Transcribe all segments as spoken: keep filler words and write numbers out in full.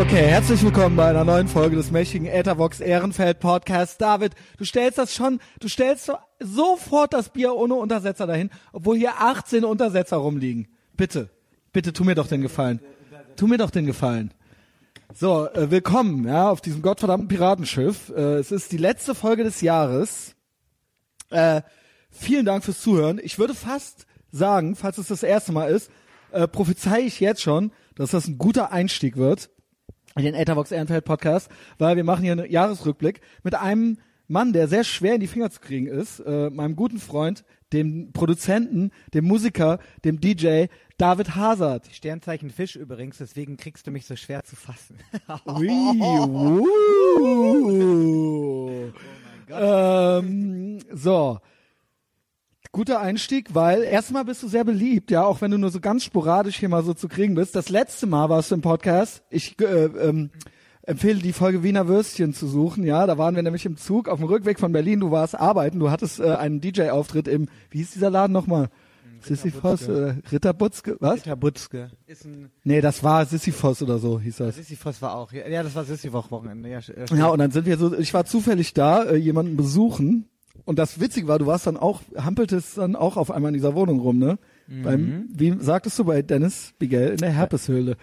Okay, herzlich willkommen bei einer neuen Folge des mächtigen Äthervox Ehrenfeld Podcasts. David, du stellst das schon, du stellst so, sofort das Bier ohne Untersetzer dahin, obwohl hier achtzehn Untersetzer rumliegen. Bitte, bitte tu mir doch den Gefallen. Tu mir doch den Gefallen. So, äh, willkommen, ja, auf diesem gottverdammten Piratenschiff. Äh, es ist die letzte Folge des Jahres. Äh, vielen Dank fürs Zuhören. Ich würde fast sagen, falls es das erste Mal ist, äh, prophezei ich jetzt schon, dass das ein guter Einstieg wird in den Äthervox Ehrenfeld Podcast, weil wir machen hier einen Jahresrückblick mit einem Mann, der sehr schwer in die Finger zu kriegen ist, äh, meinem guten Freund, dem Produzenten, dem Musiker, dem D J, David Hazard. Sternzeichen Fisch übrigens, deswegen kriegst du mich so schwer zu fassen. Ui, uh. Oh mein Gott. Ähm, so. Guter Einstieg, weil erstmal bist du sehr beliebt, ja, auch wenn du nur so ganz sporadisch hier mal so zu kriegen bist. Das letzte Mal warst du im Podcast. Ich äh, ähm, empfehle die Folge Wiener Würstchen zu suchen, ja, da waren wir nämlich im Zug auf dem Rückweg von Berlin. Du warst arbeiten, du hattest äh, einen D J-Auftritt im, wie hieß dieser Laden nochmal? Sisyphos oder Ritterbutzke, was? Ritterbutzke. Ist ein Nee, das war Sisyphos oder so hieß das. Sisyphos war auch, ja, das war Sisyphos-Wochenende. Ja, ja, und dann sind wir so, ich war zufällig da, äh, jemanden besuchen. Und das Witzige war, du warst dann auch, hampeltest dann auch auf einmal in dieser Wohnung rum, ne? Mhm. Beim, wie sagtest du bei Dennis Bigel in der Herpeshöhle?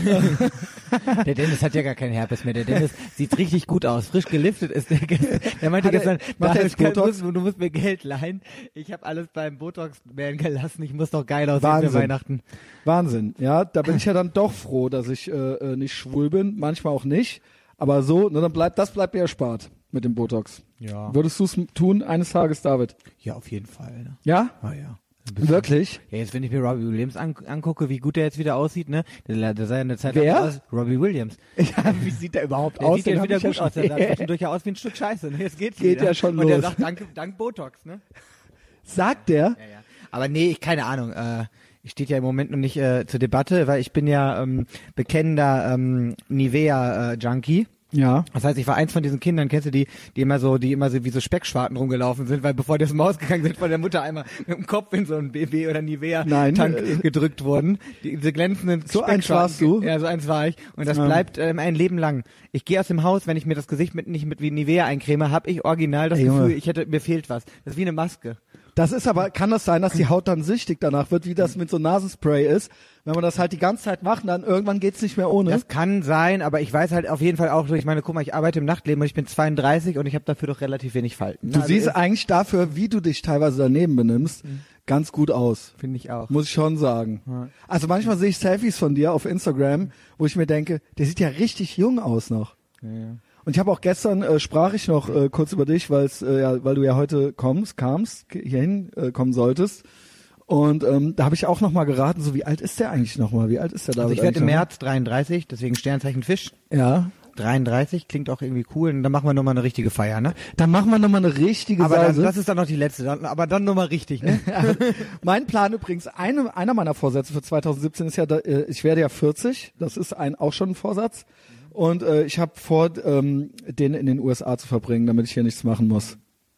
Der Dennis hat ja gar keinen Herpes mehr. Der Dennis sieht richtig gut aus, frisch geliftet ist der. Der meinte gestern, macht er jetzt Botox? Du, du musst mir Geld leihen. Ich habe alles beim Botox-Man gelassen. Ich muss doch geil aussehen Wahnsinn. für Weihnachten. Wahnsinn, ja. Da bin ich ja dann doch froh, dass ich äh, nicht schwul bin. Manchmal auch nicht. Aber so, ne, dann bleibt, das bleibt mir erspart mit dem Botox. Ja. Würdest du es tun eines Tages, David? Ja, auf jeden Fall. Ne? Ja? Ah, ja. Wirklich? Ja, jetzt wenn ich mir Robbie Williams an, angucke, wie gut der jetzt wieder aussieht, ne? Der, der sah ja eine Zeit Wer? lang aus. Robbie Williams. Ja, wie sieht der überhaupt Der aus? sieht jetzt wieder gut ja aus. Der sah zwischendurch ja aus wie ein Stück Scheiße. Ne? Jetzt geht's Geht wieder. ja schon Und los. der sagt, dank, dank Botox, ne? Sagt der? Ja, ja. Aber nee, ich, keine Ahnung. Äh, steht ja im Moment noch nicht äh, zur Debatte, weil ich bin ja ähm, bekennender ähm, Nivea-Junkie. Ja. Das heißt, ich war eins von diesen Kindern, kennst du die, die immer so, die immer so wie so Speckschwarten rumgelaufen sind, weil bevor die aus dem Haus gegangen sind, von der Mutter einmal mit dem Kopf in so einen B B oder Nivea-Tank äh, gedrückt wurden. Die, diese glänzenden So eins warst du? Ja, so eins war ich. Und das Ja. bleibt ähm, ein Leben lang. Ich gehe aus dem Haus, wenn ich mir das Gesicht mit nicht mit wie Nivea eincreme, habe ich original das Ey, Gefühl, Junge. ich hätte, mir fehlt was. Das ist wie eine Maske. Das ist aber, kann das sein, dass die Haut dann süchtig danach wird, wie das mit so Nasenspray ist? Wenn man das halt die ganze Zeit macht, dann irgendwann geht's nicht mehr ohne. Das kann sein, aber ich weiß halt auf jeden Fall auch, ich meine, guck mal, ich arbeite im Nachtleben und ich bin zweiunddreißig und ich habe dafür doch relativ wenig Falten. Du Also siehst ist- eigentlich dafür, wie du dich teilweise daneben benimmst, ganz gut aus. Finde ich auch. Muss ich schon sagen. Ja. Also manchmal sehe ich Selfies von dir auf Instagram, wo ich mir denke, der sieht ja richtig jung aus noch. Ja, ja. Und ich habe auch gestern, äh, sprach ich noch äh, kurz über dich, weil's, äh, ja, weil du ja heute kommst, kamst, hierhin äh, kommen solltest. Und ähm, da habe ich auch nochmal geraten, so wie alt ist der eigentlich nochmal? Wie alt ist der David? Also ich werde im eigentlich noch? März dreiunddreißig, deswegen Sternzeichen Fisch. Ja. dreiunddreißig, klingt auch irgendwie cool. Und dann machen wir nochmal eine richtige Feier, ne? Dann machen wir nochmal eine richtige Aber dann, Sause. das ist dann noch die letzte, dann, aber dann nochmal richtig, ne? Mein Plan übrigens, eine, einer meiner Vorsätze für zwanzig siebzehn ist ja, da, äh, ich werde ja vierzig, das ist ein auch schon ein Vorsatz. Und äh, ich habe vor, ähm, den in den U S A zu verbringen, damit ich hier nichts machen muss.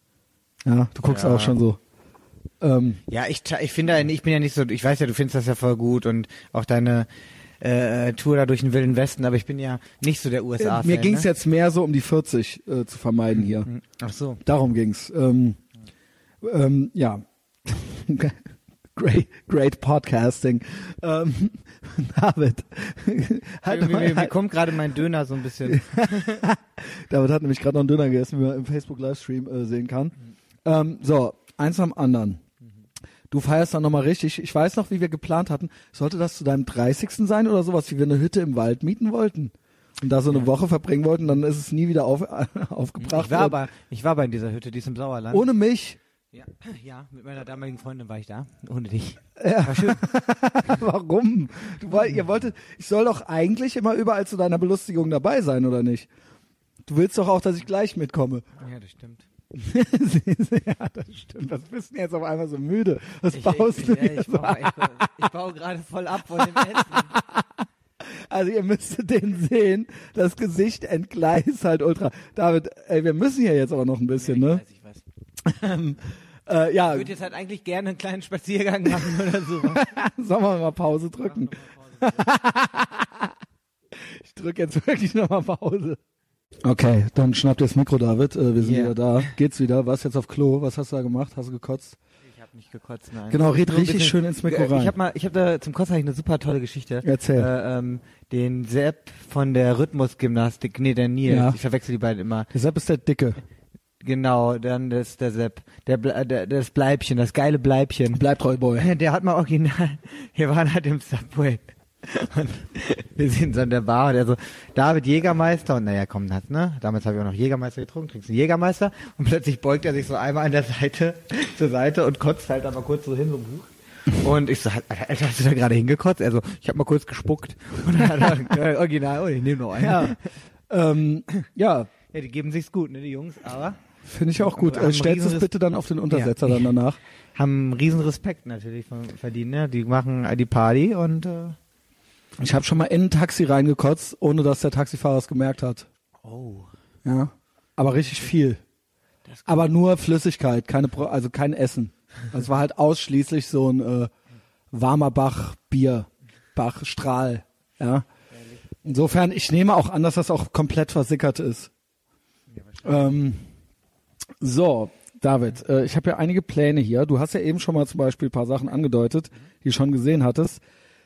Ja, du guckst Ja. auch schon so. Ähm, Ja, ich, ich finde, ich bin ja nicht so, ich weiß ja, du findest das ja voll gut und auch deine äh, Tour da durch den Wilden Westen, aber ich bin ja nicht so der U S A-Fan. mir ging's ne? jetzt mehr so um die vierzig äh, zu vermeiden hier. Ach so. Darum ging's. Ähm, ähm, ja. Great, great Podcasting. Ähm, David. halt Mir, mal- mir, mir kommt gerade mein Döner so ein bisschen. David hat nämlich gerade noch einen Döner gegessen, wie man im Facebook-Livestream äh, sehen kann. Ähm, so, eins am anderen. Du feierst dann nochmal richtig. Ich weiß noch, wie wir geplant hatten. Sollte das zu deinem dreißigsten sein oder sowas, wie wir eine Hütte im Wald mieten wollten? Und da so eine Woche verbringen wollten, dann ist es nie wieder auf, aufgebracht. Ich war aber, ich war aber in dieser Hütte, die ist im Sauerland. Ohne mich. Ja, ja, mit meiner damaligen Freundin war ich da, ohne dich. Ja. War schön. Warum? Du woll, ihr wolltet, ich soll doch eigentlich immer überall zu deiner Belustigung dabei sein, oder nicht? Du willst doch auch, dass ich gleich mitkomme. Ja, das stimmt. Ja, das stimmt. Was bist du denn jetzt auf einmal so müde? Was Ich, baust ich, du ich, ja, hier ich, so? baue, ich, ich baue gerade voll ab von dem Essen. Also ihr müsstet den sehen, das Gesicht entgleist halt ultra. David, ey, wir müssen hier jetzt aber noch ein bisschen, Ja, ne? ich weiß, ich weiß. Ähm, äh, ja, Ich würde jetzt halt eigentlich gerne einen kleinen Spaziergang machen oder so. sollen wir mal Pause drücken? Ich drück jetzt wirklich nochmal Pause. Okay, dann schnappt ihr das Mikro, David. Äh, wir sind Yeah. wieder da. Geht's wieder? Warst jetzt auf Klo? Was hast du da gemacht? Hast du gekotzt? Ich habe nicht gekotzt, nein. Genau, red Nur ein richtig bisschen- schön ins Mikro rein. Ich habe mal, ich habe da zum Kotzen hab ich eine super tolle Geschichte. Erzähl. Äh, ähm, den Sepp von der Rhythmusgymnastik, nee, der Nils. Ja. Ich verwechsel die beiden immer. Der Sepp ist der Dicke. Genau, dann das der Sepp, der, Ble- der das Bleibchen, das geile Bleibchen. Bleib treu, Boy. Der hat mal original, wir waren halt im Subway und wir sind so in der Bar und er so, David Jägermeister und naja, komm, das, ne? Damals habe ich auch noch Jägermeister getrunken, trinkst einen Jägermeister und plötzlich beugt er sich so einmal an der Seite zur Seite und kotzt halt aber kurz so hin, so Buch. Und ich so, Alter, hast du da gerade hingekotzt? Er so, ich habe mal kurz gespuckt. Und dann hat er, original, oh, ich nehme noch einen. Ja. ähm, ja, Ja, die geben sich's gut, ne, die Jungs, aber finde ich auch gut. Haben Äh, stellst es riesen- bitte dann auf den Untersetzer Ja. dann danach. haben riesen Respekt natürlich von, verdient, ne? Die machen die Party und äh, Ich habe schon mal in ein Taxi reingekotzt, ohne dass der Taxifahrer es gemerkt hat. oh. Ja. Aber richtig viel. Das- Aber nur Flüssigkeit, keine Pro also kein Essen. Es war halt ausschließlich so ein äh, warmer Bach Bier, Bach Strahl, ja. Insofern, ich nehme auch an, dass das auch komplett versickert ist. Ähm, so, David, äh, ich habe ja einige Pläne hier. Du hast ja eben schon mal zum Beispiel ein paar Sachen angedeutet, die du schon gesehen hattest.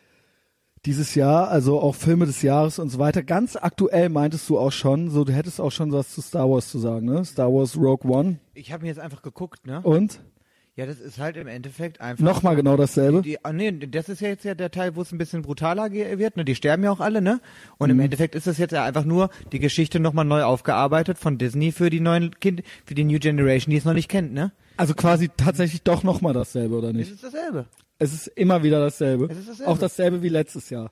Dieses Jahr, also auch Filme des Jahres und so weiter. Ganz aktuell meintest du auch schon, so du hättest auch schon was zu Star Wars zu sagen, ne? Star Wars Rogue One Ich habe mir jetzt einfach geguckt, ne? und Ja, das ist halt im Endeffekt einfach nochmal genau dasselbe. Die, ah, nee, das ist ja jetzt ja der Teil, wo es ein bisschen brutaler ge- wird, ne? Die sterben ja auch alle, ne? Und Mhm. im Endeffekt ist das jetzt ja einfach nur die Geschichte nochmal neu aufgearbeitet von Disney für die neuen Kind, für die New Generation, die es noch nicht kennt, ne? Also quasi tatsächlich doch nochmal dasselbe, oder Es nicht? ist dasselbe. Es ist immer wieder dasselbe. Es ist dasselbe. Auch dasselbe wie letztes Jahr.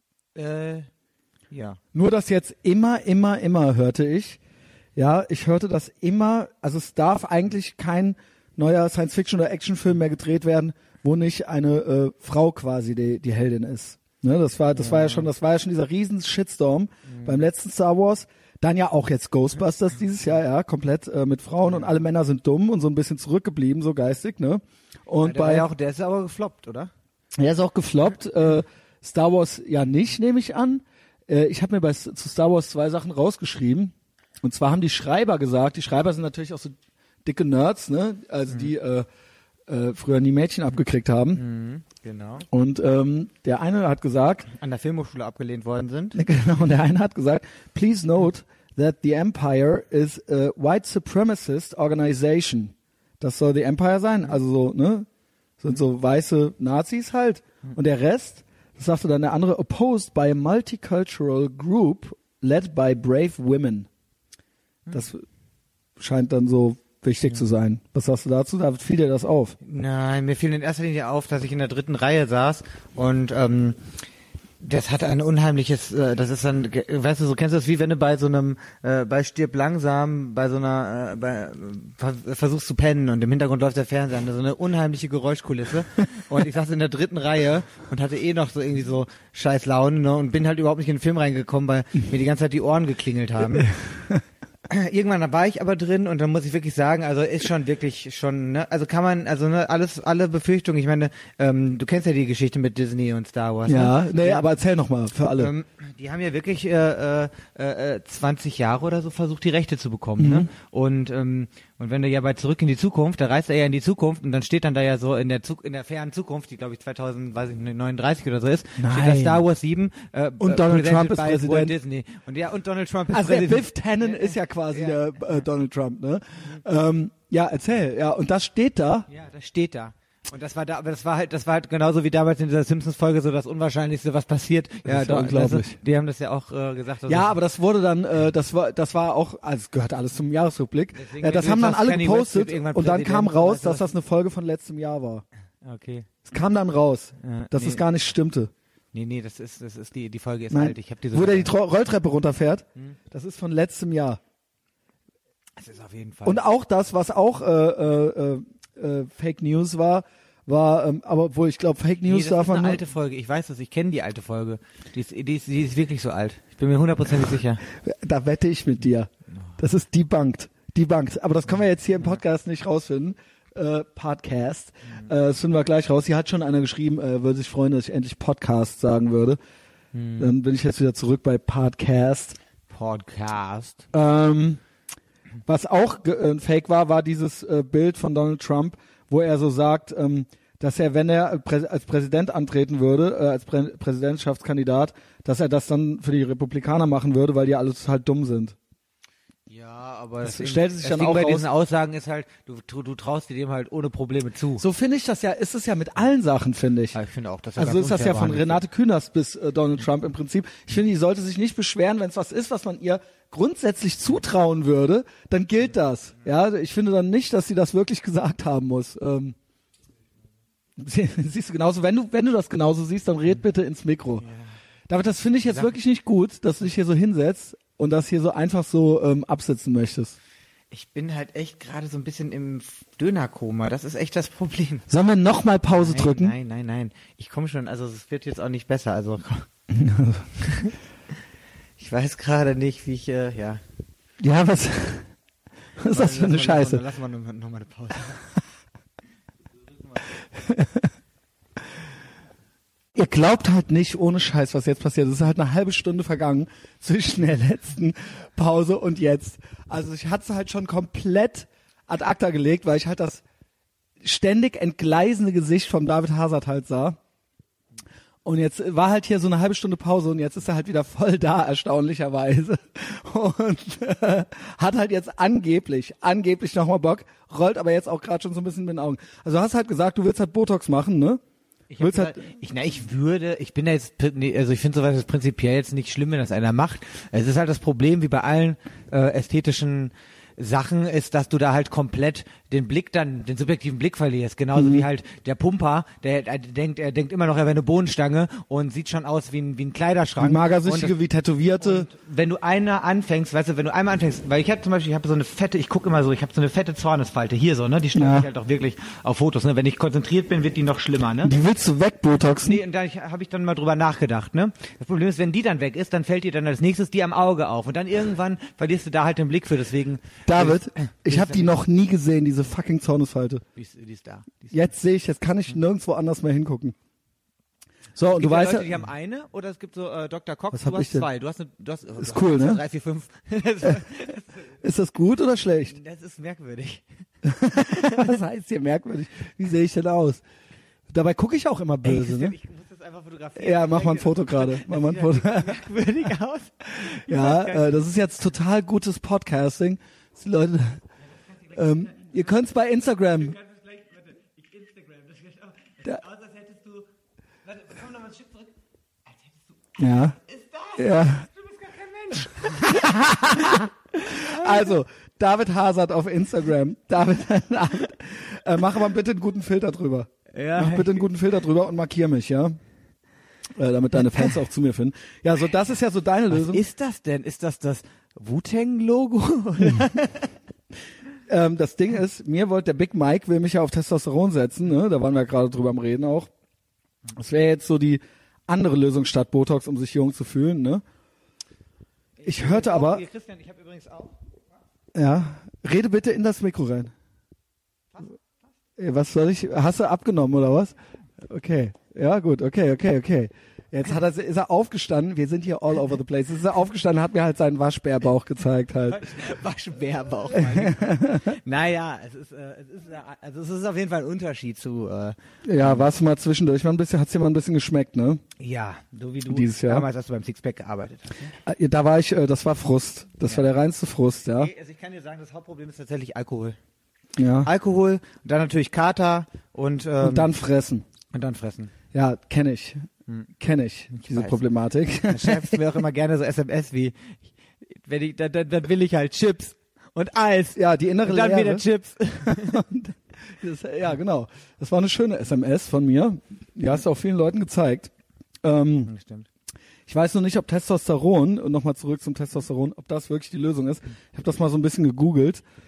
Äh, ja. Nur das jetzt immer, immer, immer hörte ich. Ja, ich hörte das immer, also es darf eigentlich kein neuer Science-Fiction- oder Actionfilm mehr gedreht werden, wo nicht eine äh, Frau quasi die, die Heldin ist. Ne, das war, das war ja schon, das war ja schon dieser riesen Shitstorm beim letzten Star Wars. Dann ja auch jetzt Ghostbusters dieses Jahr, ja, komplett äh, mit Frauen und alle Männer sind dumm und so ein bisschen zurückgeblieben, so geistig, ne? Und Der, war bei ja auch, der ist aber gefloppt, oder? er ist auch gefloppt. Äh, Star Wars ja nicht, nehme ich an. Äh, ich habe mir bei zu Star Wars zwei Sachen rausgeschrieben. Und zwar haben die Schreiber gesagt, die Schreiber sind natürlich auch so dicke Nerds, ne? Also die äh, äh, früher nie Mädchen abgekriegt haben. Mhm, genau. Und ähm, der eine hat gesagt, An der Filmhochschule abgelehnt worden sind. genau, und der eine hat gesagt, please note that the Empire is a white supremacist organization. Das soll the Empire sein, also so, ne? Sind so weiße Nazis halt. Und der Rest, das sagte dann der andere, opposed by a multicultural group led by brave women. Das scheint dann so wichtig zu sein. Was sagst du dazu? Da fiel dir das auf. Nein, mir fiel in erster Linie auf, dass ich in der dritten Reihe saß und ähm, das hat ein unheimliches, äh, das ist dann, ge- weißt du, so kennst du das, wie wenn du bei so einem, äh, bei Stirb langsam, bei so einer, äh, bei, ver versuchst zu pennen und im Hintergrund läuft der Fernseher, so eine unheimliche Geräuschkulisse und ich saß in der dritten Reihe und hatte eh noch so irgendwie so scheiß Laune, ne, und bin halt überhaupt nicht in den Film reingekommen, weil mir die ganze Zeit die Ohren geklingelt haben. Irgendwann war ich aber drin und dann muss ich wirklich sagen, also ist schon wirklich schon, ne, also kann man, also ne, alles, alle Befürchtungen, ich meine, ähm, du kennst ja die Geschichte mit Disney und Star Wars. Ja, ne? nee, aber erzähl nochmal für alle. Ähm, die haben ja wirklich äh, äh, äh, zwanzig Jahre oder so versucht, die Rechte zu bekommen, ne? Und ähm, und wenn du ja bei Zurück in die Zukunft, da reist er ja in die Zukunft und dann steht dann da ja so in der Zug in der fernen Zukunft, die glaube ich zweitausend, weiß ich nicht, neununddreißig oder so ist, steht da Nein. Star Wars sieben äh, Und äh, Donald presented Trump ist by Präsident. Walt Disney. Und ja, und Donald Trump ist Also der Präsident. Biff Tannen ist ja quasi der äh, Donald Trump, ne? Ähm, ja, erzähl. Ja, und das steht da. Ja, das steht da. Und das war da, aber das war halt, das war halt genauso wie damals in dieser Simpsons-Folge so das Unwahrscheinlichste, was passiert. Das ist ja doch, unglaublich. Also, die haben das ja auch äh, gesagt. dass Ja, es- aber das wurde dann, äh, das war, das war auch, also es gehört alles zum Jahresrückblick. Deswegen, Ja, das wenn haben du dann sagst, alle Kanye West gepostet wird irgendwann und dann kam Präsident, raus, weißt du dass was? das eine Folge von letztem Jahr war. Okay. Es kam dann raus, Ja, dass nee. es gar nicht stimmte. Nee, nee, das ist, das ist die, die Folge ist Nein, alt. Ich habe diese. wo der die Tro- Rolltreppe runterfährt, Hm. das ist von letztem Jahr. Das ist auf jeden Fall. Und auch das, was auch äh, äh, äh, äh, Fake News war, war, ähm, aber obwohl ich glaube, Fake nee, News das darf ist man eine nur, alte Folge. Ich weiß das. Ich kenne die alte Folge. Die ist, die ist, die ist wirklich so alt. Ich bin mir hundertprozentig sicher. da wette ich mit dir. Das ist debunked. Debunked. Aber das können wir jetzt hier im Podcast nicht rausfinden. Äh, Podcast. Äh, das finden wir gleich raus. Hier hat schon einer geschrieben, äh, würde sich freuen, dass ich endlich Podcast sagen würde. Hm. Dann bin ich jetzt wieder zurück bei Podcast. Podcast. Ähm, was auch äh, fake war, war dieses äh, Bild von Donald Trump, wo er so sagt, ähm, dass er, wenn er prä- als Präsident antreten würde, äh, als Prä- Präsidentschaftskandidat, dass er das dann für die Republikaner machen würde, weil die alle total dumm sind. Ja, aber das das stellt sich das dann Ding auch bei raus. diesen Aussagen ist halt, du, du, du traust dir dem halt ohne Probleme zu. So finde ich das ja, ist es ja mit allen Sachen, finde ich. Ja, ich finde auch, dass er Also ganz ist das ja unfair von behandelt Renate Künast bis äh, Donald Trump im Prinzip. Ich finde, die sollte sich nicht beschweren, wenn es was ist, was man ihr grundsätzlich zutrauen würde, dann gilt das. Ja, ich finde dann nicht, dass sie das wirklich gesagt haben muss. Ähm, siehst du genauso, wenn du, wenn du das genauso siehst, dann red bitte ins Mikro. Ja. David, das finde ich jetzt wirklich nicht gut, dass du dich hier so hinsetzt und das hier so einfach so ähm, absitzen möchtest. Ich bin halt echt gerade so ein bisschen im Dönerkoma. Das ist echt das Problem. Sollen wir nochmal Pause nein, drücken? Nein, nein, nein. Ich komme schon, also es wird jetzt auch nicht besser. Also ich weiß gerade nicht, wie ich, äh, ja. Ja, was, was ist das für eine lass Scheiße? Mal, lass mal nochmal noch mal eine Pause. Ihr glaubt halt nicht, ohne Scheiß, was jetzt passiert. Es ist halt eine halbe Stunde vergangen zwischen der letzten Pause und jetzt. Also ich hatte es halt schon komplett ad acta gelegt, weil ich halt das ständig entgleisende Gesicht vom David Hazard halt sah. Und jetzt war halt hier so eine halbe Stunde Pause und jetzt ist er halt wieder voll da, erstaunlicherweise. Und äh, hat halt jetzt angeblich, angeblich nochmal Bock, rollt aber jetzt auch gerade schon so ein bisschen mit den Augen. Also du hast halt gesagt, du willst halt Botox machen, ne? Ich, hab gesagt, halt, ich, na, ich würde, ich bin da jetzt, also ich finde sowas ist prinzipiell jetzt nicht schlimm, wenn das einer macht. Es ist halt das Problem, wie bei allen äh, ästhetischen Sachen, ist, dass du da halt komplett den Blick dann, den subjektiven Blick verlierst. Genauso mhm. wie halt der Pumper, der, der denkt, er denkt immer noch, er wäre eine Bohnenstange und sieht schon aus wie ein, wie ein Kleiderschrank. Wie Magersüchtige, wie Tätowierte. Wenn du einer anfängst, weißt du, wenn du einmal anfängst, weil ich habe zum Beispiel, ich habe so eine fette, ich gucke immer so, ich habe so eine fette Zornesfalte hier so, ne, die stelle ja. ich halt auch wirklich auf Fotos, ne, wenn ich konzentriert bin, wird die noch schlimmer, ne. Die willst du wegbotoxen? Nee, und da habe ich dann mal drüber nachgedacht, ne. Das Problem ist, wenn die dann weg ist, dann fällt dir dann als nächstes die am Auge auf und dann irgendwann verlierst du da halt den Blick für, deswegen. David, ich, ich habe die noch nie gesehen, diese fucking Zornesfalte. Die ist, die ist da. Die ist jetzt sehe ich, jetzt kann ich nirgendwo anders mehr hingucken. So, es und gibt du ja weißt Leute, ja, die haben eine, oder es gibt so äh, Doktor Cox, was du hab hast ich denn? zwei. Du hast eine, du hast, ist du cool, hast ne? Drei, vier, fünf. Ist das gut oder schlecht? Das ist merkwürdig. Was heißt hier merkwürdig? Wie sehe ich denn aus? Dabei gucke ich auch immer böse, Ey, ne? Ich muss das einfach fotografieren. Ja, mach mal ein Foto gerade. Mach mal ein Foto. Merkwürdig aus. Ja, äh, das ist jetzt total gutes Podcasting. Die Leute, ähm, ihr könnt's bei Instagram. Da. Aus, als hättest du. Warte, komm noch mal ein Stück zurück. Als hättest du. Ja. Ist das? Ja. Du bist gar kein Mensch. Also, David Hazard auf Instagram. David, David äh, mach aber bitte einen guten Filter drüber. Ja. Mach bitte einen guten Filter drüber und markier mich, ja? Äh, damit deine Fans auch zu mir finden. Ja, so das ist ja so deine Was Lösung. Was ist das denn? Ist das das Wu-Tang-Logo? ähm, das Ding ist, mir wollte der Big Mike, will mich ja auf Testosteron setzen, ne? Da waren wir ja gerade drüber am Reden auch. Das wäre jetzt so die andere Lösung statt Botox, um sich jung zu fühlen, ne? Ich, ich hörte aber... Hier, Christian, ich habe übrigens auch... Ja, rede bitte in das Mikro rein. Was? Was soll ich... Hast du abgenommen oder was? Okay. Ja, gut, okay, okay, okay. Jetzt hat er, ist er aufgestanden, wir sind hier all over the place. Jetzt ist er aufgestanden, hat mir halt seinen Waschbärbauch gezeigt halt. Waschbärbauch. Naja, es ist, äh, es ist, äh, also es ist auf jeden Fall ein Unterschied zu. Äh, ja, warst du mal zwischendurch, mal ein bisschen, hat's dir mal ein bisschen geschmeckt, ne? Ja, so wie du dieses Jahr. Damals, als du beim Sixpack gearbeitet hast. Ne? Da war ich, äh, das war Frust. Das ja. war der reinste Frust, ja. Okay, also ich kann dir sagen, das Hauptproblem ist tatsächlich Alkohol. Ja. Alkohol, dann natürlich Kater und ähm, und dann fressen. Und dann fressen. Ja, kenne ich. Hm. Kenne ich, ich, diese weiß. Problematik. Dann schreibst du mir auch immer gerne so S M S wie, wenn ich, dann, dann, dann will ich halt Chips und Eis. Ja, die innere und dann Leere. wieder Chips. das, ja, genau. Das war eine schöne S M S von mir. Die hast du auch vielen Leuten gezeigt. Ähm, das stimmt. Ich weiß noch nicht, ob Testosteron, und nochmal zurück zum Testosteron, ob das wirklich die Lösung ist. Ich habe das mal so ein bisschen gegoogelt.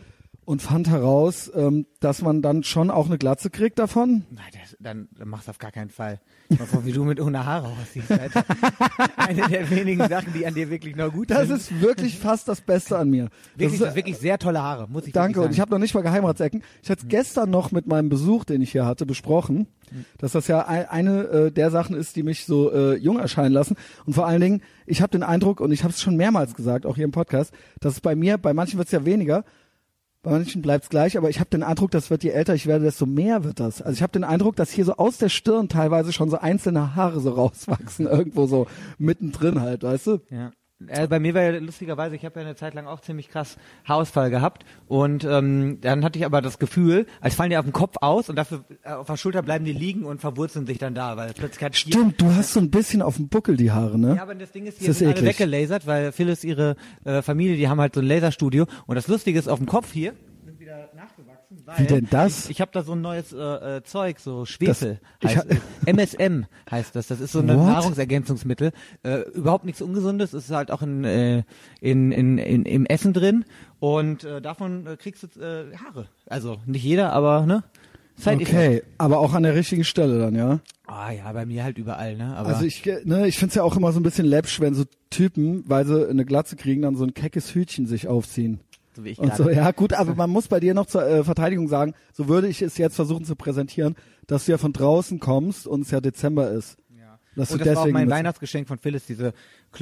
und fand heraus, ähm, dass man dann schon auch eine Glatze kriegt davon. Nein, das, dann, dann mach's auf gar keinen Fall. Ich mal vor, wie du mit ohne Haare aussiehst, Alter. Eine der wenigen Sachen, die an dir wirklich noch gut Das sind. ist wirklich fast das Beste an mir. Wirklich, das das ist wirklich sehr tolle Haare, muss ich Danke, wirklich sagen. und ich habe noch nicht mal Geheimratsecken. Ich hatte es gestern noch mit meinem Besuch, den ich hier hatte, besprochen, dass das ja ein, eine äh, der Sachen ist, die mich so äh, jung erscheinen lassen. Und vor allen Dingen, ich habe den Eindruck, und ich habe es schon mehrmals gesagt, auch hier im Podcast, dass es bei mir, bei manchen wird es ja weniger, bei manchen bleibt es gleich, aber ich habe den Eindruck, das wird, je älter ich werde, desto mehr wird das. Also ich habe den Eindruck, dass hier so aus der Stirn teilweise schon so einzelne Haare so rauswachsen, irgendwo so mittendrin halt, weißt du? Ja. Äh, bei mir war ja lustigerweise, ich habe ja eine Zeit lang auch ziemlich krass Haarausfall gehabt und ähm, dann hatte ich aber das Gefühl, als fallen die auf dem Kopf aus und dafür äh, auf der Schulter bleiben die liegen und verwurzeln sich dann da, weil plötzlich hat Stimmt, du hast so ein bisschen auf dem Buckel die Haare, ne? Ja, aber das Ding ist, hier Das ist sind alle eklig. weggelasert, weil Phyllis, ihre äh, Familie, die haben halt so ein Laserstudio und das Lustige ist, auf dem Kopf hier sind wieder nachgewachsen, weil Wie denn das? Ich, ich habe da so ein neues äh, äh, Zeug, so Schwefel, Das- ich heißt, äh, M S M heißt das, das ist so ein What? Nahrungsergänzungsmittel, äh, überhaupt nichts Ungesundes, ist halt auch in, äh, in, in, in, im Essen drin und äh, davon äh, kriegst du äh, Haare, also nicht jeder, aber ne? Side Effect. Okay, aber auch an der richtigen Stelle dann, ja? Ah ja, bei mir halt überall, ne? Aber Also ich, ne, ich find's ja auch immer so ein bisschen läppsch, wenn so Typen, weil sie eine Glatze kriegen, dann so ein keckes Hütchen sich aufziehen. so wie ich Und gerade. so, ja gut, aber man muss bei dir noch zur äh, Verteidigung sagen, so würde ich es jetzt versuchen zu präsentieren, dass du ja von draußen kommst und es ja Dezember ist. Ja. Dass Und du das war auch deswegen mein mit- Weihnachtsgeschenk von Phyllis, diese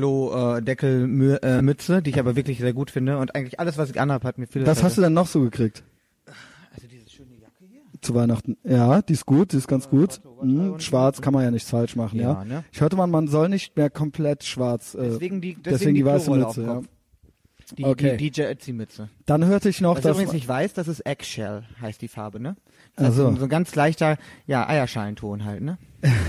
Klo-Deckel-Mütze, die ich aber wirklich sehr gut finde. Und eigentlich alles, was ich anhab, hat mir Phyllis. Was hast du denn noch so gekriegt Also diese schöne Jacke hier. zu Weihnachten? Ja, die ist gut, die ist ganz gut. Mhm, schwarz kann man ja nichts falsch machen, ja. Ja, ne? Ich hörte mal, man soll nicht mehr komplett schwarz. Äh, Deswegen die, deswegen, deswegen die weiße Klorolle Mütze, auf ja. Kopf. Die, Okay. die D J Ötzi-Mütze. Dann hörte ich noch, Was ich dass übrigens nicht weiß, das ist Eggshell, heißt die Farbe, ne? Das Ach ist so. so, so ein ganz leichter, ja, Eierschalenton halt, ne?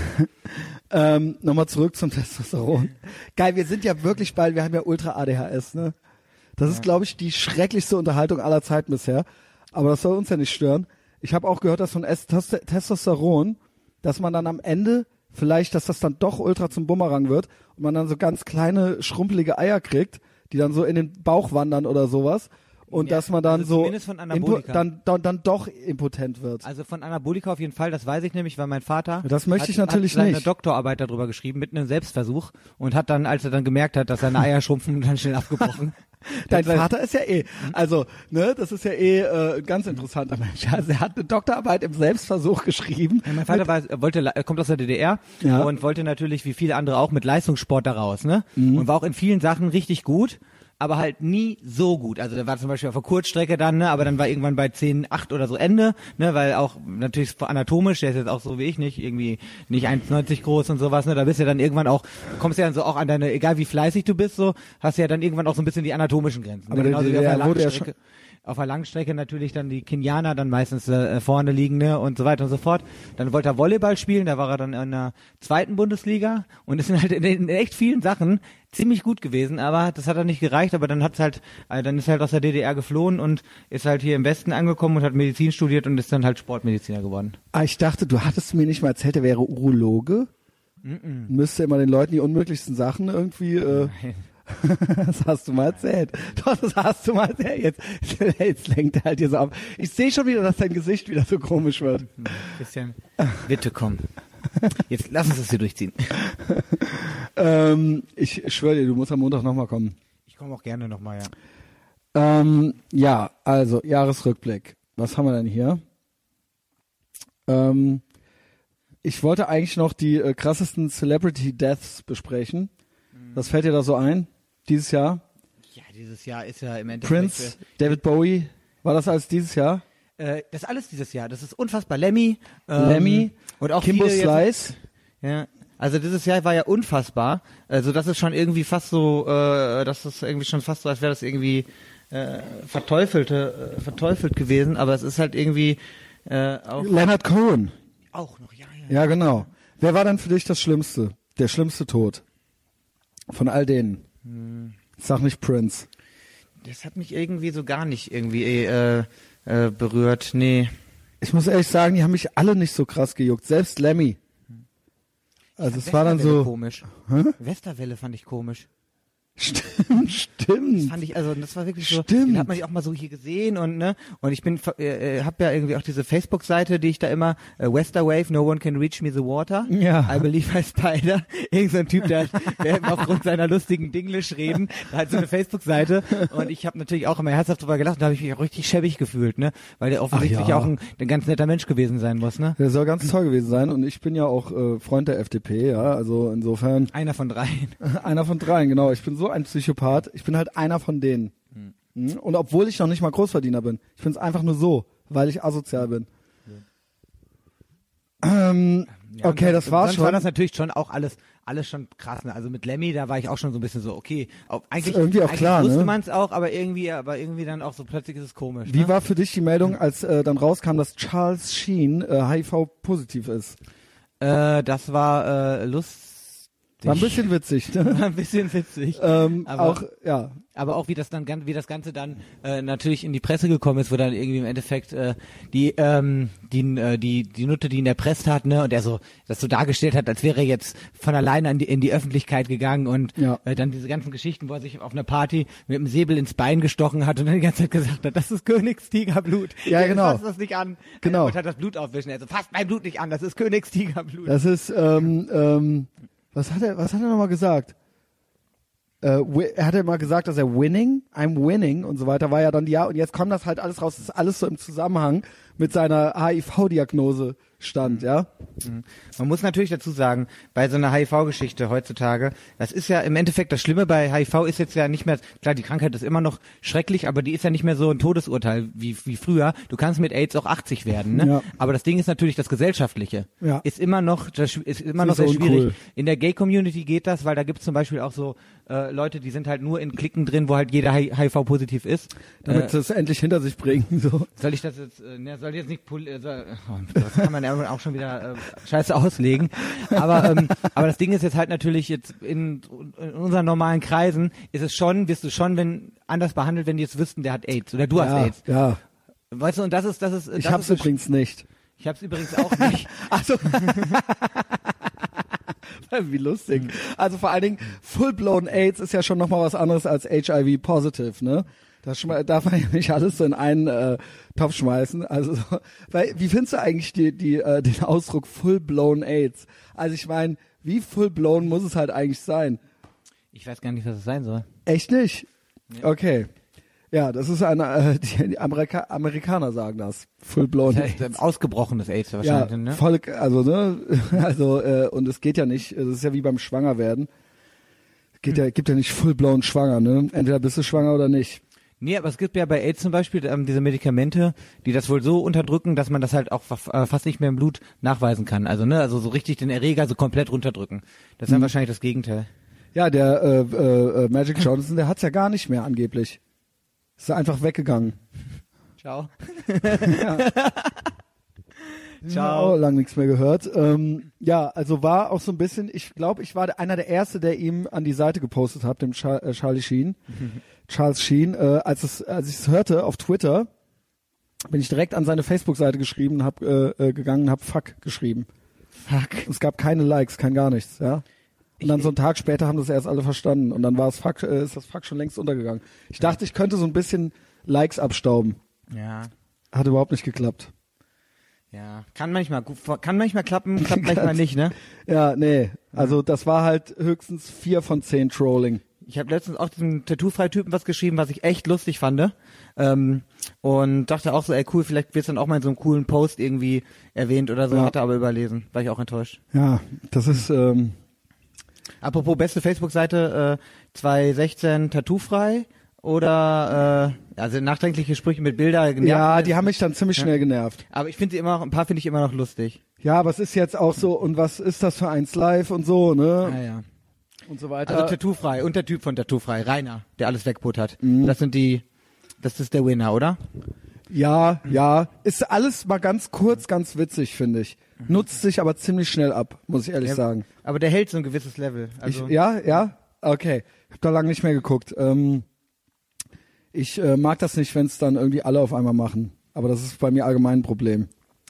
Ähm, nochmal zurück zum Testosteron. Geil, wir sind ja wirklich bald, wir haben ja Ultra-A D H S, ne? Das ist, glaube ich, die schrecklichste Unterhaltung aller Zeiten bisher. Aber das soll uns ja nicht stören. Ich habe auch gehört, dass von Es- Tes- Testosteron, dass man dann am Ende vielleicht, dass das dann doch ultra zum Bumerang wird und man dann so ganz kleine, schrumpelige Eier kriegt, die dann so in den Bauch wandern oder sowas. Und Ja, dass man dann also so zumindest von impo- Anabolika. dann, dann, dann doch impotent wird. Also von Anabolika auf jeden Fall, das weiß ich nämlich, weil mein Vater Das möchte hat, ich natürlich hat seine nicht. Doktorarbeit darüber geschrieben, mit einem Selbstversuch und hat dann, als er dann gemerkt hat, dass seine Eier schrumpfen, dann schnell abgebrochen. Dein Weil- Vater ist ja eh, also, ne, das ist ja eh äh, ein ganz interessanter Mensch. Also er hat eine Doktorarbeit im Selbstversuch geschrieben. Ja, mein Vater war, er wollte, er kommt aus der D D R Ja. und wollte natürlich, wie viele andere auch, mit Leistungssport da raus, ne? Und war auch in vielen Sachen richtig gut, aber halt nie so gut. Also der war zum Beispiel auf der Kurzstrecke dann, ne? Aber dann war irgendwann bei zehn acht oder so Ende, ne? Weil auch natürlich anatomisch, der ist jetzt auch so wie ich nicht, irgendwie nicht eins neunzig groß und sowas, ne? Da bist du ja dann irgendwann auch, kommst ja dann so auch an deine, egal wie fleißig du bist, so, hast du ja dann irgendwann auch so ein bisschen die anatomischen Grenzen. Aber ne? der- Genauso wie der auf der wurde ja Langstrecke. Auf der Langstrecke natürlich dann die Kenianer dann meistens äh, vorne liegen, ne, und so weiter und so fort. Dann wollte er Volleyball spielen, da war er dann in der zweiten Bundesliga und ist halt in, in echt vielen Sachen ziemlich gut gewesen, aber das hat dann nicht gereicht, aber dann hat's halt, äh, dann ist er halt aus der D D R geflohen und ist halt hier im Westen angekommen und hat Medizin studiert und ist dann halt Sportmediziner geworden. Ah, ich dachte, du hattest mir nicht mal erzählt, er wäre Urologe. Mm-mm. Müsste immer den Leuten die unmöglichsten Sachen irgendwie, äh, das hast du mal erzählt. Doch, das hast du mal erzählt. Jetzt, jetzt lenkt er halt hier so ab. Ich sehe schon wieder, dass dein Gesicht wieder so komisch wird. Christian, bitte komm. Jetzt lass uns das hier durchziehen. Ähm, ich schwöre dir, du musst am Montag nochmal kommen. Ich komme auch gerne nochmal, ja. Ähm, ja, also Jahresrückblick. Was haben wir denn hier? Ähm, ich wollte eigentlich noch die äh, krassesten Celebrity Deaths besprechen. Was fällt dir da so ein? Dieses Jahr? Ja, dieses Jahr ist ja im Endeffekt... Prince, David Bowie. War das alles dieses Jahr? Äh, das ist alles dieses Jahr. Das ist unfassbar. Lemmy. Ähm, Lemmy, und auch Kimbo viele jetzt, Slice. ja. Also dieses Jahr war ja unfassbar. Also das ist schon irgendwie fast so, äh, das ist irgendwie schon fast so, als wäre das irgendwie äh, verteufelte, äh, verteufelt gewesen. Aber es ist halt irgendwie äh, auch, Leonard Cohen. auch noch, ja, ja. Ja, genau. Wer war denn für dich das Schlimmste? Der schlimmste Tod? Von all denen. Hm. Sag nicht Prince. Das hat mich irgendwie so gar nicht irgendwie äh, äh, berührt. Nee. Ich muss ehrlich sagen, die haben mich alle nicht so krass gejuckt. Selbst Lemmy. Also es war dann Westerwelle so, komisch. Hä? Westerwelle fand ich komisch. Stimmt, stimmt. Das fand ich, also das war wirklich so, Stimmt. den hat man sich auch mal so hier gesehen und ne, und ich bin, äh, äh, hab ja irgendwie auch diese Facebook-Seite, die ich da immer, äh, Westerwave, no one can reach me the water, Ja. I believe I spider, irgend so ein Typ, der, der aufgrund seiner lustigen Dinglish reden, da hat so eine Facebook-Seite und ich habe natürlich auch immer herzhaft drüber gelacht, da habe ich mich auch richtig schäbig gefühlt, ne, weil der offensichtlich Ach ja. auch ein, ein ganz netter Mensch gewesen sein muss, ne. Der soll ganz toll gewesen sein und ich bin ja auch äh, Freund der F D P, ja, also insofern Einer von dreien. einer von dreien, genau. Ich bin so ein Psychopath. Ich bin halt einer von denen. Mhm. Und obwohl ich noch nicht mal Großverdiener bin. Ich bin es einfach nur so, weil ich asozial bin. Ja. Ähm, Ja, okay, und das war's sonst schon. war das natürlich schon auch alles, alles schon krass. Ne? Also mit Lemmy, da war ich auch schon so ein bisschen so, okay, auch, eigentlich, Ist irgendwie auch eigentlich klar, wusste ne? man es auch, aber irgendwie, aber irgendwie dann auch so plötzlich ist es komisch. Wie ne? war für dich die Meldung, als äh, dann rauskam, dass Charles Sheen äh, H I V-positiv ist? Äh, das war äh, lustig. War ein bisschen witzig, ne? War ein bisschen witzig. ähm, aber, auch, ja. aber auch wie das dann, gan- wie das Ganze dann äh, natürlich in die Presse gekommen ist, wo dann irgendwie im Endeffekt äh, die ähm, die äh, die die Nutte, die ihn erpresst hat, ne, und er so das so dargestellt hat, als wäre er jetzt von alleine in die, in die Öffentlichkeit gegangen und Ja. äh, dann diese ganzen Geschichten, wo er sich auf einer Party mit dem Säbel ins Bein gestochen hat und dann die ganze Zeit gesagt hat, das ist Königstigerblut. Ja, genau. Fass das nicht an. Genau. Und hat das Blut aufwischen. Also fasst mein Blut nicht an, das ist Königstigerblut. Das ist, ähm, ähm, was hat er, was hat er nochmal gesagt? Äh, wi- er hat ja mal gesagt, dass er winning, I'm winning und so weiter, war ja dann, ja, und jetzt kommt das halt alles raus, das ist alles so im Zusammenhang mit seiner H I V-Diagnose stand, ja? Man muss natürlich dazu sagen, bei so einer H I V-Geschichte heutzutage, das ist ja im Endeffekt das Schlimme bei H I V ist jetzt ja nicht mehr, klar, die Krankheit ist immer noch schrecklich, aber die ist ja nicht mehr so ein Todesurteil wie, wie früher. Du kannst mit AIDS auch achtzig werden, ne? Ja. Aber das Ding ist natürlich das Gesellschaftliche. Ja. Ist immer noch, das ist immer Das noch ist sehr so schwierig. uncool. In der Gay-Community geht das, weil da gibt es zum Beispiel auch so äh, Leute, die sind halt nur in Klicken drin, wo halt jeder H I V-positiv ist. Damit Äh, sie es endlich hinter sich bringen, so. soll ich das jetzt, äh, ne, soll ich jetzt nicht, pol- äh, soll, oh, das kann man ja auch schon wieder äh, scheiße auslegen. Aber, ähm, aber das Ding ist jetzt halt natürlich jetzt in, in unseren normalen Kreisen ist es schon, wirst du schon, wenn anders behandelt, wenn die jetzt wüssten, der hat AIDS oder du ja, hast AIDS. Ja, Weißt du, und das ist, das ist, ich das hab's ist übrigens nicht. Ich hab's übrigens auch nicht. Also, wie lustig. Also vor allen Dingen, full-blown AIDS ist ja schon nochmal was anderes als H I V-positive, ne? Das schme- darf man ja nicht alles so in einen äh, Topf schmeißen. Also, so, weil, wie findest du eigentlich die, die, äh, den Ausdruck full-blown AIDS? Also ich meine, wie full-blown muss es halt eigentlich sein? Ich weiß gar nicht, was es sein soll. Echt nicht? Okay. Ja, das ist eine, äh, die, die Amerika Amerikaner sagen das. Full-blown Das heißt, AIDS. ausgebrochenes AIDS Ja, wahrscheinlich, ne? voll, also, ne, also, äh, und es geht ja nicht, es ist ja wie beim Schwangerwerden. Es geht ja, gibt ja nicht full-blown schwanger, ne? Entweder bist du schwanger oder nicht. Nee, aber es gibt ja bei AIDS zum Beispiel ähm, diese Medikamente, die das wohl so unterdrücken, dass man das halt auch fa- äh, fast nicht mehr im Blut nachweisen kann. Also, ne, also so richtig den Erreger so komplett runterdrücken. Das ist dann Mhm. wahrscheinlich das Gegenteil. Ja, der äh, äh, äh, Magic Johnson, der hat's ja gar nicht mehr angeblich. Ist er einfach weggegangen. Ciao. Ja, auch lang nichts mehr gehört. Ähm, ja, also war auch so ein bisschen, ich glaube, ich war der- einer der Erste, der ihm an die Seite gepostet hat, dem Char- äh, Charlie Sheen, Charles Sheen. Äh, als es, als ich es hörte auf Twitter, bin ich direkt an seine Facebook-Seite geschrieben, hab äh, äh, gegangen, hab Fuck geschrieben. Fuck. Es gab keine Likes, kein gar nichts, ja. Und dann so einen Tag später haben das erst alle verstanden und dann war es Fuck, äh, ist das Fuck schon längst untergegangen. Ich dachte, ich könnte so ein bisschen Likes abstauben. Ja. Hat überhaupt nicht geklappt. Ja. Kann manchmal gut, kann manchmal klappen, klappt manchmal nicht, ne? Ja, nee. Also das war halt höchstens vier von zehn Trolling. Ich habe letztens auch diesem Tattoo-Frei-Typen was geschrieben, was ich echt lustig fand. Ähm, und dachte auch so, ey cool, vielleicht wird's dann auch mal in so einem coolen Post irgendwie erwähnt oder so, Ja. hatte aber überlesen. War ich auch enttäuscht. Ja, das ist, ähm, Apropos beste Facebook-Seite, äh, zwanzig sechzehn Tattoo-frei oder äh, also nachdenkliche Sprüche mit Bilder. ja, die haben mich dann ziemlich schnell genervt. Aber ich finde sie immer noch, ein paar finde ich immer noch lustig. Ja, aber es ist jetzt auch so, und was ist das für eins live und so, ne? Naja. Und so weiter. Also Tattoo-frei und der Typ von Tattoo-frei, Rainer, der alles wegbuttert. Mhm. Das sind die, das ist der Winner, oder? Ja, ja. Ist alles mal ganz kurz, ganz witzig, finde ich. Nutzt sich aber ziemlich schnell ab, muss ich ehrlich Ja, sagen. Aber der hält so ein gewisses Level. Also, Ich, ja, ja? Okay. Ich hab da lange nicht mehr geguckt. Ähm, ich äh, mag das nicht, wenn es dann irgendwie alle auf einmal machen. Aber das ist bei mir allgemein ein Problem.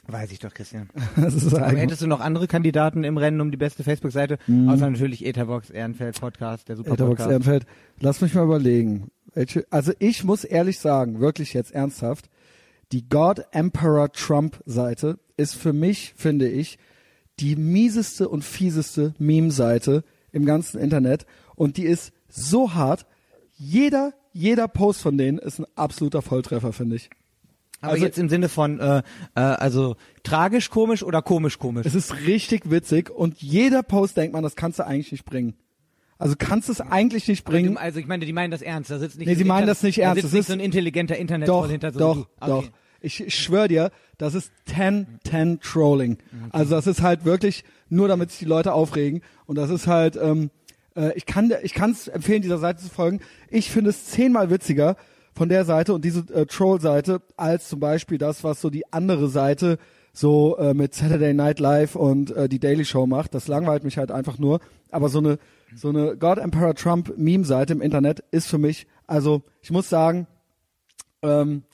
Weiß ich doch, Christian. Das ist Aber hättest du noch andere Kandidaten im Rennen um die beste Facebook-Seite? Mhm. Außer natürlich Etherbox Ehrenfeld Podcast, der super Etherbox Podcast. Ehrenfeld. Lass mich mal überlegen. Welche, also ich muss ehrlich sagen, wirklich jetzt ernsthaft, die God Emperor Trump Seite ist für mich, finde ich, die mieseste und fieseste Meme-Seite im ganzen Internet. Und die ist so hart. Jeder, jeder Post von denen ist ein absoluter Volltreffer, finde ich. Aber also, jetzt im Sinne von, äh, äh, also tragisch komisch oder komisch komisch? Es ist richtig witzig und jeder Post denkt man, das kannst du eigentlich nicht bringen. Also kannst du es eigentlich nicht bringen. Du, also ich meine, die meinen das ernst. Da sitzt nicht nee, so sie meinen Inter- das nicht da ernst. sitzt das nicht ist so ein intelligenter Internet doch, hinter so doch, okay. doch. Ich, ich schwöre dir, das ist zehn zehn Trolling. Okay. Also das ist halt wirklich nur, damit sich die Leute aufregen. Und das ist halt, ähm, äh, ich kann ich kann es empfehlen, dieser Seite zu folgen. Ich finde es zehnmal witziger von der Seite und diese äh, Troll-Seite als zum Beispiel das, was so die andere Seite so äh, mit Saturday Night Live und äh, die Daily Show macht. Das langweilt mich halt einfach nur. Aber so eine so eine God Emperor Trump Meme-Seite im Internet ist für mich, also ich muss sagen, ähm,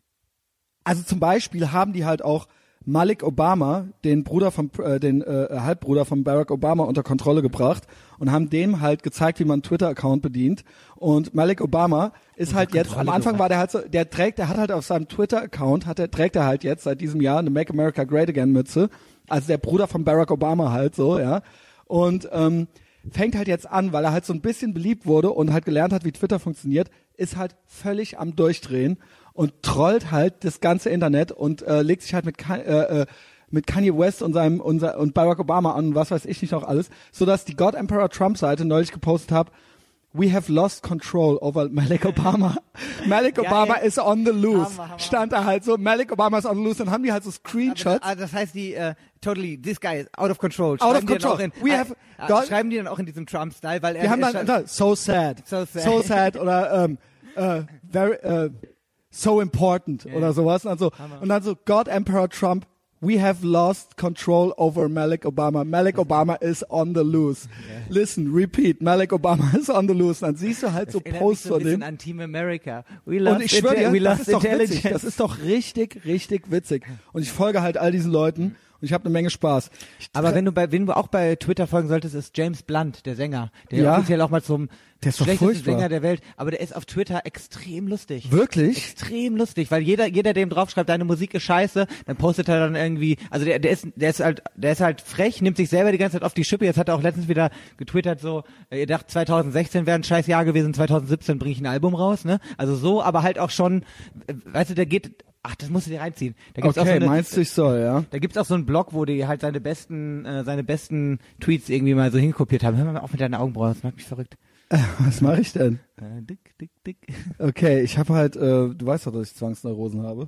also zum Beispiel haben die halt auch Malik Obama, den Bruder vom, äh, den äh, Halbbruder von Barack Obama unter Kontrolle gebracht und haben dem halt gezeigt, wie man einen Twitter-Account bedient. Und Malik Obama ist halt jetzt, am Anfang war der halt so, der trägt, der hat halt auf seinem Twitter-Account, hat er, trägt er halt jetzt seit diesem Jahr eine Make America Great Again Mütze. Also der Bruder von Barack Obama halt so, ja. Und ähm, fängt halt jetzt an, weil er halt so ein bisschen beliebt wurde und halt gelernt hat, wie Twitter funktioniert, ist halt völlig am Durchdrehen und trollt halt das ganze Internet und äh, legt sich halt mit Ka- äh, äh, mit Kanye West und seinem und, und Barack Obama an und was weiß ich nicht noch alles, sodass die God Emperor Trump Seite neulich gepostet hat, we have lost control over Malik Obama. Malik Obama is on the loose. Hammer, Hammer. Stand da halt so, Malik Obama is on the loose. Dann haben die halt so Screenshots. Aber, das heißt, die, uh, totally, this guy is out of control. Out of control. In, we have, uh, uh, schreiben die dann auch in diesem Trump-Style, weil er... Die haben dann, dann so sad. So sad. So sad oder um, uh, very, uh, so important yeah. oder sowas. Und dann so, und dann so, God Emperor Trump, we have lost control over Malik Obama. Malik Obama is on the loose. Yeah. Listen, repeat, Malik Obama is on the loose. Und dann siehst du halt das so Posts so von dem. An Team America. We lost und ich schwöre dir, we das lost ist doch intelligence. witzig. Das ist doch richtig, richtig witzig. Und ich folge halt all diesen Leuten. Und ich habe eine Menge Spaß. Ich Aber wenn du bei, wenn du auch bei Twitter folgen solltest, ist James Blunt, der Sänger, der ja. offiziell auch mal zum der ist doch schlechtesten furchtbar. Sänger der Welt, aber der ist auf Twitter extrem lustig. Wirklich? Extrem lustig, weil jeder, jeder, dem draufschreibt, deine Musik ist scheiße, dann postet er dann irgendwie, also der, der ist, der ist halt, der ist halt frech, nimmt sich selber die ganze Zeit auf die Schippe. Jetzt hat er auch letztens wieder getwittert so, ihr dacht zwanzig sechzehn wäre ein scheiß Jahr gewesen, zwanzig siebzehn bringe ich ein Album raus, ne? Also so, aber halt auch schon, weißt du, der geht, ach, das musst du dir reinziehen. Da gibt's okay, auch so eine, meinst du, ich soll, ja? Da gibt's auch so einen Blog, wo die halt seine besten, äh, seine besten Tweets irgendwie mal so hinkopiert haben. Hör mal auf mit deinen Augenbrauen, das macht mich verrückt. Äh, was mache ich denn? Äh, dick, dick, dick. Okay, ich habe halt, äh, du weißt doch, dass ich Zwangsneurosen habe.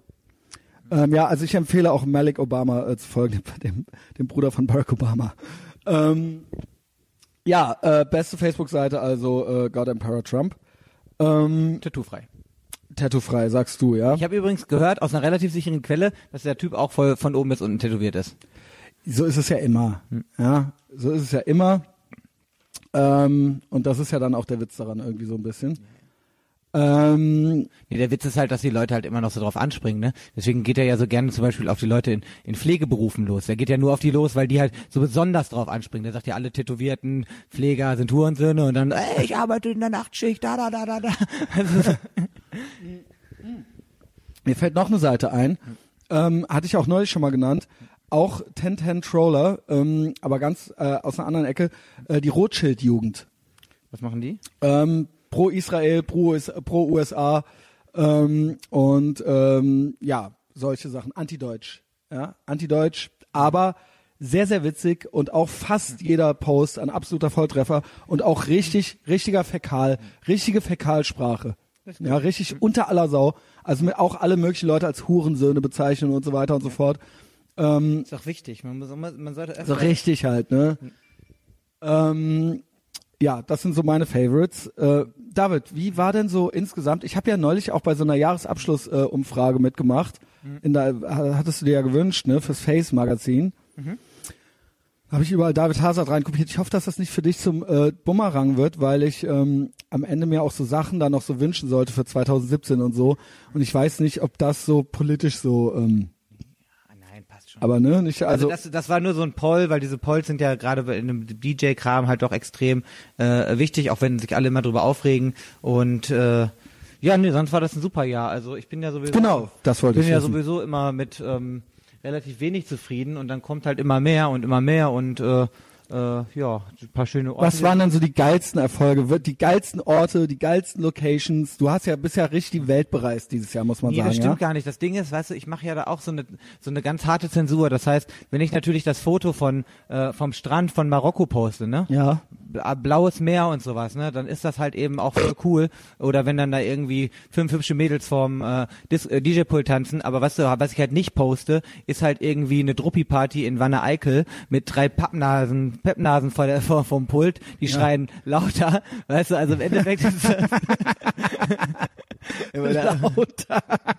Ähm, ja, also ich empfehle auch Malik Obama äh, zu folgen, dem, dem Bruder von Barack Obama. Ähm, ja, äh, beste Facebook-Seite, also äh, God Emperor Trump. Ähm, Tattoo-frei. Tattoo-frei, sagst du, ja? Ich habe übrigens gehört, aus einer relativ sicheren Quelle, dass der Typ auch voll von oben bis unten tätowiert ist. So ist es ja immer. Hm. Ja, so ist es ja immer. Ähm, und das ist ja dann auch der Witz daran irgendwie so ein bisschen. Ähm, nee, der Witz ist halt, dass die Leute halt immer noch so drauf anspringen, ne? Deswegen geht er ja so gerne zum Beispiel auf die Leute in, in Pflegeberufen los. Der geht ja nur auf die los, weil die halt so besonders drauf anspringen. Der sagt ja, alle tätowierten Pfleger sind Hurensöhne und dann, ey, ich arbeite in der Nachtschicht, da, da, da, da, da. Also, mir fällt noch eine Seite ein, ähm, hatte ich auch neulich schon mal genannt, auch zehn zehn Troller, ähm, aber ganz äh, aus einer anderen Ecke, äh, die Rothschild-Jugend. Was machen die? Ähm, pro Israel, pro, pro U S A ähm, und ähm, ja, solche Sachen. Anti-Deutsch. Ja, Anti-Deutsch, aber sehr, sehr witzig und auch fast jeder Post ein absoluter Volltreffer und auch richtig, richtiger Fäkal, richtige Fäkalsprache. Ja, richtig unter aller Sau. Also mit auch alle möglichen Leute als Hurensöhne bezeichnen und so weiter und so fort. Ähm, ist auch wichtig. Man, muss, man sollte so richtig halt, ne? Mhm. Ähm, ja, das sind so meine Favorites. Äh, David, wie war denn so insgesamt? Ich habe ja neulich auch bei so einer Jahresabschlussumfrage äh, Umfrage mitgemacht. Mhm. In der, hattest du dir ja gewünscht, ne, fürs Face-Magazin. Mhm. Habe ich überall David Hazard reinkopiert. Ich hoffe, dass das nicht für dich zum äh, Bumerang wird, weil ich ähm, am Ende mir auch so Sachen da noch so wünschen sollte für zwanzig siebzehn und so. Und ich weiß nicht, ob das so politisch so... Ähm, Nein, passt Aber ne, nicht, also, Also das, das war nur so ein Poll, weil diese Polls sind ja gerade in einem D J-Kram halt doch extrem äh, wichtig, auch wenn sich alle immer drüber aufregen. Und äh, ja, nee, sonst war das ein super Jahr. Also ich bin ja sowieso, genau, das wollte bin ich ja wissen. sowieso immer mit ähm, relativ wenig zufrieden und dann kommt halt immer mehr und immer mehr und äh, äh, ja, ein paar schöne Orte. Was waren denn so die geilsten Erfolge, die geilsten Orte, die geilsten Locations? Du hast ja bisher richtig die Welt bereist dieses Jahr, muss man Nee, sagen. das stimmt ja? gar nicht. Das Ding ist, weißt du, ich mache ja da auch so eine so eine ganz harte Zensur. Das heißt, wenn ich natürlich das Foto von äh, vom Strand von Marokko poste, ne? Ja. Blaues Meer und sowas, ne? Dann ist das halt eben auch voll cool. Oder wenn dann da irgendwie fünf hübsche Mädels vorm äh, Dis- äh, D J-Pool tanzen. Aber was, du, was ich halt nicht poste, ist halt irgendwie eine Druppi-Party in Wanne-Eickel mit drei Pappnasen, Peppnasen vor der vor vom Pult. Die Ja. schreien lauter. Weißt du, also im Endeffekt ist das Lauter.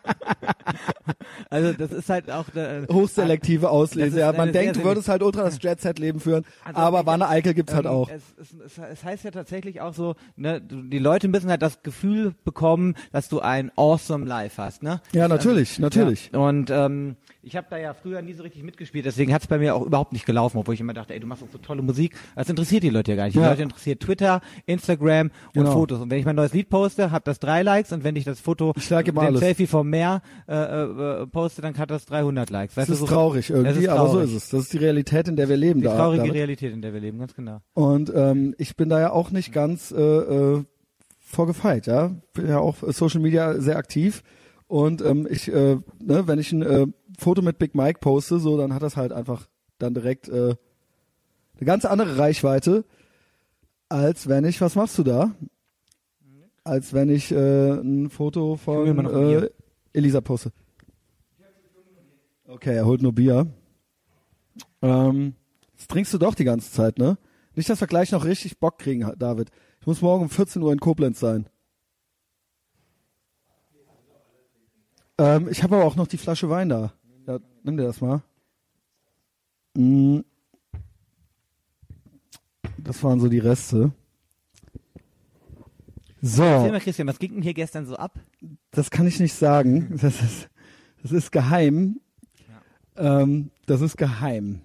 Also das ist halt auch äh, Hochselektive Auslese. Das ist Ja, eine man sehr, denkt, du sehr- würdest halt ultra das Jet-Set-Leben führen, Also aber ich- Wanne-Eickel gibt's halt ähm, auch. Es, es, es, es heißt ja tatsächlich auch so, ne, du, die Leute müssen halt das Gefühl bekommen, dass du ein awesome Life hast, ne? Ja, natürlich, natürlich. Ja. Und ähm, ich habe da ja früher nie so richtig mitgespielt, deswegen hat's bei mir auch überhaupt nicht gelaufen, obwohl ich immer dachte, ey, du machst auch so tolle Musik. Das interessiert die Leute ja gar nicht. Die Ja. Leute interessiert Twitter, Instagram und Genau. Fotos. Und wenn ich mein neues Lied poste, hat das drei Likes und wenn ich das Foto, Ich sag immer den alles. Selfie vom Meer äh, äh, poste, dann hat das dreihundert Likes. Das Weißt du, ist so- traurig Das irgendwie, ist aber so traurig. ist es. Das ist die Realität, in der wir leben. Die da, traurige David. Realität, in der wir leben, ganz genau. Und ähm, ich bin da ja auch nicht ganz äh, äh, vorgefeit, ja. Bin ja auch äh, Social Media sehr aktiv. Und ähm, ich, äh, ne, wenn ich ein äh, Foto mit Big Mike poste, so, dann hat das halt einfach dann direkt äh, eine ganz andere Reichweite, als wenn ich, was machst du da? Als wenn ich äh, ein Foto Ich hol mir mal von noch ein äh, Bier. Elisa poste. Okay, er holt nur Bier. Ähm, das trinkst du doch die ganze Zeit, ne? Nicht, dass wir gleich noch richtig Bock kriegen, David. Ich muss morgen um vierzehn Uhr in Koblenz sein. Ähm, ich habe aber auch noch die Flasche Wein da. Ja, nimm dir das mal. Mm. Das waren so die Reste. So, Erzähl mal, Christian, was ging denn hier gestern so ab? das kann ich nicht sagen. Das ist, das ist geheim. Ähm, das ist geheim.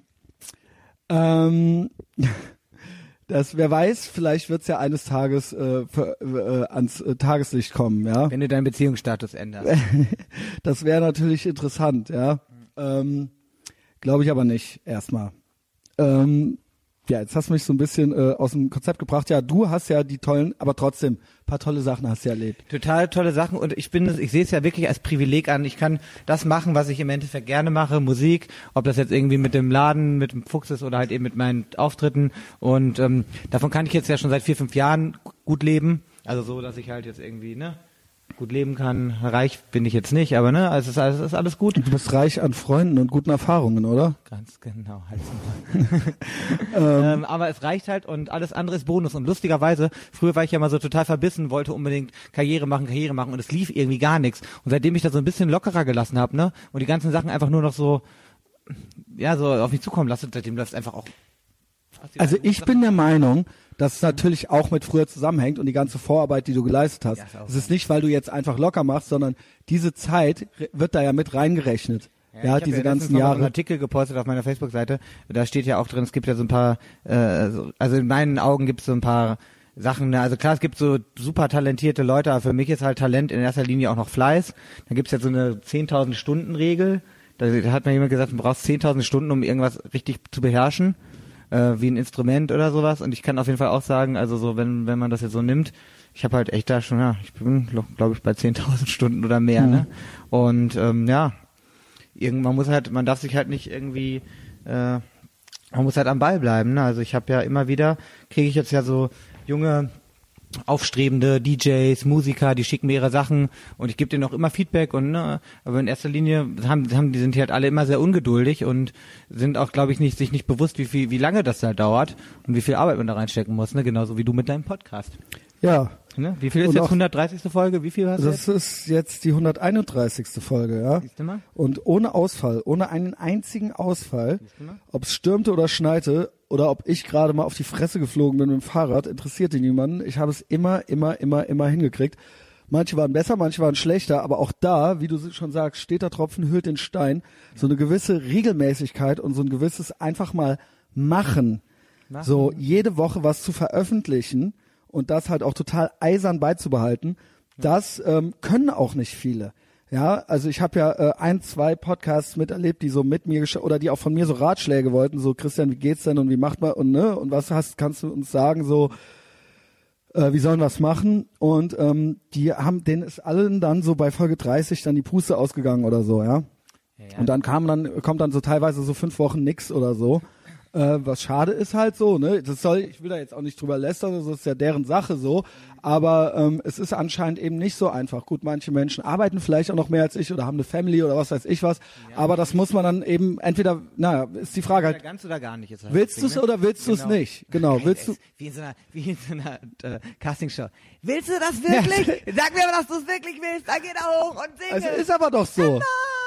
Ähm, das, wer weiß, vielleicht wird es ja eines Tages äh, für, äh, ans äh, Tageslicht kommen, ja. Wenn du deinen Beziehungsstatus änderst. Das wäre natürlich interessant, ja. Ähm, Glaube ich aber nicht, erstmal. Ähm, ja, jetzt hast du mich so ein bisschen äh, aus dem Konzept gebracht. Ja, du hast ja die tollen, aber trotzdem, ein paar tolle Sachen hast du erlebt. Total tolle Sachen und ich bin, ich sehe es ja wirklich als Privileg an. Ich kann das machen, was ich im Endeffekt gerne mache, Musik, ob das jetzt irgendwie mit dem Laden, mit dem Fuchs ist oder halt eben mit meinen Auftritten. Und ähm, davon kann ich jetzt ja schon seit vier, fünf Jahren gut leben. Also so, dass ich halt jetzt irgendwie, ne, gut leben kann. Reich bin ich jetzt nicht, aber ne, also es ist alles, es ist alles gut. Du bist reich an Freunden und guten Erfahrungen, oder? Ganz genau, halt ähm, aber es reicht halt und alles andere ist Bonus. Und lustigerweise, früher war ich ja mal so total verbissen, wollte unbedingt Karriere machen, Karriere machen und es lief irgendwie gar nichts. Und seitdem ich das so ein bisschen lockerer gelassen habe, ne, und die ganzen Sachen einfach nur noch so, ja, so auf mich zukommen lasse, seitdem läuft es einfach auch. Also ich bin der Meinung, dass es natürlich auch mit früher zusammenhängt und die ganze Vorarbeit, die du geleistet hast. Ja, ist auch Es ist nicht, weil du jetzt einfach locker machst, sondern diese Zeit re- wird da ja mit reingerechnet. Ja, ich hab diese ja ganzen letztens noch mal einen Jahre. Artikel gepostet auf meiner Facebook-Seite. Da steht ja auch drin, es gibt ja so ein paar, äh, so, also in meinen Augen gibt es so ein paar Sachen. Ne? Also klar, es gibt so super talentierte Leute, aber für mich ist halt Talent in erster Linie auch noch Fleiß. Dann gibt es ja so eine zehntausend Stunden Regel. Da, da hat mir jemand gesagt, du brauchst zehntausend Stunden, um irgendwas richtig zu beherrschen, äh, wie ein Instrument oder sowas. Und ich kann auf jeden Fall auch sagen, also so, wenn wenn man das jetzt so nimmt, ich habe halt echt da schon, ja, ich bin, glaube ich, bei zehntausend Stunden oder mehr. Mhm. Ne? Und ähm, ja, irgendwann muss halt, man darf sich halt nicht irgendwie, äh, man muss halt am Ball bleiben. Ne? Also ich habe ja immer wieder, kriege ich jetzt ja so junge, aufstrebende D Js, Musiker, die schicken mir ihre Sachen und ich gebe denen auch immer Feedback und ne, aber in erster Linie haben, haben die sind halt alle immer sehr ungeduldig und sind auch, glaube ich, nicht sich nicht bewusst, wie viel, wie lange das da dauert und wie viel Arbeit man da reinstecken muss. Ne? Genauso wie du mit deinem Podcast. Ja, Ne? Wie viel ist Und jetzt auch- hundertdreißigste Folge? Wie viel hast du das jetzt? ist jetzt die hunderteinunddreißigste Folge, ja. Siehst du mal? Und ohne Ausfall, ohne einen einzigen Ausfall, Siehst du mal? ob es stürmte oder schneite oder ob ich gerade mal auf die Fresse geflogen bin mit dem Fahrrad, interessierte niemanden. Ich habe es immer, immer, immer, immer hingekriegt. Manche waren besser, manche waren schlechter, aber auch da, wie du schon sagst, steht der Tropfen hüllt den Stein. So eine gewisse Regelmäßigkeit und so ein gewisses einfach mal machen. machen. So jede Woche was zu veröffentlichen und das halt auch total eisern beizubehalten, ja. das ähm, können auch nicht viele. Ja, also ich habe ja äh, ein, zwei Podcasts miterlebt, die so mit mir gesch- oder die auch von mir so Ratschläge wollten, so Christian, wie geht's denn und wie macht man und ne und was hast kannst du uns sagen so äh, wie sollen wir es machen und ähm, die haben denen ist allen dann so bei Folge dreißig dann die Puste ausgegangen oder so, ja. ja, ja. Und dann kam dann kommt dann so teilweise so fünf Wochen nix oder so. Äh, was schade ist halt so, ne? Das soll, ich will da jetzt auch nicht drüber lästern, das ist ja deren Sache so, aber ähm, es ist anscheinend eben nicht so einfach. Gut, manche Menschen arbeiten vielleicht auch noch mehr als ich oder haben eine Family oder was weiß ich was, ja, aber das muss man dann eben entweder, naja, ist die Frage halt, ganz oder gar nicht. Ist halt willst du es ne? oder willst du es genau. nicht? Genau, Nein, willst du? Wie in so einer, wie in so einer äh, Castingshow. Willst du das wirklich? Ja. Sag mir, dass du es wirklich willst, dann geh da hoch und singe. Es ist aber doch so.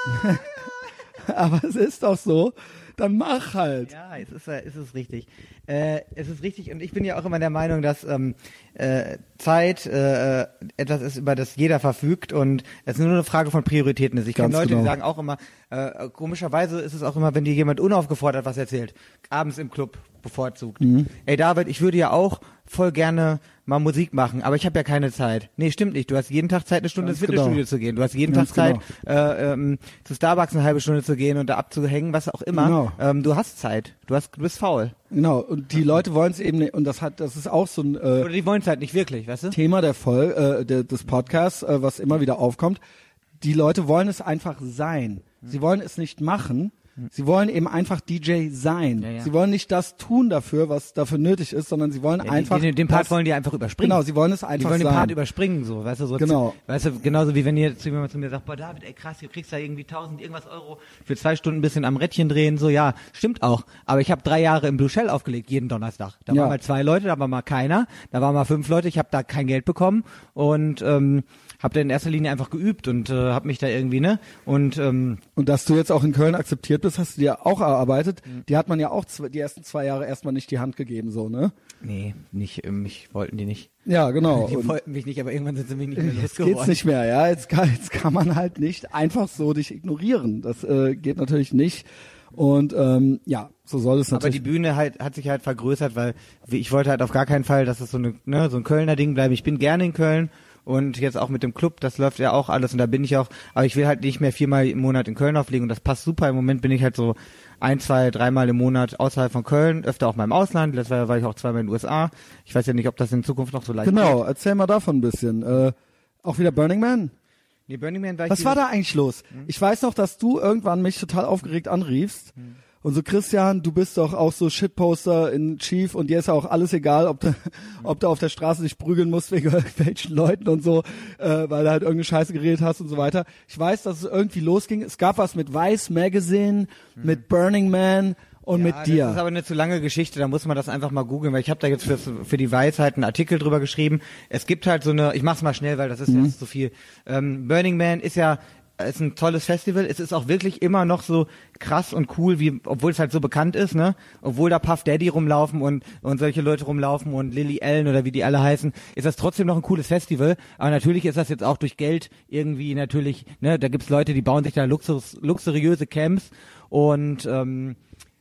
Aber es ist doch so. Dann mach halt. Ja, es ist, es ist richtig. Äh, es ist richtig und ich bin ja auch immer der Meinung, dass ähm, äh, Zeit äh, etwas ist, über das jeder verfügt und es ist nur eine Frage von Prioritäten ist. Ich kenne Leute, genau. die sagen auch immer, äh, komischerweise ist es auch immer, wenn dir jemand unaufgefordert was erzählt, abends im Club bevorzugt. Mhm. Ey David, ich würde ja auch voll gerne mal Musik machen, aber ich habe ja keine Zeit. Nee, stimmt nicht. Du hast jeden Tag Zeit, eine Stunde Ganz ins Fitnessstudio genau. zu gehen. Du hast jeden Ganz Tag Zeit, genau. äh, ähm, zu Starbucks eine halbe Stunde zu gehen und da abzuhängen, was auch immer. Genau. Ähm, du hast Zeit. Du hast, du bist faul. Genau. Und die Leute wollen es eben nicht. Und das hat, das ist auch so ein äh, oder die wollen es halt nicht wirklich, weißt du? Thema der Voll, äh, der, des Podcasts, äh, was immer wieder aufkommt. Die Leute wollen es einfach sein. Sie wollen es nicht machen. Sie wollen eben einfach D J sein. Ja, ja. Sie wollen nicht das tun dafür, was dafür nötig ist, sondern sie wollen ja, einfach... Den, den Part das, wollen die einfach überspringen. Genau, sie wollen es einfach sein. Die wollen sein. den Part überspringen, so, weißt du, so. Genau. Weißt du, genauso wie wenn ihr zu jemand zu mir sagt, boah David, ey krass, du kriegst da irgendwie tausend irgendwas Euro für zwei Stunden ein bisschen am Rädchen drehen, so, ja, stimmt auch. Aber ich habe drei Jahre im Blue Shell aufgelegt, jeden Donnerstag. Da ja. waren mal zwei Leute, da war mal keiner, da waren mal fünf Leute, ich habe da kein Geld bekommen und ähm, habe da in erster Linie einfach geübt und äh, habe mich da irgendwie, ne? Und ähm, und dass du jetzt auch in Köln akzeptiert bist, hast du dir auch erarbeitet. Mhm. Die hat man ja auch zwei, die ersten zwei Jahre erstmal nicht die Hand gegeben, so, ne? Nee, nicht, äh, mich wollten die nicht. Ja, genau. Die und wollten mich nicht, aber irgendwann sind sie mich nicht mehr losgeworden. Jetzt geht's nicht mehr, ja. Jetzt kann, jetzt kann man halt nicht einfach so dich ignorieren. Das äh, geht natürlich nicht. Und ähm, ja, so soll es natürlich. Aber die Bühne halt hat sich halt vergrößert, weil ich wollte halt auf gar keinen Fall, dass es so eine, ne, so ein Kölner Ding bleibt. Ich bin gerne in Köln. Und jetzt auch mit dem Club, das läuft ja auch alles und da bin ich auch, aber ich will halt nicht mehr viermal im Monat in Köln auflegen und das passt super. Im Moment bin ich halt so ein, zwei, dreimal im Monat außerhalb von Köln, öfter auch mal im Ausland. Letztes Jahr war ich auch zweimal in den U S A. Ich weiß ja nicht, ob das in Zukunft noch so leicht Genau, geht. Erzähl mal davon ein bisschen. Äh, auch wieder Burning Man? Nee, Burning Man war ich Was war da eigentlich los? Hm? Ich weiß noch, dass du irgendwann mich total aufgeregt anriefst. Hm. Und so, Christian, du bist doch auch so Shitposter in Chief und dir ist ja auch alles egal, ob du, ob du auf der Straße dich prügeln musst wegen irgendwelchen Leuten und so, äh, weil du halt irgendeine Scheiße geredet hast und so weiter. Ich weiß, dass es irgendwie losging. Es gab was mit Vice Magazine, mhm. mit Burning Man und ja, mit dir. Das ist aber eine zu lange Geschichte, da muss man das einfach mal googeln, weil ich habe da jetzt für, für die Vice halt einen Artikel drüber geschrieben. Es gibt halt so eine, ich mach's mal schnell, weil das ist mhm. jetzt zu viel. Ähm, Burning Man ist ja ist ein tolles Festival. Es ist auch wirklich immer noch so krass und cool, wie, obwohl es halt so bekannt ist, ne? Obwohl da Puff Daddy rumlaufen und, und solche Leute rumlaufen und Lily Allen oder wie die alle heißen, ist das trotzdem noch ein cooles Festival. Aber natürlich ist das jetzt auch durch Geld irgendwie natürlich, ne? Da gibt's Leute, die bauen sich da luxus, luxuriöse Camps und, ähm,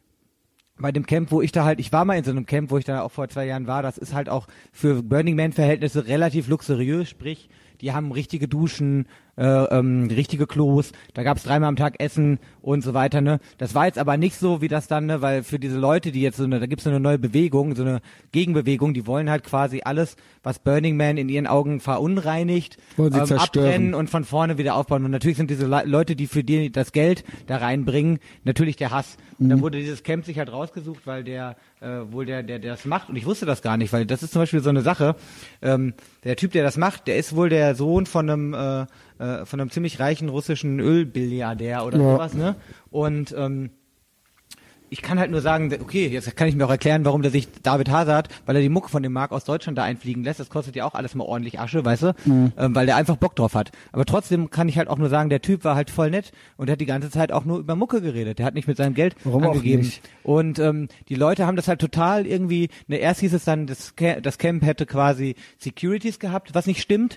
bei dem Camp, wo ich da halt, ich war mal in so einem Camp, wo ich da auch vor zwei Jahren war, das ist halt auch für Burning Man Verhältnisse relativ luxuriös, sprich, die haben richtige Duschen, äh, ähm, richtige Klos, da gab's dreimal am Tag Essen und so weiter, ne. Das war jetzt aber nicht so, wie das dann, ne, weil für diese Leute, die jetzt so eine, da gibt's so eine neue Bewegung, so eine Gegenbewegung, die wollen halt quasi alles, was Burning Man in ihren Augen verunreinigt, wollen sie ähm, zerstören. Abbrennen und von vorne wieder aufbauen. Und natürlich sind diese Le- Leute, die für die das Geld da reinbringen, natürlich der Hass. Und mhm. dann wurde dieses Camp sich halt rausgesucht, weil der, äh, wohl der, der, der das macht, und ich wusste das gar nicht, weil das ist zum Beispiel so eine Sache, ähm, der Typ, der das macht, der ist wohl der Sohn von einem, äh, äh, von einem ziemlich reichen russischen Ölbilliardär oder ja. sowas, ne? Und, ähm, ich kann halt nur sagen, okay, jetzt kann ich mir auch erklären, warum der sich David Hazard, weil er die Mucke von dem Mark aus Deutschland da einfliegen lässt, das kostet ja auch alles mal ordentlich Asche, weißt du, mhm. ähm, weil der einfach Bock drauf hat. Aber trotzdem kann ich halt auch nur sagen, der Typ war halt voll nett und der hat die ganze Zeit auch nur über Mucke geredet. Der hat nicht mit seinem Geld warum angegeben. Auch nicht? Und ähm, die Leute haben das halt total irgendwie, ne, erst hieß es dann, das, das Camp hätte quasi Securities gehabt, was nicht stimmt.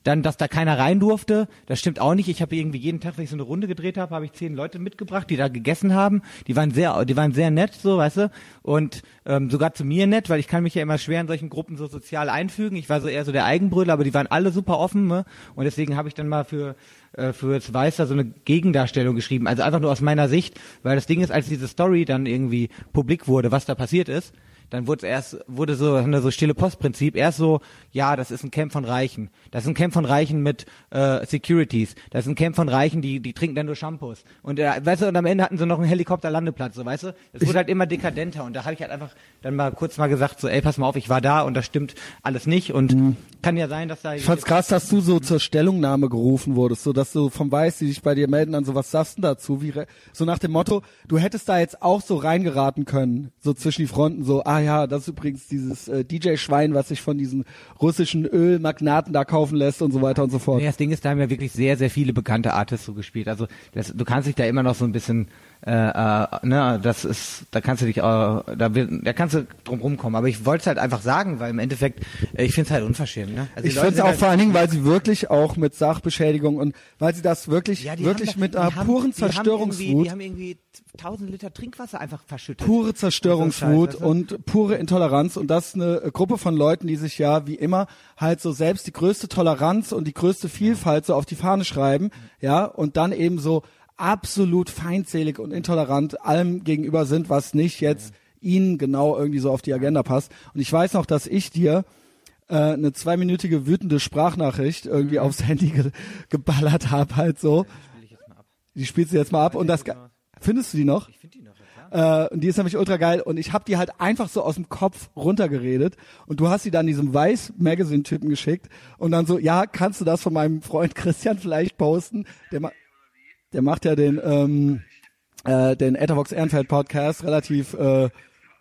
Dann, dass da keiner rein durfte, das stimmt auch nicht. Ich habe irgendwie jeden Tag, wenn ich so eine Runde gedreht habe, habe ich zehn Leute mitgebracht, die da gegessen haben. Die waren sehr, die waren sehr nett, so, weißt du, und ähm, sogar zu mir nett, weil ich kann mich ja immer schwer in solchen Gruppen so sozial einfügen. Ich war so eher so der Eigenbrüller, aber die waren alle super offen, ne? Und deswegen habe ich dann mal für äh, für das Weißer so eine Gegendarstellung geschrieben. Also einfach nur aus meiner Sicht, weil das Ding ist, als diese Story dann irgendwie publik wurde, was da passiert ist, dann wurde es erst, wurde so, so stille Postprinzip, erst so, ja, das ist ein Camp von Reichen. Das ist ein Camp von Reichen mit äh, Securities. Das ist ein Camp von Reichen, die die trinken dann nur Shampoos. Und äh, weißt du, und am Ende hatten sie noch einen Helikopterlandeplatz, so, weißt du? Es wurde halt immer dekadenter und da habe ich halt einfach dann mal kurz mal gesagt, so, ey, pass mal auf, ich war da und das stimmt alles nicht und mhm. kann ja sein, dass da... Ich fand's krass, dass du so zur Stellungnahme gerufen wurdest, so dass du vom Weiß, die dich bei dir melden, dann so, was sagst du dazu? Wie, so nach dem Motto, du hättest da jetzt auch so reingeraten können, so zwischen die Fronten, so, ah ja, das ist übrigens dieses äh, D J-Schwein, was sich von diesen russischen Ölmagnaten da kaufen lässt und so weiter und so fort. Nee, das Ding ist, da haben ja wirklich sehr, sehr viele bekannte Artists so gespielt. Also das, du kannst dich da immer noch so ein bisschen, äh, äh, ne, das ist, da kannst du dich, äh, da, da kannst du drum rumkommen. Aber ich wollte es halt einfach sagen, weil im Endeffekt, äh, ich finde es halt unverschämt. Ne? Also ich finde es auch halt vor allen Dingen, weil sie wirklich auch mit Sachbeschädigung und weil sie das wirklich, ja, wirklich da, mit einer haben, puren die Zerstörungswut. Haben die haben irgendwie tausend Liter Trinkwasser einfach verschüttet. Pure Zerstörungswut und, so und pure Intoleranz und das ist eine Gruppe von Leuten, die sich ja wie immer halt so selbst die größte Toleranz und die größte Vielfalt so auf die Fahne schreiben, ja, und dann eben so absolut feindselig und intolerant allem gegenüber sind, was nicht jetzt ja. ihnen genau irgendwie so auf die Agenda passt. Und ich weiß noch, dass ich dir äh, eine zweiminütige wütende Sprachnachricht irgendwie mhm. aufs Handy ge- geballert habe, halt so. Die spielst du jetzt mal ab und das, findest du die noch? Ich finde die noch. Äh, und die ist nämlich ultra geil und ich habe die halt einfach so aus dem Kopf runtergeredet und du hast sie dann diesem Weiß-Magazine-Typen geschickt und dann so, ja, kannst du das von meinem Freund Christian vielleicht posten? Der, ma- der macht ja den ähm, äh, den Etavox Ehrenfeld Podcast relativ äh,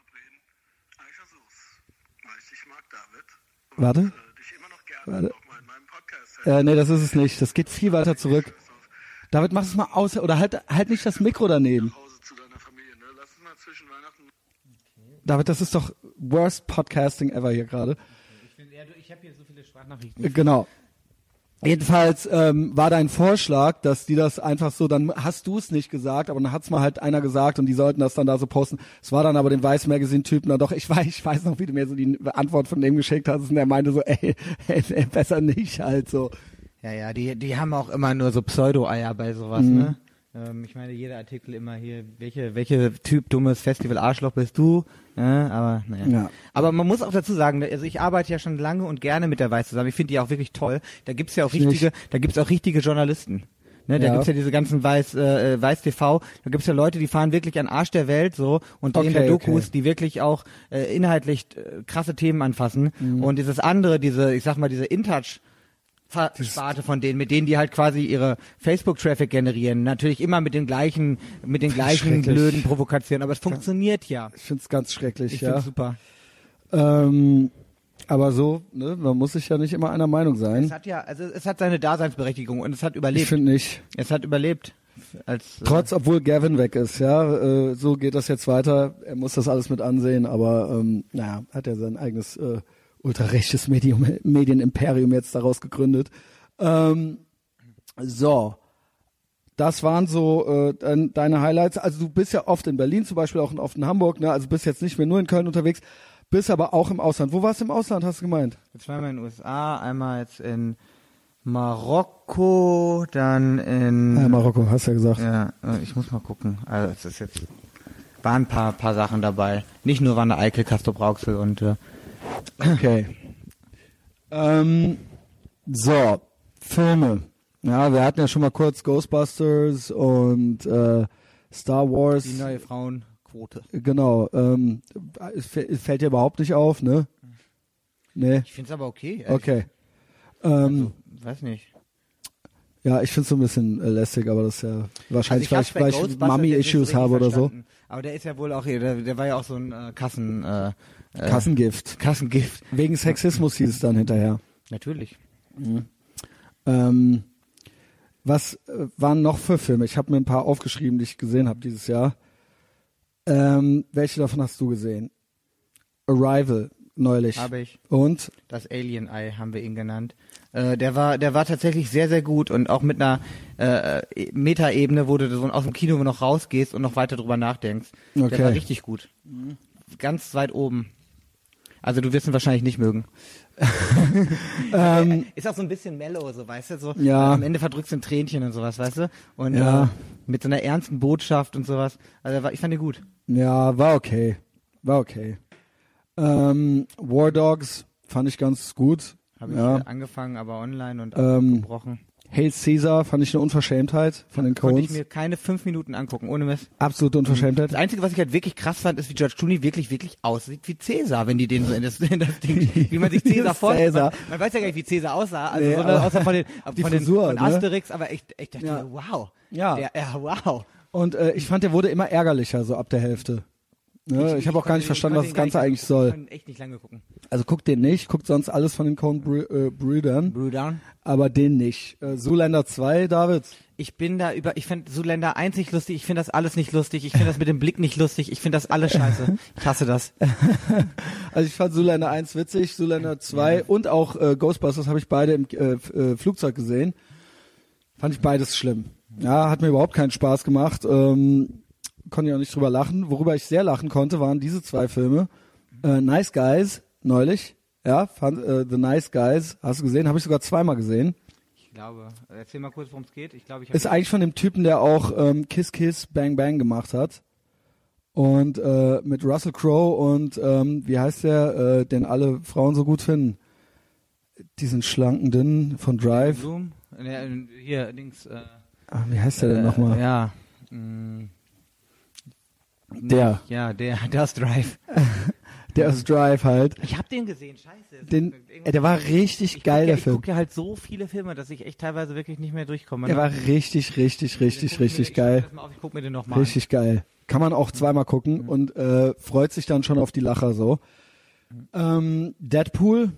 Warte. Warte. Äh, nee, das ist es nicht. Das geht viel weiter zurück. David, mach es mal aus oder halt halt nicht das Mikro daneben. David, das ist doch worst Podcasting ever hier gerade. Ich, ja, ich habe hier so viele Sprachnachrichten. Genau. Jedenfalls ähm, war dein Vorschlag, dass die das einfach so, dann hast du es nicht gesagt, aber dann hat's mal halt einer gesagt und die sollten das dann da so posten. Es war dann aber den Weiß-Magazine-Typen dann doch, ich weiß, ich weiß noch, wie du mir so die Antwort von dem geschickt hast und der meinte so, ey, ey, ey besser nicht halt so. Ja, ja, die die haben auch immer nur so Pseudo-Eier bei sowas, mhm. ne? Ähm, ich meine, jeder Artikel immer hier, welche welche Typ dummes Festival-Arschloch bist du? Ja, aber naja. Ja. Aber man muss auch dazu sagen, also ich arbeite ja schon lange und gerne mit der Weiß zusammen. Ich finde die auch wirklich toll. Da gibt's ja auch richtige, Nicht. da gibt's auch richtige Journalisten. Ne, da ja. gibt's ja diese ganzen Weiß, äh, Weiß T V, da gibt's ja Leute, die fahren wirklich an Arsch der Welt so und drehen okay, da Dokus, okay. die wirklich auch äh, inhaltlich äh, krasse Themen anfassen. Mhm. Und dieses andere, diese, ich sag mal, diese InTouch Sparte von denen, mit denen die halt quasi ihre Facebook-Traffic generieren. Natürlich immer mit den gleichen, mit den gleichen blöden Provokationen, aber es funktioniert ja. Ich find's ganz schrecklich, ich ja. Find's super. Ähm, aber so, ne, man muss sich ja nicht immer einer Meinung sein. Es hat ja, also es hat seine Daseinsberechtigung und es hat überlebt. Ich finde nicht. Es hat überlebt. Als, Trotz, obwohl Gavin weg ist, ja, äh, so geht das jetzt weiter. Er muss das alles mit ansehen, aber ähm, naja, hat er sein eigenes äh, ultrarechtes Medium, Medienimperium jetzt daraus gegründet. Ähm, so, das waren so äh, deine Highlights. Also du bist ja oft in Berlin zum Beispiel, auch oft in Hamburg, ne? Also bist jetzt nicht mehr nur in Köln unterwegs, bist aber auch im Ausland. Wo warst du im Ausland, hast du gemeint? Zweimal in den U S A, einmal jetzt in Marokko, dann in... Ja, Marokko, hast du ja gesagt. Ja, ich muss mal gucken. Also es ist jetzt, waren ein paar, paar Sachen dabei. Nicht nur Wanne Eickel, Castrop Rauxel und... Äh, Okay. Ähm, so, Filme. Ja, wir hatten ja schon mal kurz Ghostbusters und äh, Star Wars. Die neue Frauenquote. Genau. Ähm, es fällt dir überhaupt nicht auf, ne? Nee. Ich find's aber okay. Okay. Ähm, also, weiß nicht. Ja, ich find's so ein bisschen äh, lästig, aber das ist ja wahrscheinlich, also weil ich, weil ich Mummy-Issues habe oder so. Aber der ist ja wohl auch hier, der, der war ja auch so ein äh, Kassen... Äh, Kassengift. Kassengift. Wegen Sexismus hieß es dann hinterher. Natürlich. Mhm. Ähm, was äh, waren noch für Filme? Ich habe mir ein paar aufgeschrieben, die ich gesehen habe dieses Jahr. Ähm, welche davon hast du gesehen? Arrival. neulich. Habe ich. Und? Das Alien Eye haben wir ihn genannt. Äh, der war, der war tatsächlich sehr, sehr gut und auch mit einer äh, Metaebene, wo du so aus dem Kino noch rausgehst und noch weiter drüber nachdenkst. Okay. Der war richtig gut. Ganz weit oben. Also du wirst ihn wahrscheinlich nicht mögen. ähm, ist auch so ein bisschen mellow, so weißt du, so ja. am Ende verdrückst du ein Tränchen und sowas, weißt du? Und ja. äh, mit so einer ernsten Botschaft und sowas. Also war, ich fand den gut. Ja, war okay. War okay. Ähm, War Dogs fand ich ganz gut. Habe ich ja. angefangen, aber online und ähm, abgebrochen. Hail Caesar fand ich eine Unverschämtheit von den Coens. Konnte ich mir keine fünf Minuten angucken, ohne Mist. Absolute Unverschämtheit. Das Einzige, was ich halt wirklich krass fand, ist, wie George Clooney wirklich, wirklich aussieht wie Cäsar, wenn die den so in das, in das Ding, wie man sich Cäsar vorstellt. Man, man weiß ja gar nicht, wie Cäsar aussah, also nee, sondern außer von den, die von, Frisur, den, von ne? Asterix, aber echt, ich dachte ja. mir, wow. Ja. Der, ja, wow. Und äh, ich fand, der wurde immer ärgerlicher, so ab der Hälfte. Ne? Ich, ich habe auch gar nicht verstanden, was das Ganze eigentlich soll. Ich kann echt nicht lange gucken. Also guckt den nicht, guckt sonst alles von den Coen Brü- äh, Brüdern. Brüdern. Aber den nicht. Äh, Zoolander zwei, David? Ich bin da über, ich finde Zoolander eins nicht lustig, ich finde das alles nicht lustig, ich finde das mit dem Blick nicht lustig, ich finde das alles scheiße. Ich hasse das. Also ich fand Zoolander eins witzig, Zoolander zwei ja. und auch äh, Ghostbusters habe ich beide im äh, äh, Flugzeug gesehen. Fand ich beides schlimm. Ja, hat mir überhaupt keinen Spaß gemacht. Ähm, konnte ich auch nicht drüber lachen. Worüber ich sehr lachen konnte, waren diese zwei Filme. Äh, Nice Guys, neulich. Ja, fand, äh, The Nice Guys. Hast du gesehen? Habe ich sogar zweimal gesehen. Ich glaube. Erzähl mal kurz, worum es geht. Ich glaube, ich Ist eigentlich von dem Typen, der auch ähm, Kiss Kiss Bang Bang gemacht hat. Und äh, mit Russell Crowe und ähm, wie heißt der, äh, den alle Frauen so gut finden? Diesen schlanken, dünnen von Drive. Zoom? Hier, links. Äh, Ach, wie heißt der denn äh, nochmal? Ja. Mh, Der. Ja, der, der ist Drive. Der aus Drive halt. Ich hab den gesehen, scheiße. Den, äh, der war richtig ich geil, guck, der ich Film. Ich gucke ja halt so viele Filme, dass ich echt teilweise wirklich nicht mehr durchkomme. Der ne? war richtig, richtig, richtig, richtig ich geil. Das mal auf, ich guck mir den noch mal Richtig an. geil. Kann man auch zweimal gucken Mhm. und äh, freut sich dann schon auf die Lacher so. Ähm, Deadpool.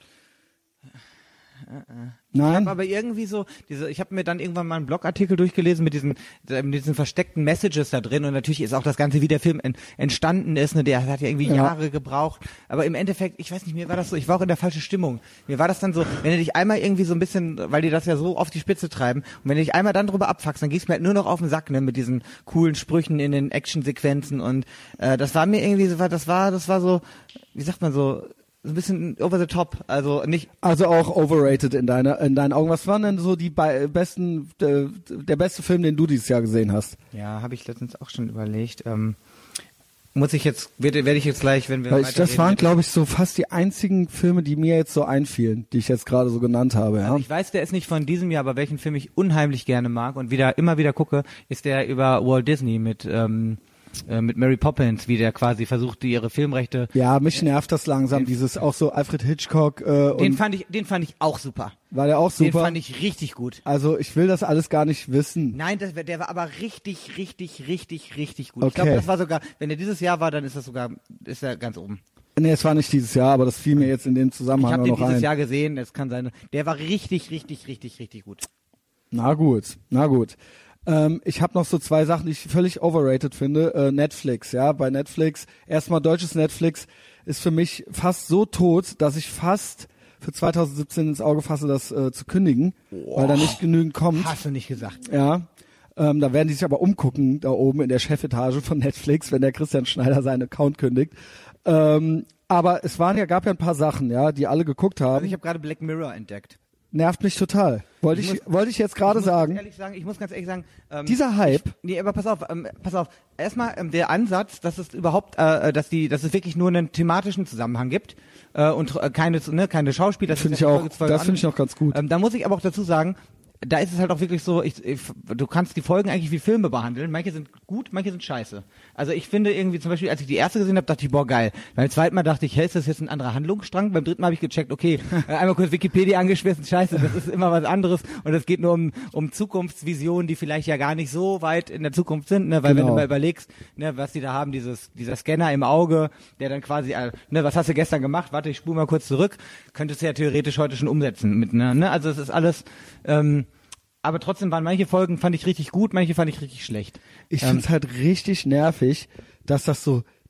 Ich Nein. habe aber irgendwie so, diese, ich habe mir dann irgendwann mal einen Blogartikel durchgelesen mit diesen, mit diesen versteckten Messages da drin und natürlich ist auch das Ganze, wie der Film en, entstanden ist, ne, der hat ja irgendwie Ja. Jahre gebraucht, aber im Endeffekt, ich weiß nicht, mir war das so, ich war auch in der falschen Stimmung. Mir war das dann so, wenn du dich einmal irgendwie so ein bisschen, weil die das ja so auf die Spitze treiben und wenn du dich einmal dann drüber abfuckst, dann gehst du mir halt nur noch auf den Sack, ne, mit diesen coolen Sprüchen in den Actionsequenzen und äh, das war mir irgendwie so, das war, das war so, wie sagt man so, so ein bisschen over the top, also nicht. Also auch overrated in deiner, in deinen Augen. Was waren denn so die be- besten, der, der beste Film, den du dieses Jahr gesehen hast? Ja, habe ich letztens auch schon überlegt. Ähm, muss ich jetzt, werde, werde ich jetzt gleich, wenn wir Weil ich, das weiterreden, waren, glaube ich, so fast die einzigen Filme, die mir jetzt so einfielen, die ich jetzt gerade so genannt habe. Ja? Also ich weiß, der ist nicht von diesem Jahr, aber welchen Film ich unheimlich gerne mag und wieder immer wieder gucke, ist der über Walt Disney mit ähm, äh, mit Mary Poppins, wie der quasi versucht, die ihre Filmrechte. Ja, mich nervt das langsam, Den- dieses auch so Alfred Hitchcock. Äh, Den und fand ich, den fand ich auch super. war der auch Den super? fand ich richtig gut. Also ich will das alles gar nicht wissen. Nein, das, der war aber richtig, richtig, richtig, richtig gut. Okay. Ich glaube, das war sogar, wenn er dieses Jahr war, dann ist das sogar, ist er ganz oben. Nee, es war nicht dieses Jahr, aber das fiel mir jetzt in dem Ich Zusammenhang habe auch den noch dieses ein. Jahr gesehen, es kann sein. Der war richtig, richtig, richtig, richtig gut. Na gut, na gut. Ähm, ich habe noch so zwei Sachen, die ich völlig overrated finde. Äh, Netflix, ja, bei Netflix. Erstmal deutsches Netflix ist für mich fast so tot, dass ich fast für zwanzig siebzehn ins Auge fasse, das äh, zu kündigen, weil da nicht genügend kommt. Hast du nicht gesagt. Ja. Ähm, da werden die sich aber umgucken, da oben in der Chefetage von Netflix, wenn der Christian Schneider seinen Account kündigt. Ähm, aber es waren ja, gab ja ein paar Sachen, ja, die alle geguckt haben. Also ich habe gerade Black Mirror entdeckt. Nervt mich total. Wollte Ich ich, muss- wollte ich jetzt gerade ich muss sagen. Ganz ehrlich sagen. Ich muss ganz ehrlich sagen, ähm, Dieser Hype. Ich, nee, aber pass auf, ähm, pass auf. Erstmal ähm, der Ansatz, dass es überhaupt, äh, dass die, dass es wirklich nur einen thematischen Zusammenhang gibt äh, und äh, keine, ne, keine Schauspieler. Das Finde ist ich ja auch, Folge zu Folge das finde ich an- noch ganz gut. Ähm, da muss ich aber auch dazu sagen, da ist es halt auch wirklich so, ich, ich, du kannst die Folgen eigentlich wie Filme behandeln. Manche sind gut, manche sind scheiße. Also ich finde irgendwie zum Beispiel, als ich die erste gesehen habe, dachte ich, boah, geil. Beim zweiten Mal dachte ich, hey, ist das jetzt ein anderer Handlungsstrang? Beim dritten Mal habe ich gecheckt, okay, äh, einmal kurz Wikipedia angeschmissen, scheiße, das ist immer was anderes. Und es geht nur um, um Zukunftsvisionen, die vielleicht ja gar nicht so weit in der Zukunft sind, ne? Weil wenn Genau. du mal überlegst, ne, was die da haben, dieses, dieser Scanner im Auge, der dann quasi, äh, ne, was hast du gestern gemacht? Warte, ich spule mal kurz zurück. Könntest du ja theoretisch heute schon umsetzen mit, ne? ne? Also es ist alles, ähm, aber trotzdem waren manche Folgen, fand ich richtig gut, manche fand ich richtig schlecht. Ich Ähm, finde es halt richtig nervig, dass das so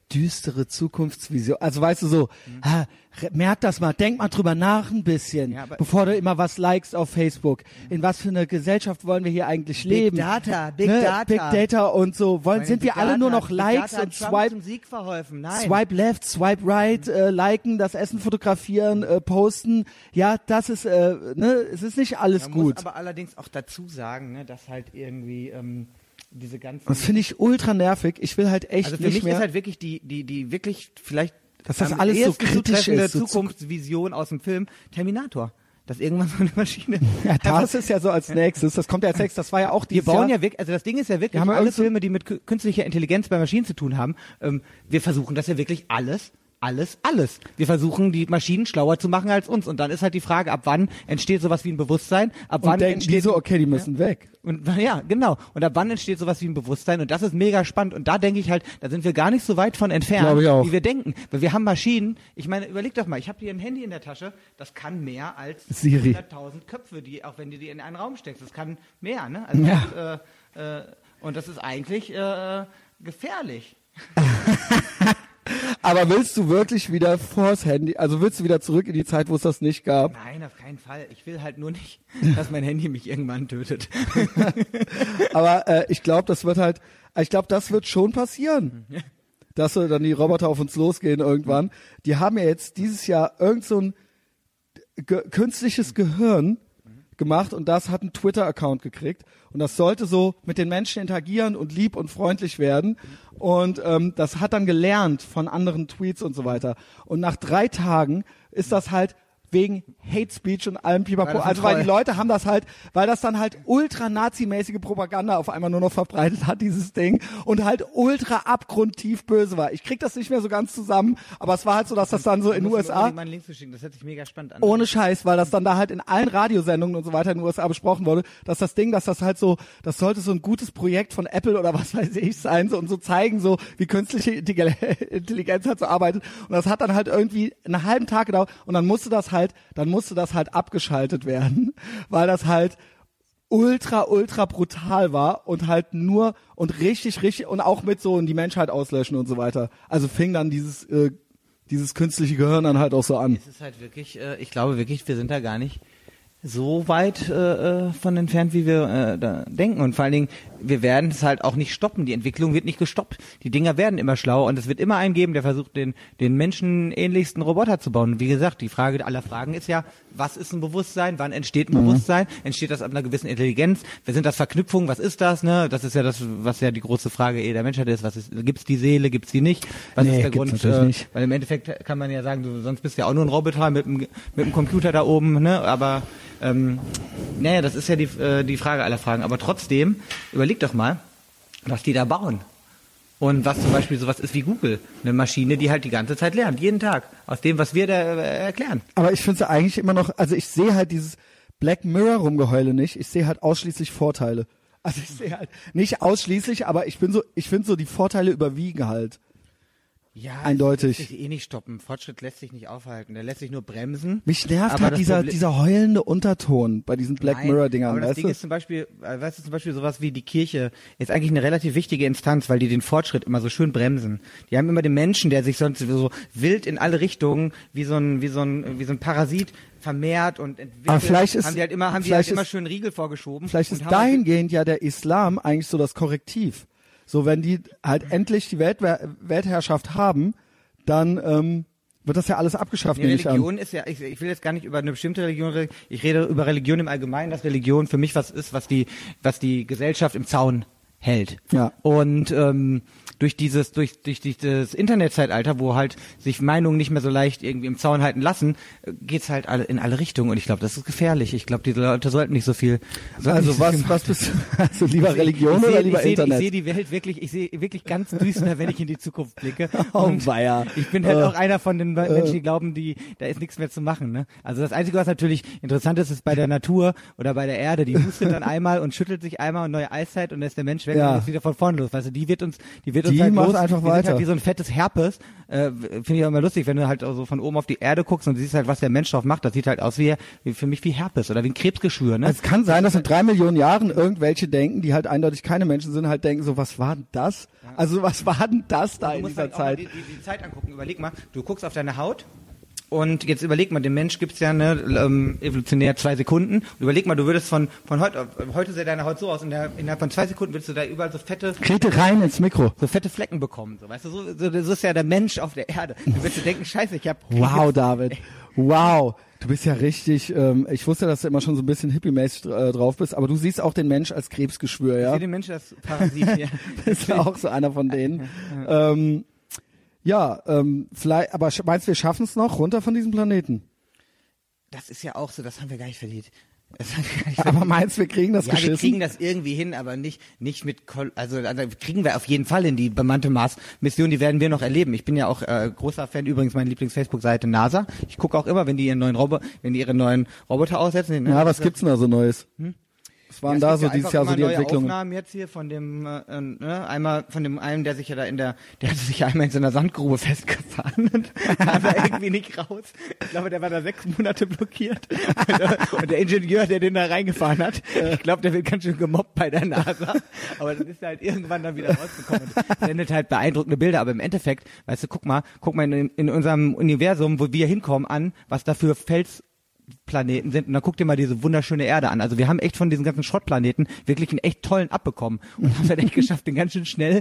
düstere Zukunftsvision. Also weißt du so, mhm. ha, merk das mal, denk mal drüber nach ein bisschen, ja, bevor du immer was likest auf Facebook. In was für eine Gesellschaft wollen wir hier eigentlich Big leben? Data, Big ne? Data. Big Data und so. Wollen, sind wir Big alle Data, nur noch Big Likes Data und Trump Swipe, zum Sieg verholfen. Nein. Swipe left, Swipe right, äh, liken, das Essen fotografieren, äh, posten. Ja, das ist, äh, ne, es ist nicht alles Man gut. muss aber allerdings auch dazu sagen, ne, dass halt irgendwie ähm, diese ganzen... Das finde ich ultra nervig. Ich will halt echt also für nicht mich mehr... ist halt wirklich die, die, die wirklich vielleicht dass das am alles so ehesten kritisch zutreffende ist. So Zukunftsvision aus dem Film Terminator. Dass irgendwann so eine Maschine... ja, das ist ja so als nächstes. Das kommt ja als nächstes. Das war ja auch Wir dieses bauen Jahr. ja wirklich, also das Ding ist ja wirklich, haben wir alle irgend so- Filme, die mit kü- künstlicher Intelligenz bei Maschinen zu tun haben, ähm, wir versuchen das ja wirklich alles, alles, alles. Wir versuchen, die Maschinen schlauer zu machen als uns. Und dann ist halt die Frage, ab wann entsteht sowas wie ein Bewusstsein? Ab und wann denken die entsteht so, okay, die müssen weg. Und ja, genau. Und ab wann entsteht sowas wie ein Bewusstsein? Und das ist mega spannend. Und da denke ich halt, da sind wir gar nicht so weit von entfernt, Glaube ich auch. wie wir denken. Weil wir haben Maschinen, ich meine, überleg doch mal, ich habe hier ein Handy in der Tasche, das kann mehr als Siri. hunderttausend Köpfe, die, auch wenn du die in einen Raum steckst. Das kann mehr, ne? Also Ja. das, äh, äh, und das ist eigentlich äh, gefährlich. Aber willst du wirklich wieder vors Handy, also willst du wieder zurück in die Zeit, wo es das nicht gab? Nein, auf keinen Fall. Ich will halt nur nicht, dass mein Handy mich irgendwann tötet. Aber äh, ich glaube, das wird halt, ich glaube, das wird schon passieren. Dass äh, dann die Roboter auf uns losgehen irgendwann. Die haben ja jetzt dieses Jahr irgend so ein ge- künstliches Gehirn gemacht und das hat einen Twitter-Account gekriegt und das sollte so mit den Menschen interagieren und lieb und freundlich werden und ähm, das hat dann gelernt von anderen Tweets und so weiter und nach drei Tagen ist das halt wegen Hate Speech und allem Pipapo, also weil die Leute haben das halt, weil das dann halt ultra nazimäßige Propaganda auf einmal nur noch verbreitet hat, dieses Ding, und halt ultra abgrundtief böse war. Ich krieg das nicht mehr so ganz zusammen, aber es war halt so, dass das dann so in den U S A, Meinen Link zu schicken. Das hört sich mega spannend an. ohne Scheiß, weil das dann da halt in allen Radiosendungen und so weiter in den U S A besprochen wurde, dass das Ding, dass das halt so, das sollte so ein gutes Projekt von Apple oder was weiß ich sein, so und so zeigen, so wie künstliche Intelligenz halt so arbeitet. Und das hat dann halt irgendwie einen halben Tag gedauert und dann musste das halt, dann musste das halt abgeschaltet werden, weil das halt ultra, ultra brutal war und halt nur und richtig, richtig und auch mit so und die Menschheit auslöschen und so weiter. Also fing dann dieses äh, dieses künstliche Gehirn dann halt auch so an. Es ist halt wirklich, äh, ich glaube wirklich, wir sind da gar nicht so weit äh, von entfernt, wie wir äh, da denken. Und vor allen Dingen, wir werden es halt auch nicht stoppen. Die Entwicklung wird nicht gestoppt. Die Dinger werden immer schlauer und es wird immer einen geben, der versucht, den, den menschenähnlichsten Roboter zu bauen. Und wie gesagt, die Frage aller Fragen ist ja, was ist ein Bewusstsein? Wann entsteht ein mhm. Bewusstsein? Entsteht das ab einer gewissen Intelligenz? Wer sind das Verknüpfungen? Was ist das? Ne? Das ist ja das, was ja die große Frage eh der Menschheit ist. Was ist, gibt's die Seele? Gibt's die nicht? Was nee, ist der Grund? Äh, nicht. Weil im Endeffekt kann man ja sagen, du sonst bist ja auch nur ein Roboter mit einem mit einem Computer da oben, ne? Aber ähm, naja, das ist ja die äh, die Frage aller Fragen. Aber trotzdem, überleg doch mal, was die da bauen. Und was zum Beispiel sowas ist wie Google. Eine Maschine, die halt die ganze Zeit lernt, jeden Tag. Aus dem, was wir da äh, erklären. Aber ich finde es ja eigentlich immer noch, also ich sehe halt dieses Black Mirror Rumgeheule nicht. Ich sehe halt ausschließlich Vorteile. Also ich sehe halt, nicht ausschließlich, aber ich bin so, ich finde so, die Vorteile überwiegen halt. Ja, eindeutig. Das lässt sich eh nicht stoppen. Fortschritt lässt sich nicht aufhalten. Der lässt sich nur bremsen. Mich nervt aber halt dieser, Problem- dieser heulende Unterton bei diesen Black Nein, Mirror Dingern, aber das weißt Ding du? ist zum Beispiel, äh, weißt du, zum Beispiel sowas wie die Kirche ist eigentlich eine relativ wichtige Instanz, weil die den Fortschritt immer so schön bremsen. Die haben immer den Menschen, der sich sonst so wild in alle Richtungen wie so ein, wie so ein, wie so ein Parasit vermehrt und entwickelt. Aber vielleicht ist- haben die halt immer, haben die halt vielleicht immer ist- schön Riegel vorgeschoben. Vielleicht und ist haben halt- dahingehend ja der Islam eigentlich so das Korrektiv. So, wenn die halt endlich die Welt, Weltherrschaft haben, dann ähm, wird das ja alles abgeschafft, Nee, nehme ich an. Religion ist ja, ich, ich will jetzt gar nicht über eine bestimmte Religion reden, ich rede über Religion im Allgemeinen, dass Religion für mich was ist, was die, was die Gesellschaft im Zaun hält. Ja. Und ähm, durch dieses, durch, durch dieses Internetzeitalter, wo halt sich Meinungen nicht mehr so leicht irgendwie im Zaun halten lassen, äh, geht's halt alle in alle Richtungen und ich glaube, das ist gefährlich. Ich glaube, diese Leute sollten nicht so viel. sollten Also nicht so was, viel was bist du? Also lieber Religion ich oder sehe, lieber ich sehe, Internet? Ich sehe die Welt wirklich, ich sehe wirklich ganz düster, wenn ich in die Zukunft blicke. Oh, Und weia. ich bin halt Äh, auch einer von den Menschen, die glauben, die, da ist nichts mehr zu machen. Ne? Also das Einzige, was natürlich interessant ist, ist bei der Natur oder bei der Erde, die hustet dann einmal und schüttelt sich einmal und neue Eiszeit und dann ist der Mensch weg. dann Ja. geht es wieder von vorne los. Weißt du, die wird uns, die wird uns Die halt macht los. einfach die sind weiter. halt wie so ein fettes Herpes. Äh, Finde ich auch immer lustig, wenn du halt so von oben auf die Erde guckst und siehst halt, was der Mensch drauf macht. Das sieht halt aus wie, wie für mich wie Herpes oder wie ein Krebsgeschwür, ne? Es kann sein, dass in drei Millionen Jahren irgendwelche denken, die halt eindeutig keine Menschen sind, halt denken so, was war denn das? Also was war denn das da Du in musst dieser halt auch mal Zeit? die, die, die Zeit angucken. Überleg mal, du guckst auf deine Haut. Und jetzt überleg mal, dem Mensch gibt's ja ne, ähm, evolutionär zwei Sekunden. Und überleg mal, du würdest von von heute, heute sieht deine Haut so aus, in der, innerhalb von zwei Sekunden würdest du da überall so fette, Krete rein ins Mikro. so fette Flecken bekommen. So, weißt du, so, so, das ist ja der Mensch auf der Erde. Du würdest dir denken, scheiße, ich hab... Wow, David. Wow. Du bist ja richtig, ähm, ich wusste, dass du immer schon so ein bisschen hippie-mäßig äh, drauf bist, aber du siehst auch den Mensch als Krebsgeschwür, Ich ja? sehe den Menschen als Parasit hier. Bist ja auch so einer von denen. ähm, ja, ähm, vielleicht, aber sch- meinst du, wir schaffen es noch runter von diesem Planeten? Das ist ja auch so, das haben wir gar nicht verliert. Das haben wir gar nicht Aber verliert. meinst du, wir kriegen das Ja, wir geschissen? kriegen das irgendwie hin, aber nicht nicht mit Kol also, also kriegen wir auf jeden Fall in die bemannte Mars-Mission, die werden wir noch erleben. Ich bin ja auch äh, großer Fan, übrigens meine Lieblings-Facebook-Seite NASA. Ich gucke auch immer, wenn die ihren neuen Robo wenn die ihre neuen Roboter aussetzen. Ne? Ja, was gibt's denn da so Neues? Was waren Ja, da es so gibt ja dieses einfach Jahr so immer die neue Entwicklungen? Aufnahmen jetzt hier von dem äh, äh, ne, einmal von dem einen, der sich ja da in der der hat sich ja einmal in so einer Sandgrube festgefahren und kam da irgendwie nicht raus. Ich glaube, der war da sechs Monate blockiert. Und, äh, und der Ingenieur, der den da reingefahren hat, ich glaube, der wird ganz schön gemobbt bei der NASA. Aber dann ist er halt irgendwann dann wieder rausgekommen und sendet halt beeindruckende Bilder. Aber im Endeffekt, weißt du, guck mal, guck mal in, in unserem Universum, wo wir hinkommen, an, was da für Fels Planeten sind und dann guck dir mal diese wunderschöne Erde an. Also wir haben echt von diesen ganzen Schrottplaneten wirklich einen echt tollen abbekommen und haben es halt echt geschafft, den ganz schön schnell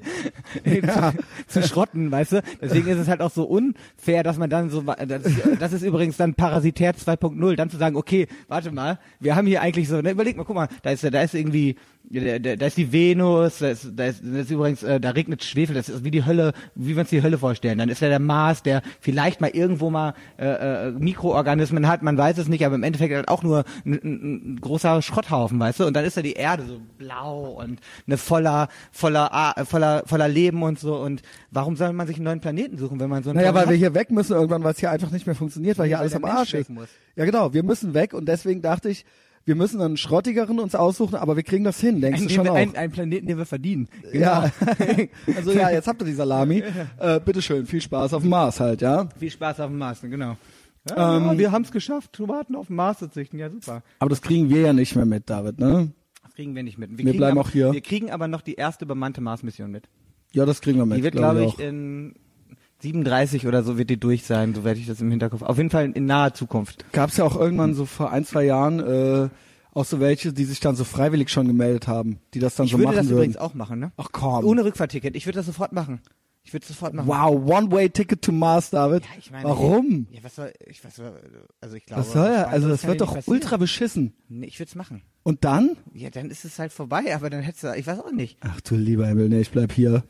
Ja. zu, zu schrotten, weißt du? Deswegen ist es halt auch so unfair, dass man dann so, das, das ist übrigens dann Parasitär zwei Punkt null, dann zu sagen, okay, warte mal, wir haben hier eigentlich so, ne, überleg mal, guck mal, da ist da ist irgendwie da, da, da ist die Venus, da ist, da ist, das ist übrigens, äh, da regnet Schwefel, das ist wie die Hölle, wie wir uns die Hölle vorstellen. Dann ist da der Mars, der vielleicht mal irgendwo mal äh, äh, Mikroorganismen hat, man weiß es nicht, aber im Endeffekt halt auch nur ein, ein, ein großer Schrotthaufen, weißt du? Und dann ist da die Erde so blau und eine voller, voller, A- voller, voller Leben und so. Und warum soll man sich einen neuen Planeten suchen, wenn man so einen Naja, tollen weil hat? wir hier weg müssen irgendwann, weil es hier einfach nicht mehr funktioniert, weil hier weil alles der am Mensch Arsch weg ist. muss. Ja, genau, wir müssen weg und deswegen dachte ich, wir müssen einen schrottigeren uns aussuchen, aber wir kriegen das hin, denkst Ein, du schon auch? ein, ein Planeten, den wir verdienen. Ja, also ja, jetzt habt ihr die Salami. Äh, bitteschön, viel Spaß auf dem Mars halt, ja. Viel Spaß auf dem Mars, genau. Ja, Ähm, ja, wir haben es geschafft, Tomaten auf dem Mars zu züchten. Ja, super. Aber das kriegen wir ja nicht mehr mit, David, ne? Das kriegen wir nicht mit. Wir bleiben aber, auch hier. Wir kriegen aber noch die erste bemannte Mars-Mission mit. Ja, das kriegen wir mit. Die wird, glaub glaube ich, ich, in siebenunddreißig oder so wird die durch sein, so werde ich das im Hinterkopf. Auf jeden Fall in naher Zukunft. Gab's ja auch irgendwann so vor ein, zwei Jahren äh, auch so welche, die sich dann so freiwillig schon gemeldet haben, die das dann Ich so würde machen das würden. übrigens auch machen, ne? Ach komm. Ohne Rückfahrticket. Ich würde das sofort machen. Ich würde es sofort machen. Wow, One-Way-Ticket to Mars, David. Ja, ich meine, Warum? Ja, was soll, ich, was soll, also ich glaube. Was soll er? Also das das wird doch ultra beschissen. Nee, ich würde es machen. Und dann? Ja, dann ist es halt vorbei, aber dann hättest du, ich weiß auch nicht. Ach du lieber Himmel, nee, ich bleib hier.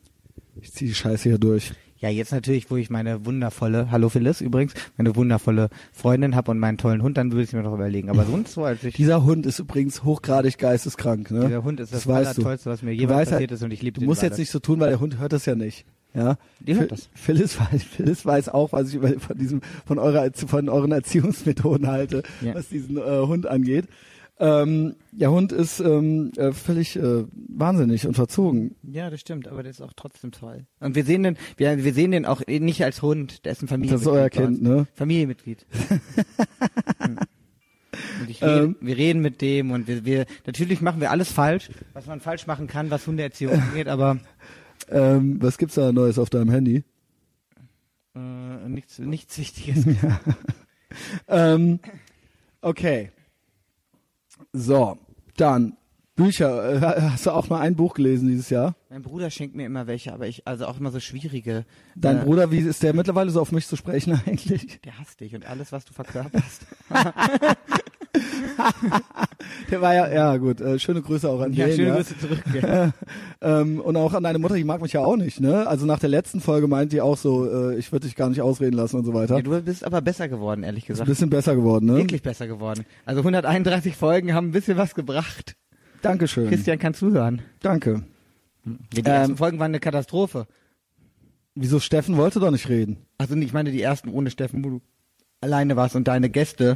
Ich zieh die Scheiße hier durch. Ja, jetzt natürlich, wo ich meine wundervolle, hallo Phyllis übrigens, meine wundervolle Freundin habe und meinen tollen Hund, dann würde ich mir doch überlegen. Aber sonst so, als ich, Dieser Hund ist übrigens hochgradig geisteskrank, ne? dieser Hund ist das, das weißt du. Allertollste, was mir Du jemals weißt passiert halt, ist und ich liebe Du den musst über jetzt alles. nicht so tun, weil der Hund hört das ja nicht. Ja? Die hört Phil- das. Phyllis weiß, Phyllis weiß auch, was ich über, von diesem, von eurer, von euren Erziehungsmethoden halte, Ja. was diesen äh, Hund angeht. Ähm, der Hund ist ähm, äh, völlig äh, wahnsinnig und verzogen. Ja, das stimmt, aber der ist auch trotzdem toll. Und wir sehen den, wir, wir sehen den auch nicht als Hund, der ist ein Familienmitglied. Das ist euer bei uns. Kind, ne? Familienmitglied. Hm. Und ich rede, Ähm. wir reden mit dem und wir, wir, natürlich machen wir alles falsch, was man falsch machen kann, was Hundeerziehung angeht, aber Ähm, was gibt's da Neues auf deinem Handy? äh, nichts, nichts Wichtiges. Ähm, okay. So, dann Bücher. Äh, hast du auch mal ein Buch gelesen dieses Jahr? Mein Bruder schenkt mir immer welche, aber ich, also auch immer so schwierige. Dein äh, Bruder, wie ist der mittlerweile so auf mich zu sprechen eigentlich? Der hasst dich und alles, was du verkörperst. Der war ja, ja gut, äh, schöne Grüße auch an Ja, den. schöne ja. Grüße zurück. Ja. ähm, und auch an deine Mutter, die mag mich ja auch nicht, ne? Also nach der letzten Folge meint die auch so, äh, ich würde dich gar nicht ausreden lassen und so weiter. Ja, du bist aber besser geworden, ehrlich Ist ein gesagt. bisschen besser geworden, ne? Wirklich besser geworden. Also hunderteinunddreißig Folgen haben ein bisschen was gebracht. Dankeschön. Christian kann zuhören. Danke. Die ersten Ähm, Folgen waren eine Katastrophe. Wieso Steffen wollte doch nicht reden? Also ich meine die ersten ohne Steffen, wo du alleine warst und deine Gäste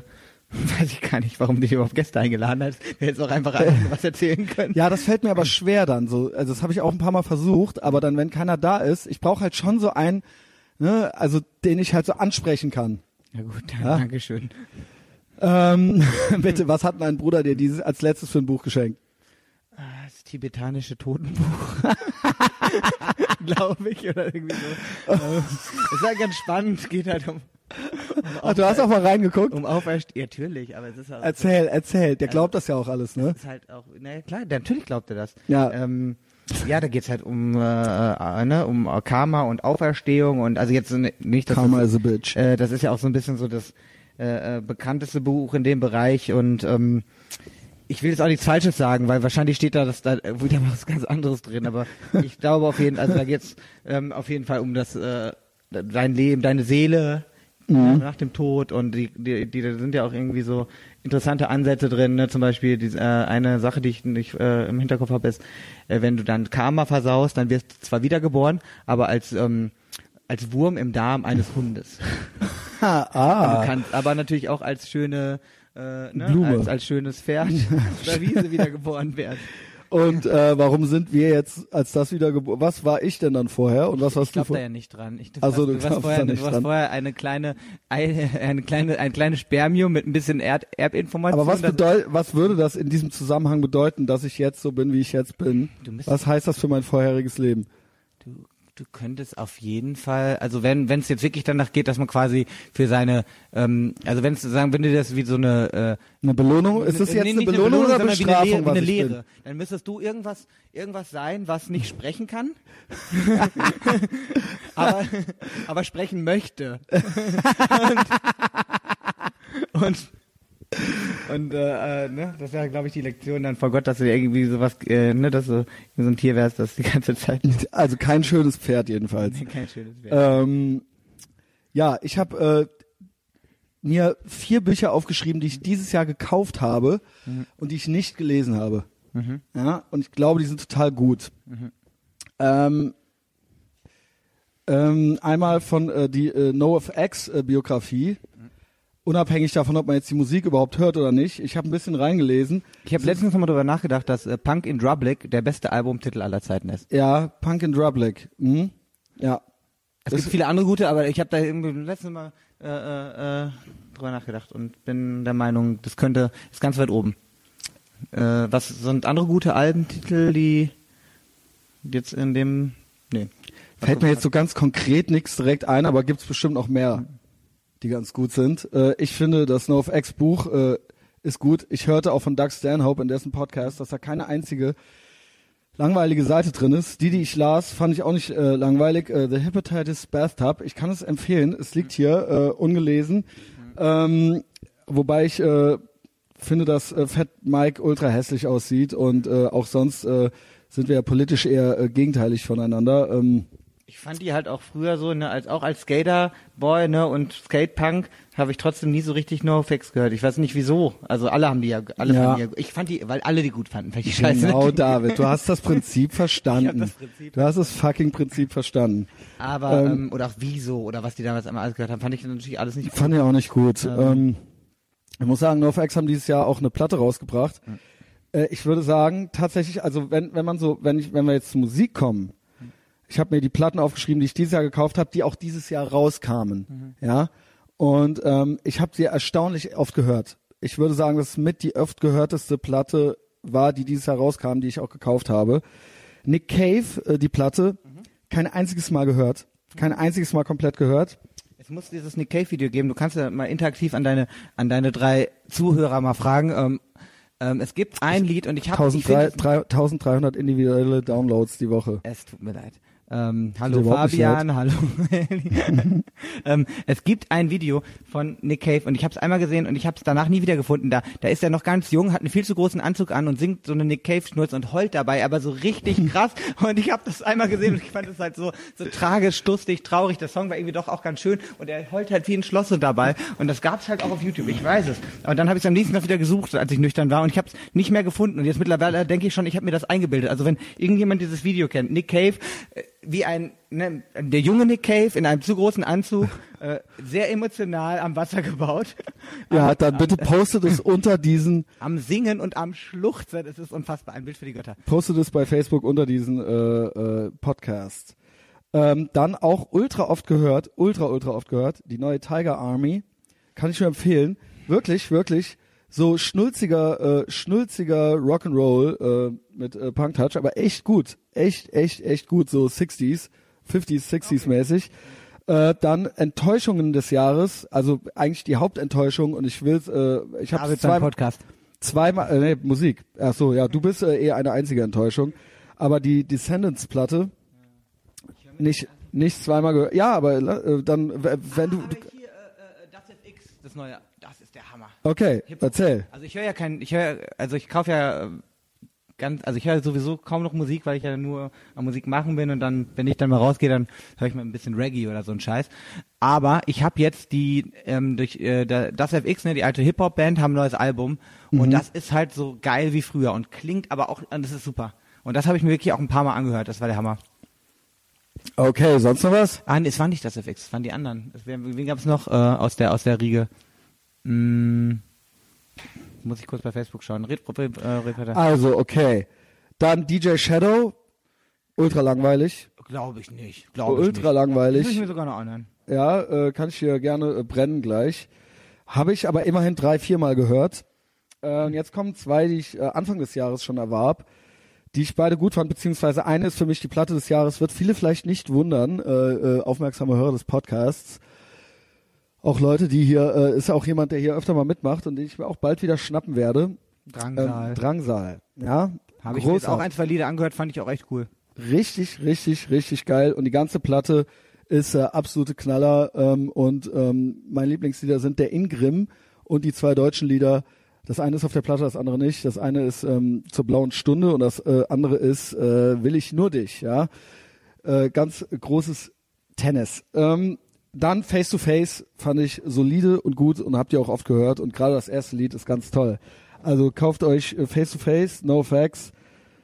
Weiß ich gar nicht, warum du dich überhaupt Gäste eingeladen hast. Der hätte auch einfach was erzählen können. Ja, das fällt mir aber schwer dann so. Also das habe ich auch ein paar Mal versucht, aber dann, wenn keiner da ist, ich brauche halt schon so einen, ne, also den ich halt so ansprechen kann. Ja gut, Ja? Dankeschön. Ähm, bitte, was hat mein Bruder dir dieses als letztes für ein Buch geschenkt? Das tibetanische Totenbuch. Glaube ich, oder irgendwie so. Ist halt ganz spannend, geht halt um... um Ach, du hast auch mal reingeguckt? Um Auferstehung, ja, natürlich, aber es ist auch... Erzähl, erzähl, der glaubt das ja auch alles, ne? Das ist halt auch, naja, klar, natürlich glaubt er das. Ja. Ähm, ja, da geht's halt um, äh, ne, um Karma und Auferstehung und also jetzt nicht, dass Karma das, is a bitch. Äh, das ist ja auch so ein bisschen so das äh, äh, bekannteste Buch in dem Bereich und ähm, ich will jetzt auch nichts Falsches sagen, weil wahrscheinlich steht da das da wieder was ganz anderes drin, aber ich glaube auf jeden Fall, also da geht's ähm, auf jeden Fall um das äh, dein Leben, deine Seele Mhm. nach dem Tod und die, die, die da sind ja auch irgendwie so interessante Ansätze drin, ne? Zum Beispiel diese, äh, eine Sache, die ich nicht äh, im Hinterkopf habe, ist, äh, wenn du dann Karma versaust, dann wirst du zwar wiedergeboren, aber als ähm, als Wurm im Darm eines Hundes. Ah, ah. Du kannst aber natürlich auch als schöne äh, ne? Blume. Als, als schönes Pferd auf der Wiese wiedergeboren werden. Und äh, warum sind wir jetzt als das wieder geboren? Was war ich denn dann vorher und was Ich warst du glaube vor? da ja nicht dran. Ich, du, Also, warst, du du, warst glaubst vorher, da nicht du warst dran. vorher eine kleine, eine, eine kleine, ein kleines Spermium mit ein bisschen Erd, Erbinformation. Aber was Das- bedeut, was würde das in diesem Zusammenhang bedeuten, dass ich jetzt so bin, wie ich jetzt bin? Du bist- Was heißt das für mein vorheriges Leben? Du, du könntest auf jeden Fall, also wenn wenn es jetzt wirklich danach geht, dass man quasi für seine, ähm, also wenn es sagen, wenn du das wie so eine äh, Eine Belohnung? Ist das nee, jetzt nicht eine Belohnung oder sondern wie Bestrafung, eine Lehre, wie was eine ich Lehre. bin? Dann müsstest du irgendwas irgendwas sein, was nicht sprechen kann, aber aber sprechen möchte. und und Und äh, äh, ne, das wäre, glaube ich, die Lektion dann vor Gott, dass du irgendwie sowas, äh, ne, dass du so ein Tier wärst, das die ganze Zeit. Also kein schönes Pferd jedenfalls. Kein schönes wäre. Ähm, ja, ich habe äh, mir vier Bücher aufgeschrieben, die ich dieses Jahr gekauft habe Mhm. und die ich nicht gelesen habe. Mhm. Ja, und ich glaube, die sind total gut. Mhm. Ähm, ähm, einmal von äh, die äh, NoFX äh, Biografie. Unabhängig davon, ob man jetzt die Musik überhaupt hört oder nicht. Ich habe ein bisschen reingelesen. Ich habe letztens nochmal darüber nachgedacht, dass äh, Punk in Drublic der beste Albumtitel aller Zeiten ist. Ja, Punk in Drublic. Mhm. Ja. Es Das- gibt viele andere gute, aber ich habe da irgendwie letztes Mal äh, äh, äh, drüber nachgedacht und bin der Meinung, das könnte, ist ganz weit oben. Äh, was sind andere gute Albumtitel, die jetzt in dem, nee. Fällt mir jetzt so ganz konkret nichts direkt ein, aber gibt's bestimmt noch mehr, die ganz gut sind. Äh, ich finde, das NoFX Buch äh, ist gut. Ich hörte auch von Doug Stanhope in dessen Podcast, dass da keine einzige langweilige Seite drin ist. Die, die ich las, fand ich auch nicht äh, langweilig. Äh, The Hepatitis Bathtub. Ich kann es empfehlen. Es liegt hier äh, ungelesen. Ähm, wobei ich äh, finde, dass äh, Fat Mike ultra hässlich aussieht und äh, auch sonst äh, sind wir ja politisch eher äh, gegenteilig voneinander. Ähm, Ich fand die halt auch früher so, ne, als auch als Skater-Boy, ne, und Skatepunk habe ich trotzdem nie so richtig NoFX gehört. Ich weiß nicht wieso. Also alle haben die ja, alle Ja. fanden die ja, ich fand die, weil alle die gut fanden, fand ich die scheiße. Genau, David, du hast das Prinzip verstanden. Ich hab das Prinzip. Du hast das fucking Prinzip verstanden. Aber, Ähm, ähm, oder auch wieso, oder was die damals einmal alles gehört haben, fand ich natürlich alles nicht Fand ich auch nicht gut. Ähm. Ähm, ich muss sagen, NoFX haben dieses Jahr auch eine Platte rausgebracht. Äh, ich würde sagen, tatsächlich, also wenn wenn man so, wenn ich, wenn wir jetzt zur Musik kommen, ich habe mir die Platten aufgeschrieben, die ich dieses Jahr gekauft habe, die auch dieses Jahr rauskamen. Ja. Und ähm, ich habe sie erstaunlich oft gehört. Ich würde sagen, dass es mit die oft gehörteste Platte war, die dieses Jahr rauskam, die ich auch gekauft habe. Nick Cave, äh, die Platte, kein einziges Mal gehört. Kein einziges Mal komplett gehört. Es muss dieses Nick Cave Video geben. Du kannst ja mal interaktiv an deine an deine drei Zuhörer mal fragen. Ähm, ähm, es gibt ein Lied und ich habe eintausenddreihundert individuelle Downloads die Woche. Es tut mir leid. Ähm, hallo dir überhaupt nicht Fabian, hallo. ähm, es gibt ein Video von Nick Cave und ich habe es einmal gesehen und ich habe es danach nie wieder gefunden. Da, da ist er noch ganz jung, hat einen viel zu großen Anzug an und singt so eine Nick Cave Schnurz und heult dabei, aber so richtig krass. Und ich habe das einmal gesehen und ich fand es halt so so tragisch, lustig, traurig. Der Song war irgendwie doch auch ganz schön und er heult halt wie ein Schlosse dabei. Und das gab's halt auch auf YouTube. Ich weiß es. Aber dann habe ich es am nächsten Tag wieder gesucht, als ich nüchtern war und ich habe es nicht mehr gefunden. Und jetzt mittlerweile denke ich schon, ich habe mir das eingebildet. Also wenn irgendjemand dieses Video kennt, Nick Cave. Äh, wie ein, ne, der junge Nick Cave in einem zu großen Anzug, äh, sehr emotional am Wasser gebaut. Ja, dann bitte postet es unter diesen, Am Singen und am Schluchzen, es ist unfassbar, ein Bild für die Götter. postet es bei Facebook unter diesen äh, äh, Podcast. Ähm, dann auch ultra oft gehört, ultra, ultra oft gehört, die neue Tiger Army. Kann ich nur empfehlen. Wirklich, wirklich. So schnulziger, äh, schnulziger Rock'n'Roll äh, mit äh, Punk-Touch, aber echt gut. Echt, echt, echt gut. So sixties, fifties, sixties mäßig. Äh, dann Enttäuschungen des Jahres, also eigentlich die Hauptenttäuschung und ich will's, äh, ich habe David, sein zweimal, Podcast. zweimal, äh, nee, Musik. Ach so, ja, du bist äh, eher eine einzige Enttäuschung. Aber die Descendants-Platte, nicht, nicht zweimal gehört. Ja, aber äh, dann, w- wenn du, Aber du hier, äh, äh, das F X, das neue, das ist der Hammer. okay, erzähl. Also ich höre ja kein, ich höre, also ich kaufe ja äh, ganz, also ich höre sowieso kaum noch Musik, weil ich ja nur am Musik machen bin und dann, wenn ich dann mal rausgehe, dann höre ich mal ein bisschen Reggae oder so ein Scheiß. Aber ich habe jetzt die, ähm, durch äh, der, das F X, ne, die alte Hip-Hop-Band, haben ein neues Album und das ist halt so geil wie früher und klingt aber auch, und das ist super. Und das habe ich mir wirklich auch ein paar Mal angehört, das war der Hammer. Okay, sonst noch was? Ah, nee, es war nicht das F X, es waren die anderen. Es, wen wen gab es noch äh, aus der aus der Riege? Hm, muss ich kurz bei Facebook schauen. Red, red, äh, red weiter. Also, okay. Dann D J Shadow, ultra langweilig. Glaube ich nicht. Glaube ich Ultra nicht. langweilig. Das will ich mir sogar noch anhören. Ja, äh, kann ich hier gerne äh, brennen gleich. Habe ich aber immerhin drei, viermal gehört. Äh, und jetzt kommen zwei, die ich äh, Anfang des Jahres schon erwarb, die ich beide gut fand, beziehungsweise eine ist für mich die Platte des Jahres, wird viele vielleicht nicht wundern, äh, äh, aufmerksame Hörer des Podcasts. Auch Leute, die hier, äh, ist auch jemand, der hier öfter mal mitmacht und den ich mir auch bald wieder schnappen werde. Drangsal. Ähm, Drangsal, ja. Habe ich mir jetzt auch Großartig. ein, zwei Lieder angehört, fand ich auch echt cool. Richtig, richtig, richtig geil. Und die ganze Platte ist äh, absolute Knaller. Ähm, und ähm, meine Lieblingslieder sind der Ingrim und die zwei deutschen Lieder. Das eine ist auf der Platte, das andere nicht. Das eine ist ähm, zur blauen Stunde und das äh, andere ist äh, Will ich nur dich. Ja, äh, ganz großes Tennis. Ähm, dann Face to Face fand ich solide und gut und habt ihr auch oft gehört. Und gerade das erste Lied ist ganz toll. Also kauft euch äh, Face to Face, No Facts,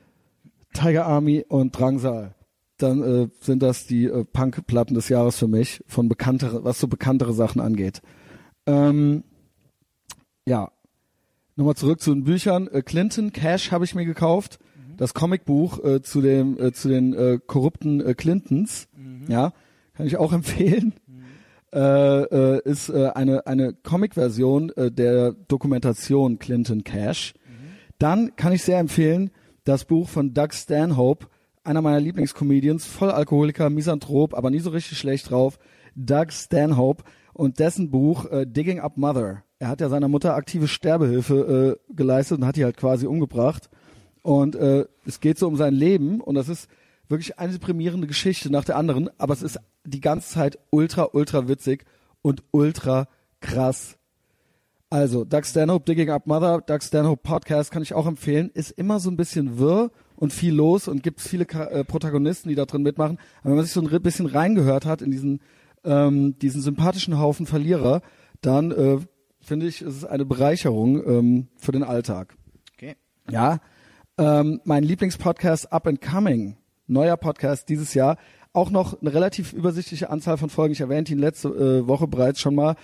Tiger Army und Drangsal. Dann äh, sind das die äh, Punk-Platten des Jahres für mich, von bekanntere, was so bekanntere Sachen angeht. Ähm, ja, nochmal zurück zu den Büchern. Äh, Clinton Cash habe ich mir gekauft, mhm. das Comicbuch äh, zu dem äh, zu den äh, korrupten äh, Clintons. Mhm. Ja, kann ich auch empfehlen. Mhm. Äh, äh, ist äh, eine eine Comic-Version äh, der Dokumentation Clinton Cash. Mhm. Dann kann ich sehr empfehlen das Buch von Doug Stanhope, einer meiner Lieblingscomedians, Vollalkoholiker, Misanthrop, aber nie so richtig schlecht drauf. Doug Stanhope und dessen Buch äh, Digging Up Mother. Er hat ja seiner Mutter aktive Sterbehilfe äh, geleistet und hat die halt quasi umgebracht. Und äh, es geht so um sein Leben und das ist wirklich eine deprimierende Geschichte nach der anderen, aber es ist die ganze Zeit ultra, ultra witzig und ultra krass. Also, Doug Stanhope, Digging Up Mother, Doug Stanhope Podcast kann ich auch empfehlen. Ist immer so ein bisschen wirr und viel los und gibt viele äh, Protagonisten, die da drin mitmachen. Aber wenn man sich so ein bisschen reingehört hat in diesen, ähm, diesen sympathischen Haufen Verlierer, dann äh, finde ich, ist es eine Bereicherung ähm, für den Alltag. Okay. Ja, ähm, mein Lieblingspodcast Up and Coming, neuer Podcast dieses Jahr. Auch noch eine relativ übersichtliche Anzahl von Folgen. Ich erwähnte ihn letzte äh, Woche bereits schon mal.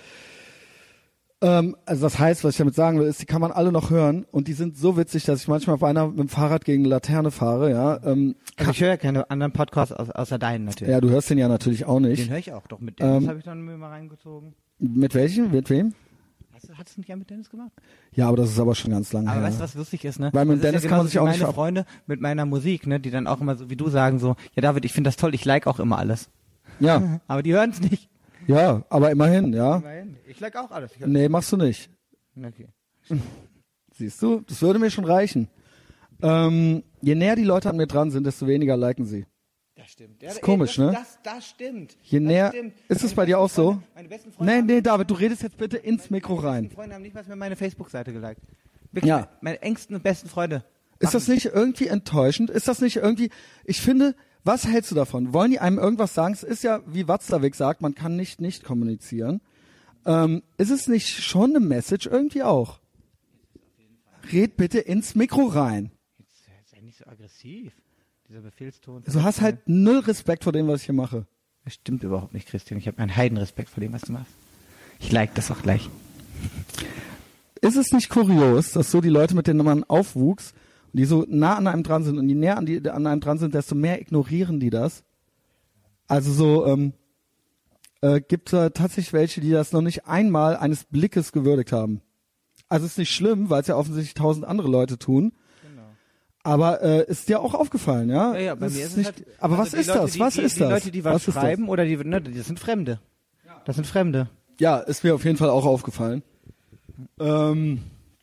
Ähm, also das heißt, was ich damit sagen will, ist, die kann man alle noch hören und die sind so witzig, dass ich manchmal auf einer mit dem Fahrrad gegen eine Laterne fahre. Ja, ähm, Also ich höre ja keine anderen Podcasts au- außer deinen natürlich. ja, du hörst den ja natürlich auch Den nicht. höre ich auch doch mit dem. Ähm, das habe ich dann mir mal reingezogen. Mit welchem? Mit wem? Hast du, hast du nicht ja mit Dennis gemacht? Ja, aber das ist aber schon ganz lange Aber her. weißt du, was lustig ist, ne? Weil mit Das ist Dennis ja kann man genauso sich auch wie nicht meine ver- Freunde mit meiner Musik, ne? Die dann auch immer so, wie du sagen, so, ja David, ich finde das toll, ich like auch immer alles. Ja, Aber die hören es nicht. ja, aber immerhin, ja. Immerhin. Ich like auch alles. Ich hör- Nee, machst du nicht. Okay. Siehst du, das würde mir schon reichen. Ähm, je näher die Leute an mir dran sind, desto weniger liken sie. Das stimmt. Ja, Ist ey, komisch, das, ne? Das, das stimmt. Je das näher, stimmt. ist es Meine bei dir auch besten so? Freunde- Meine besten Freunde Nee, haben- nee, David, du redest jetzt bitte ins Mikro Meine rein. besten Freunde haben nicht mal mehr meine Facebook-Seite geliked. Wirklich, Ja. meine, meine engsten und besten Freunde. Ist das nicht irgendwie enttäuschend? Ist das nicht irgendwie, ich finde, was hältst du davon? Wollen die einem irgendwas sagen? Es ist ja, wie Watzlawick sagt, man kann nicht nicht kommunizieren. Ähm, ist es nicht schon eine Message irgendwie auch? Red bitte ins Mikro rein. Jetzt sei nicht so aggressiv. Dieser Befehlston. Du hast halt null Respekt vor dem, was ich hier mache. Das stimmt überhaupt nicht, Christian. Ich habe einen Heidenrespekt vor dem, was du machst. Ich like das auch gleich. Ist es nicht kurios, dass so die Leute, mit denen man aufwuchs, die so nah an einem dran sind und je näher an, die, an einem dran sind, desto mehr ignorieren die das? Also so ähm, äh, gibt es äh, tatsächlich welche, die das noch nicht einmal eines Blickes gewürdigt haben. Also ist nicht schlimm, weil es ja offensichtlich tausend andere Leute tun. Aber äh, ist dir auch aufgefallen, ja? Ja, ja, bei das mir ist ist nicht, es halt, aber also was die ist Leute, das? Die, Was die, ist die das? Die Leute, die was, was schreiben oder die, ne, das sind Fremde. Das sind Fremde. Ja, ist mir auf jeden Fall auch aufgefallen. Ähm,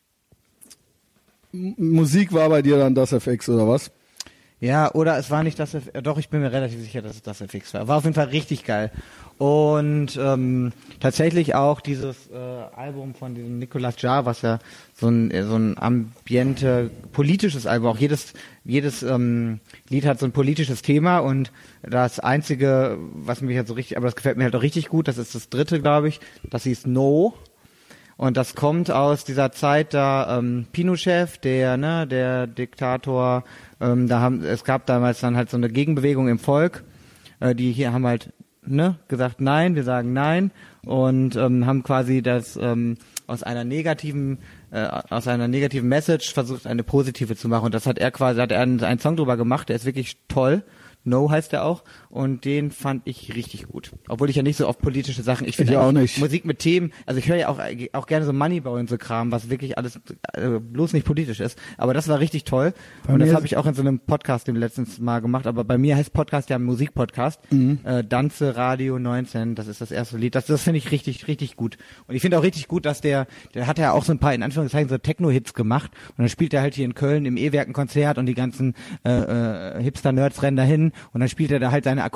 M- Musik war bei dir dann das F X oder was? Ja, oder es war nicht das F X, doch, ich bin mir relativ sicher, dass es das F X war. War auf jeden Fall richtig geil. Und ähm, tatsächlich auch dieses äh, Album von diesem Nicolas Jarre, was ja so ein so ein ambiente politisches Album, auch jedes jedes ähm, Lied hat so ein politisches Thema und das einzige, was mich halt so richtig, aber das gefällt mir halt auch richtig gut, das ist das dritte, glaube ich, das hieß No. Und das kommt aus dieser Zeit, da ähm, Pinochet, der ne, der Diktator, ähm, da haben es gab damals dann halt so eine Gegenbewegung im Volk, äh, die hier haben halt ne gesagt nein, wir sagen nein und ähm, haben quasi das ähm, aus einer negativen äh, aus einer negativen Message versucht eine positive zu machen und das hat er quasi hat er einen, einen Song drüber gemacht, der ist wirklich toll. No heißt er auch und den fand ich richtig gut. Obwohl ich ja nicht so oft politische Sachen, ich finde auch nicht. Musik mit Themen, also ich höre ja auch auch gerne so Moneyball und so Kram, was wirklich alles äh, bloß nicht politisch ist, aber das war richtig toll Bei und das mir habe ich auch in so einem Podcast dem letzten Mal gemacht, aber bei mir heißt Podcast ja Musikpodcast, Mhm. äh, Danze Radio neunzehn, das ist das erste Lied, das das finde ich richtig richtig gut und ich finde auch richtig gut, dass der der hat ja auch so ein paar in Anführungszeichen so Techno-Hits gemacht und dann spielt er halt hier in Köln im E-Werk ein Konzert und die ganzen äh, äh, Hipster-Nerds rennen dahin und dann spielt er da halt seine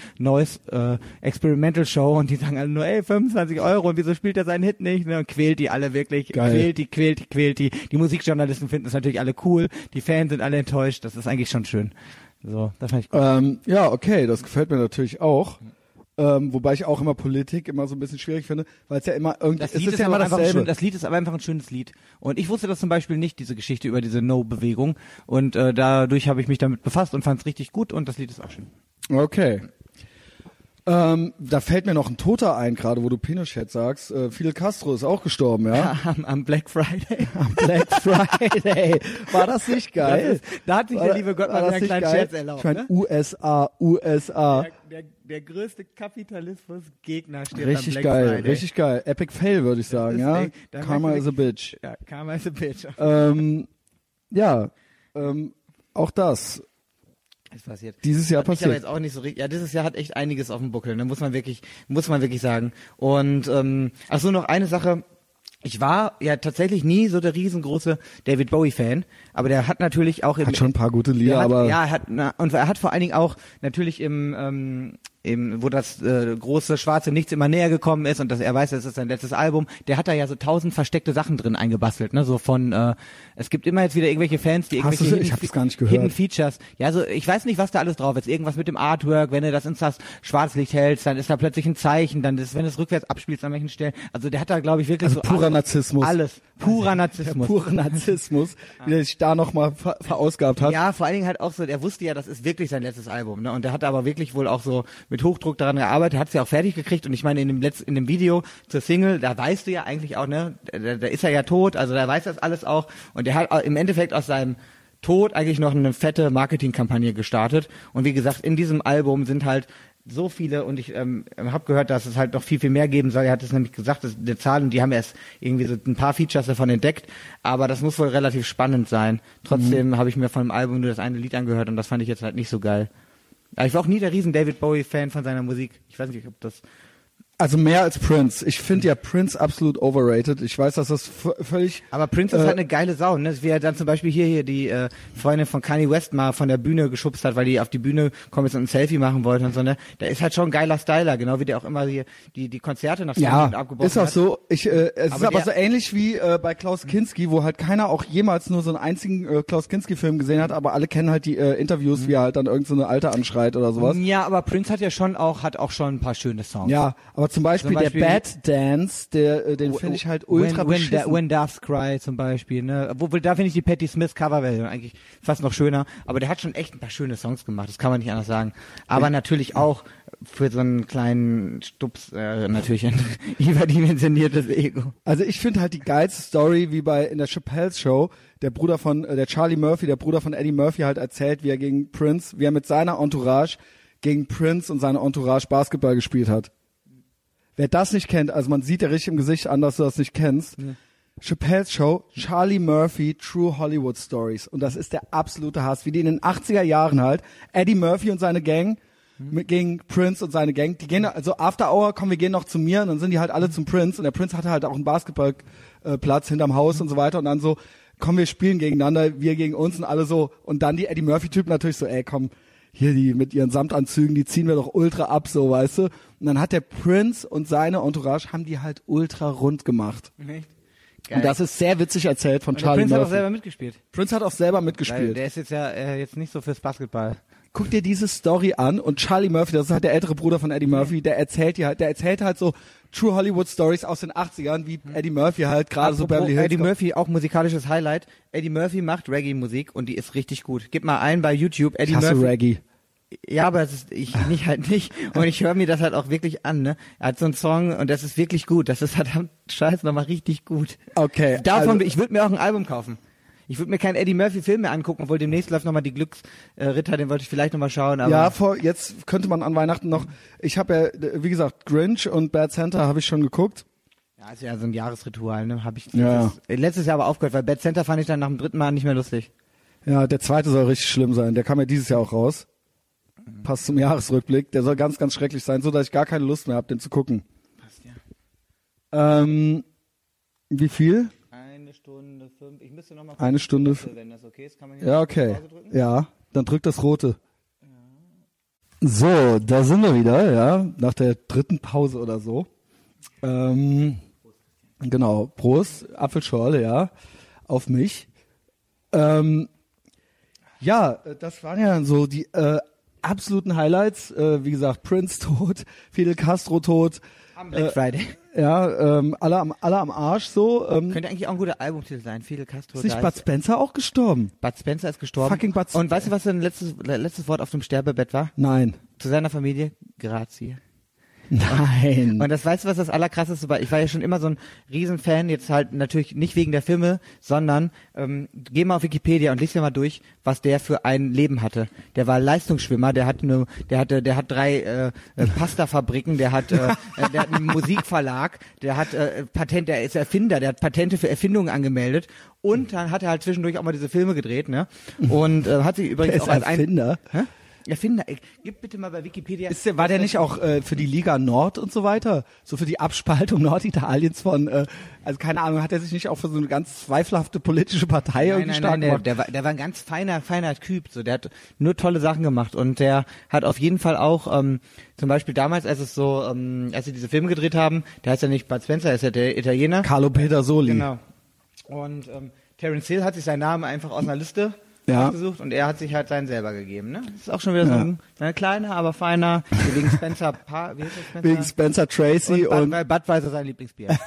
Akustik-Noise-Experimental-Show und die sagen alle nur, ey, fünfundzwanzig Euro und wieso spielt er seinen Hit nicht? Ne? Und quält die alle wirklich, Geil. quält die, quält die, quält die. Die Musikjournalisten finden es natürlich alle cool, die Fans sind alle enttäuscht, das ist eigentlich schon schön. So, das fand ich gut. Ähm, ja, okay, das gefällt mir natürlich auch. Ähm, wobei ich auch immer Politik immer so ein bisschen schwierig finde, weil es ja immer irgendwie, Das es Lied ist ist, ja aber immer einfach ein dasselbe. schön, das Lied ist aber einfach ein schönes Lied. Und ich wusste das zum Beispiel nicht, diese Geschichte über diese No-Bewegung. Und äh, dadurch habe ich mich damit befasst und fand es richtig gut und das Lied ist auch schön. Okay. Ähm, da fällt mir noch ein Toter ein, gerade wo du Pinochet sagst. Äh, Fidel Castro ist auch gestorben, ja? Am, am Black Friday. Am Black Friday. War das nicht geil? Das ist, da hat sich der liebe Gott War mal das wieder einen nicht kleinen geil? Scherz erlaubt. Ich meine, Ne? U S A, U S A. Der, der, der größte Kapitalismus-Gegner steht Richtig am Black geil, Friday. richtig geil. Epic Fail, würde ich sagen, ist ja? echt- da Karma merkt is man a bitch. Ja, Karma is a bitch. Ähm, ja, ähm, auch das. Ist passiert. Dieses Jahr Hat mich passiert. aber jetzt auch nicht so richtig. Ja, dieses Jahr hat echt einiges auf dem Buckel, ne? Muss man wirklich, muss man wirklich sagen. Und ähm, ach so, noch eine Sache. Ich war ja tatsächlich nie so der riesengroße David Bowie-Fan, aber der hat natürlich auch im Hat schon ein paar gute Lieder, der hat, aber ja, er hat na, und er hat vor allen Dingen auch natürlich im ähm, im, wo das äh, große schwarze Nichts immer näher gekommen ist und dass er weiß, das ist sein letztes Album, der hat da ja so tausend versteckte Sachen drin eingebastelt, ne, so von äh, es gibt immer jetzt wieder irgendwelche Fans, die Hast irgendwelche du's? Ich Hidden, hab's gar nicht gehört. Hidden Features, ja, so ich weiß nicht, was da alles drauf ist, irgendwas mit dem Artwork, wenn du das ins das Schwarzlicht hältst, dann ist da plötzlich ein Zeichen, dann ist, wenn du es rückwärts abspielst an welchen Stellen, also der hat da glaube ich wirklich Also so purer alles, Narzissmus. alles, purer Narzissmus. pure Narzissmus, wie er sich da nochmal ver verausgabt hat. Ja, vor allen Dingen halt auch so, der wusste ja, das ist wirklich sein letztes Album, ne? Und der hat aber wirklich wohl auch so mit Hochdruck daran gearbeitet, hat es ja auch fertig gekriegt und ich meine in dem Letz in dem Video zur Single, da weißt du ja eigentlich auch, ne, da, da ist er ja tot, also da weiß das alles auch und der hat auch im Endeffekt aus seinem Tod eigentlich noch eine fette Marketingkampagne gestartet und wie gesagt, in diesem Album sind halt so viele und ich ähm, habe gehört, dass es halt noch viel, viel mehr geben soll. Er hat es nämlich gesagt, dass die Zahlen, die haben erst irgendwie so ein paar Features davon entdeckt, aber das muss wohl relativ spannend sein. Trotzdem mhm. habe ich mir von dem Album nur das eine Lied angehört und das fand ich jetzt halt nicht so geil. Aber ich war auch nie der riesen David Bowie-Fan von seiner Musik. Ich weiß nicht, ob das... Also mehr als Prince. Ich finde ja Prince absolut overrated. Ich weiß, dass das völlig... Aber Prince ist äh, halt eine geile Sau, ne? Wie er dann zum Beispiel hier, hier die äh, Freundin von Kanye West mal von der Bühne geschubst hat, weil die auf die Bühne kommen ist und ein Selfie machen wollte und so, ne? Der ist halt schon ein geiler Styler, genau wie der auch immer hier die die Konzerte nach ja, abgebrochen ist auch hat. so. Ich, äh, es Aber ist aber der- so ähnlich wie äh, bei Klaus Kinski, wo halt keiner auch jemals nur so einen einzigen äh, Klaus Kinski-Film gesehen hat, aber alle kennen halt die äh, Interviews, Mhm. wie er halt dann irgend so eine Alte anschreit oder sowas. Ja, aber Prince hat ja schon auch, hat auch schon ein paar schöne Songs. Ja, aber Aber zum Beispiel, Zum Beispiel der Bad Dance, der, äh, den finde ich halt ultra when, when, beschissen. da, when Doves Cry zum Beispiel, ne? Obwohl, da finde ich die Patti Smith Coverversion eigentlich fast noch schöner. Aber der hat schon echt ein paar schöne Songs gemacht, das kann man nicht anders sagen. Aber natürlich auch für so einen kleinen Stups, äh, natürlich ein überdimensioniertes Ego. Also ich finde halt die geilste Story, wie bei in der Chappelle's Show, der Bruder von, äh, der Charlie Murphy, der Bruder von Eddie Murphy halt erzählt, wie er gegen Prince, wie er mit seiner Entourage gegen Prince und seine Entourage Basketball gespielt hat. Wer das nicht kennt, also man sieht ja richtig im Gesicht an, dass du das nicht kennst. Ja. Chappelle's Show, Charlie Murphy, True Hollywood Stories. Und das ist der absolute Hass. Wie die in den achtziger Jahren halt, Eddie Murphy und seine Gang, mit, gegen Prince und seine Gang, die gehen, also After Hour, komm, wir gehen noch zu mir, und dann sind die halt alle zum Prince, und der Prince hatte halt auch einen Basketballplatz hinterm Haus und so weiter, und dann so, komm, wir spielen gegeneinander, wir gegen uns, und alle so, und dann die Eddie Murphy-Typen natürlich so, ey, komm, hier die mit ihren Samtanzügen, die ziehen wir doch ultra ab, so, weißt du. Und dann hat der Prince und seine Entourage, haben die halt ultra rund gemacht. Echt? Geil. Und das ist sehr witzig erzählt von und Charlie Prince Murphy. hat auch selber mitgespielt. Prince hat auch selber Weil mitgespielt. der ist jetzt ja äh, jetzt nicht so fürs Basketball. Guck dir diese Story an, und Charlie Murphy, das ist halt der ältere Bruder von Eddie Murphy, der erzählt dir halt, der erzählt halt so True Hollywood Stories aus den achtzigern, wie Eddie Murphy halt gerade so Beverly Hills. Eddie Murphy, auch musikalisches Highlight. Eddie Murphy macht Reggae-Musik und die ist richtig gut. Gib mal ein bei YouTube, Eddie Ich hasse Murphy. Reggae. Ja, aber das ist, ich nicht halt nicht. Und ich höre mir das halt auch wirklich an, ne? Er hat so einen Song und das ist wirklich gut. Das ist verdammt scheiße nochmal richtig gut. Okay. Davon, also, ich würde mir auch ein Album kaufen. Ich würde mir keinen Eddie Murphy Film mehr angucken, obwohl demnächst läuft nochmal die Glücksritter, den wollte ich vielleicht nochmal schauen. Aber ja, vor, jetzt könnte man an Weihnachten noch, ich habe ja, wie gesagt, Grinch und Bad Santa habe ich schon geguckt. Ja, ist ja so ein Jahresritual, ne? Habe ich Ja. letztes, letztes Jahr aber aufgehört, weil Bad Santa fand ich dann nach dem dritten Mal nicht mehr lustig. Ja, der zweite soll richtig schlimm sein. Der kam ja dieses Jahr auch raus. Passt zum Jahresrückblick. Der soll ganz, ganz schrecklich sein, so dass ich gar keine Lust mehr habe, den zu gucken. Passt ja. Ähm, wie viel? Eine Stunde fünf. Ich müsste noch mal Eine Stunde. f- wenn das okay ist, kann man hier Ja, noch okay. Pause drücken? Ja, dann drück das rote. So, da sind wir wieder, ja, nach der dritten Pause oder so. Ähm, genau, Prost, Apfelschorle, ja, auf mich. Ähm, ja, äh, das waren ja so die äh, absoluten Highlights. Äh, wie gesagt, Prince tot, Fidel Castro tot. Am Black Äh, Friday. Ja, ähm, alle am, alle am Arsch so. Ähm, Könnte eigentlich auch ein guter Albumtitel sein. Fidel Castro. ist nicht da Bud Spencer auch gestorben? Bud Spencer ist gestorben. Fucking Bud Spencer. Und weißt du, was sein letztes, letztes Wort auf dem Sterbebett war? Nein. Zu seiner Familie? Grazie. Nein. Und das weißt du, was das Allerkrasseste war? Ich war ja schon immer so ein Riesenfan, jetzt halt natürlich nicht wegen der Filme, sondern ähm, geh mal auf Wikipedia und lies dir mal durch, was der für ein Leben hatte. Der war Leistungsschwimmer, der hat eine, der hatte, der hat drei äh, äh, Pastafabriken, der hat, äh, äh, der hat einen Musikverlag, der hat äh, Patent, der ist Erfinder, der hat Patente für Erfindungen angemeldet und dann hat er halt zwischendurch auch mal diese Filme gedreht, ne? Und äh, hat sich übrigens Der ist auch als ein Erfinder. Hä? Erfinder, ey, gib bitte mal bei Wikipedia. Ist der, war der nicht auch äh, für die Liga Nord und so weiter? So für die Abspaltung Norditaliens von, äh, also keine Ahnung, hat er sich nicht auch für so eine ganz zweifelhafte politische Partei Nein, irgendwie nein, stark nein, der, gemacht? der, war, der war ein ganz feiner, feiner Typ. So, der hat nur tolle Sachen gemacht und der hat auf jeden Fall auch, ähm, zum Beispiel damals, als es so, ähm, als sie diese Filme gedreht haben, der heißt ja nicht Bud Spencer, ist ja der Italiener. Carlo Pedersoli. Genau. Und ähm, Terence Hill hat sich seinen Namen einfach aus einer Liste Ja. ausgesucht und er hat sich halt seinen selber gegeben. Ne? Das ist auch schon wieder so Ja. ein, ein kleiner, aber feiner, wegen Spencer, pa, wie heißt das Spencer? Wegen Spencer Tracy und, und, und weil Budweiser sein Lieblingsbier.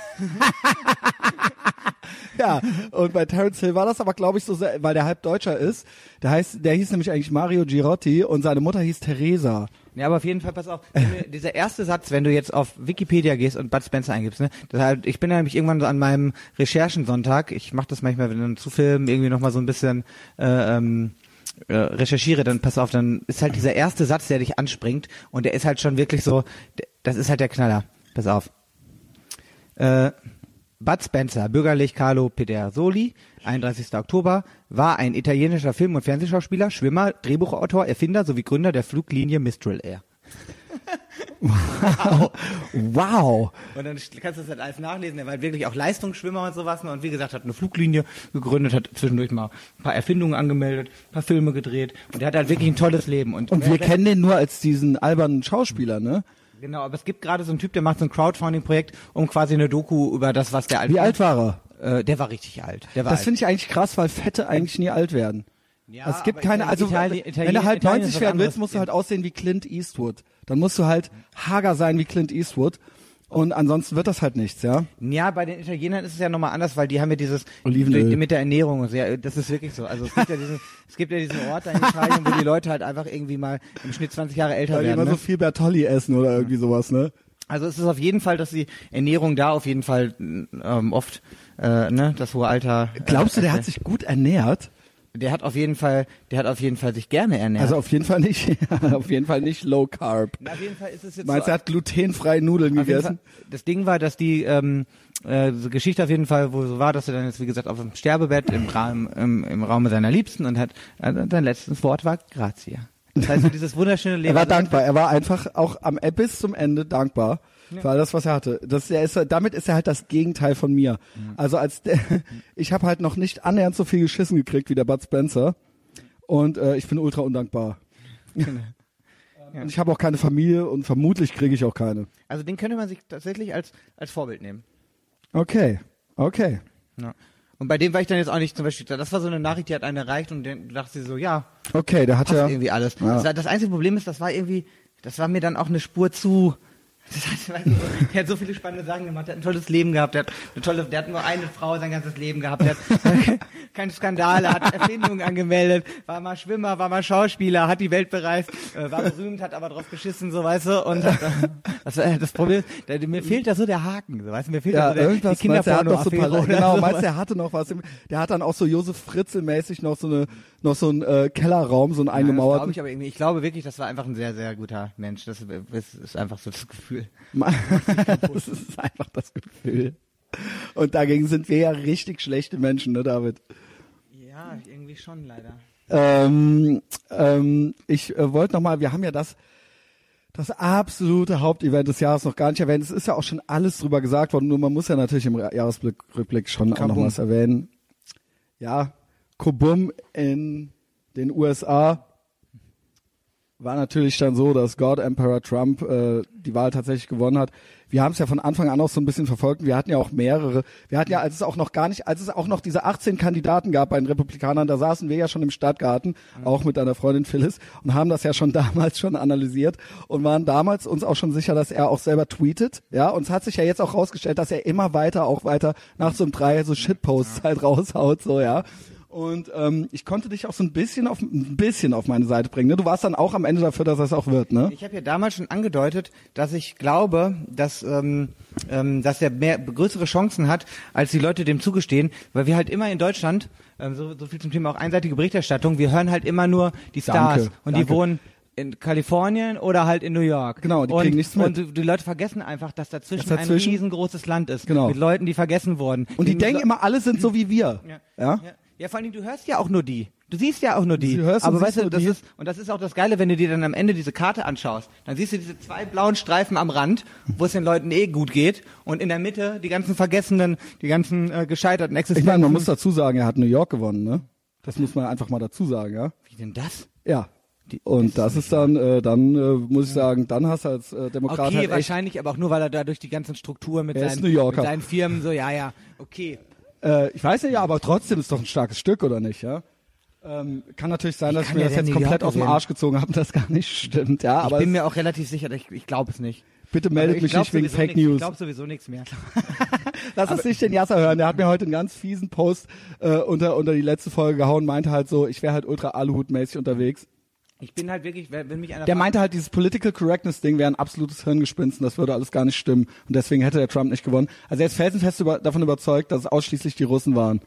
ja, und bei Terence Hill war das aber, glaube ich, so sehr, weil der halb Deutscher ist. Der heißt, der hieß nämlich eigentlich Mario Girotti und seine Mutter hieß Teresa. Ja, aber auf jeden Fall, pass auf, wenn du, dieser erste Satz, wenn du jetzt auf Wikipedia gehst und Bud Spencer eingibst, ne, das halt, ich bin ja nämlich irgendwann so an meinem Recherchensonntag, ich mache das manchmal, wenn dann zu Filmen irgendwie nochmal so ein bisschen äh, ähm, äh, recherchiere, dann pass auf, dann ist halt dieser erste Satz, der dich anspringt und der ist halt schon wirklich so, das ist halt der Knaller. Pass auf. Äh, Bud Spencer, bürgerlich Carlo Pedersoli, einunddreißigster Oktober, war ein italienischer Film- und Fernsehschauspieler, Schwimmer, Drehbuchautor, Erfinder sowie Gründer der Fluglinie Mistral Air. Wow. Wow. Und dann kannst du das halt alles nachlesen. Er war halt wirklich auch Leistungsschwimmer und sowas. Und wie gesagt, hat eine Fluglinie gegründet, hat zwischendurch mal ein paar Erfindungen angemeldet, ein paar Filme gedreht. Und er hat halt wirklich ein tolles Leben. Und, Und wir kennen den nur als diesen albernen Schauspieler, ne? Genau, aber es gibt gerade so einen Typ, der macht so ein Crowdfunding-Projekt, um quasi eine Doku über das, was der alt Wie alt war er? Äh, der war richtig alt. Der war Das alt. finde ich eigentlich krass, weil Fette eigentlich nie alt werden. Ja, Also es gibt aber keine, Italien- also Italien- wenn du halt Italien ist neunzig was werden anderes. willst, musst du halt aussehen wie Clint Eastwood. Dann musst du halt hager sein wie Clint Eastwood. Und ansonsten wird das halt nichts, ja. Ja, bei den Italienern ist es ja nochmal anders, weil die haben ja dieses Olivenöl. mit der Ernährung und so. Ja, das ist wirklich so. Also es gibt ja diesen, es gibt ja diesen Ort da in Italien, wo die Leute halt einfach irgendwie mal im Schnitt zwanzig Jahre älter Weil die werden. immer Ne? so viel Bertolli essen oder irgendwie sowas, ne? Also es ist auf jeden Fall, dass die Ernährung da auf jeden Fall ähm, oft äh, ne, das hohe Alter. Äh, Glaubst du, der hat sich gut ernährt? Der hat auf jeden Fall, der hat auf jeden Fall sich gerne ernährt. Also auf jeden Fall nicht, auf jeden Fall nicht Low Carb. Na, auf jeden Fall ist es jetzt Meinst du, so, er hat glutenfreie Nudeln auf jeden gegessen? Fall, das Ding war, dass die ähm, äh, so Geschichte auf jeden Fall, wo so war, dass er dann jetzt wie gesagt auf dem Sterbebett im Raum im, im Raume seiner Liebsten und hat äh, sein letztes Wort war Grazie. Das heißt, so dieses wunderschöne Leben. Er war also, dankbar. Er war einfach auch am äh, bis zum Ende dankbar Ja. für all das, was er hatte. Das, er ist, damit ist er halt das Gegenteil von mir. Mhm. Also als der, ich habe halt noch nicht annähernd so viel geschissen gekriegt wie der Bud Spencer. Und äh, ich bin ultra undankbar. Ja. Und ich habe auch keine Familie und vermutlich kriege ich auch keine. Also den könnte man sich tatsächlich als als Vorbild nehmen. Okay, okay. Ja. Und bei dem war ich dann jetzt auch nicht zum Beispiel, das war so eine Nachricht, die hat einen erreicht und dann dachte sie so, ja, Okay, der hat passt ja... irgendwie alles. Ja. Das, war, das einzige Problem ist, das war irgendwie, das war mir dann auch eine Spur zu... Das heißt, weißt du, der hat so viele spannende Sachen gemacht, der hat ein tolles Leben gehabt, der hat eine tolle, der hat nur eine Frau sein ganzes Leben gehabt, der hat keine Skandale, hat Erfindungen angemeldet, war mal Schwimmer, war mal Schauspieler, hat die Welt bereist, äh, war berühmt, hat aber drauf geschissen, so weißt du, und hat, das, äh, das Problem ist, der, mir fehlt da so der Haken, so weißt du, mir fehlt Ja, da so der, irgendwas, die meinst du, er hat noch so Kinderporno-Affäre paar, oder genau, so. meinst du, er hatte noch was, im, der hat dann auch so Josef Fritzl-mäßig noch so eine, noch so einen äh, Kellerraum, so einen Ja, das glaube eingemauerten. ich aber irgendwie. Ich glaube wirklich, das war einfach ein sehr, sehr guter Mensch. Das, das ist einfach so das Gefühl. Das ist einfach das Gefühl. Und dagegen sind wir ja richtig schlechte Menschen, ne, David? Ja, irgendwie schon leider. Ähm, ähm, ich äh, wollte nochmal, wir haben ja das, das absolute Hauptevent des Jahres noch gar nicht erwähnt. Es ist ja auch schon alles drüber gesagt worden, nur man muss ja natürlich im Jahresrückblick schon auch noch Kabum. was erwähnen. Ja, Kabum in den U S A war natürlich dann so, dass God Emperor Trump äh, die Wahl tatsächlich gewonnen hat. Wir haben es ja von Anfang an auch so ein bisschen verfolgt. Wir hatten ja auch mehrere. Wir hatten ja, als es auch noch gar nicht, als es auch noch diese achtzehn Kandidaten gab bei den Republikanern, da saßen wir ja schon im Stadtgarten, mhm. auch mit einer Freundin Phyllis, und haben das ja schon damals schon analysiert und waren damals uns auch schon sicher, dass er auch selber tweetet. Ja, und es hat sich ja jetzt auch rausgestellt, dass er immer weiter, auch weiter nach so einem Drei so Shitposts halt raushaut, so, ja. Und ähm, ich konnte dich auch so ein bisschen auf ein bisschen auf meine Seite bringen. Ne? Du warst dann auch am Ende dafür, dass das auch wird, ne? Ich habe ja damals schon angedeutet, dass ich glaube, dass ähm, ähm, dass er mehr größere Chancen hat, als die Leute dem zugestehen, weil wir halt immer in Deutschland, ähm, so, so viel zum Thema auch einseitige Berichterstattung, wir hören halt immer nur die Stars Danke, und danke. die wohnen in Kalifornien oder halt in New York. Genau, die und, kriegen nichts mit. Und die, die Leute vergessen einfach, dass dazwischen, Dass dazwischen ein riesengroßes Land ist. Genau. Mit Leuten, die vergessen wurden. Und die Den- denken immer, alle sind so wie wir. Ja. Ja? Ja. Ja, vor allem, du hörst ja auch nur die. Du siehst ja auch nur die. Du hörst und aber siehst weißt du, nur das die. ist, und das ist auch das Geile, wenn du dir dann am Ende diese Karte anschaust. Dann siehst du diese zwei blauen Streifen am Rand, wo es den Leuten eh gut geht. Und in der Mitte die ganzen Vergessenen, die ganzen äh, gescheiterten Ich Existenzen. meine, man muss dazu sagen, er hat New York gewonnen, ne? Das muss man einfach mal dazu sagen, ja? Wie denn das? Ja. Die- Und das ist dann, äh, dann äh, muss ich sagen, dann hast du als äh, Demokrat Okay, halt echt, wahrscheinlich, aber auch nur, weil er da durch die ganzen Strukturen mit, Er ist seinen, New Yorker. mit seinen Firmen so, ja, ja, okay. äh, ich weiß nicht, ja, aber trotzdem ist doch ein starkes Stück, oder nicht, ja? Ähm, kann natürlich sein, Wie dass ich kann mir der das denn jetzt New komplett Yorker aus dem werden? Arsch gezogen habe und das gar nicht stimmt, ja, Ich aber bin es, mir auch relativ sicher, ich, ich glaube es nicht. bitte meldet Aber ich mich glaub nicht wegen sowieso Fake nix, News. Ich glaube sowieso nichts mehr. Lass uns nicht den Jasser hören, der hat mir heute einen ganz fiesen Post äh, unter unter die letzte Folge gehauen, meinte halt so, ich wäre halt ultra Aluhut-mäßig unterwegs. Ich bin halt wirklich, wenn wenn mich einer Der fragt- meinte halt, dieses Political Correctness Ding wäre ein absolutes Hirngespinst und das würde alles gar nicht stimmen. Und deswegen hätte der Trump nicht gewonnen. Also er ist felsenfest über, davon überzeugt, dass es ausschließlich die Russen waren.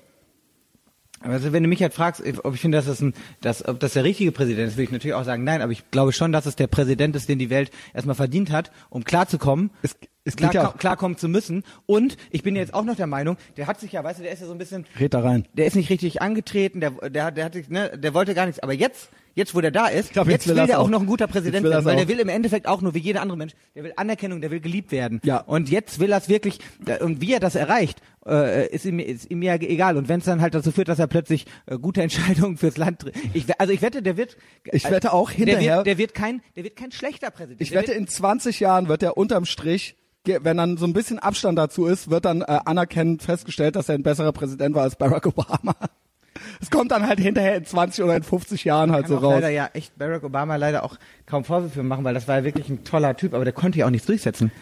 Also wenn du mich halt fragst, ob ich finde, dass das ein, dass, ob das der richtige Präsident ist, würde ich natürlich auch sagen, nein, aber ich glaube schon, dass es der Präsident ist, den die Welt erstmal verdient hat, um klarzukommen, Es, es klar, geht ja auch, klarkommen zu müssen. Und ich bin jetzt auch noch der Meinung, der hat sich ja, weißt du, der ist ja so ein bisschen, red da rein. der ist nicht richtig angetreten, der, der, der hat sich, ne, der wollte gar nichts. Aber jetzt, jetzt wo der da ist, glaub, jetzt jetzt will will er's der auch auch. noch ein guter Jetzt Präsident will er's werden, weil auch. der will im Endeffekt auch nur wie jeder andere Mensch, der will Anerkennung, der will geliebt werden. Ja. Und jetzt will er es wirklich, und wie er das erreicht, äh, ist ihm, ist ihm ja egal. Und wenn es dann halt dazu führt, dass er plötzlich äh, gute Entscheidungen fürs Land trifft. Ich, we- also ich wette, der wird, Ich wette auch der hinterher, wird, der wird kein, der wird kein schlechter Präsident. ich Der wette wird, in zwanzig Jahren wird er unterm Strich, ge- wenn dann so ein bisschen Abstand dazu ist, wird dann äh, anerkennend festgestellt, dass er ein besserer Präsident war als Barack Obama. Es kommt dann halt hinterher in zwanzig oder in fünfzig Jahren halt kann so auch raus. leider ja echt Barack Obama leider auch kaum Vorwürfe machen, weil das war ja wirklich ein toller Typ, aber der konnte ja auch nichts durchsetzen.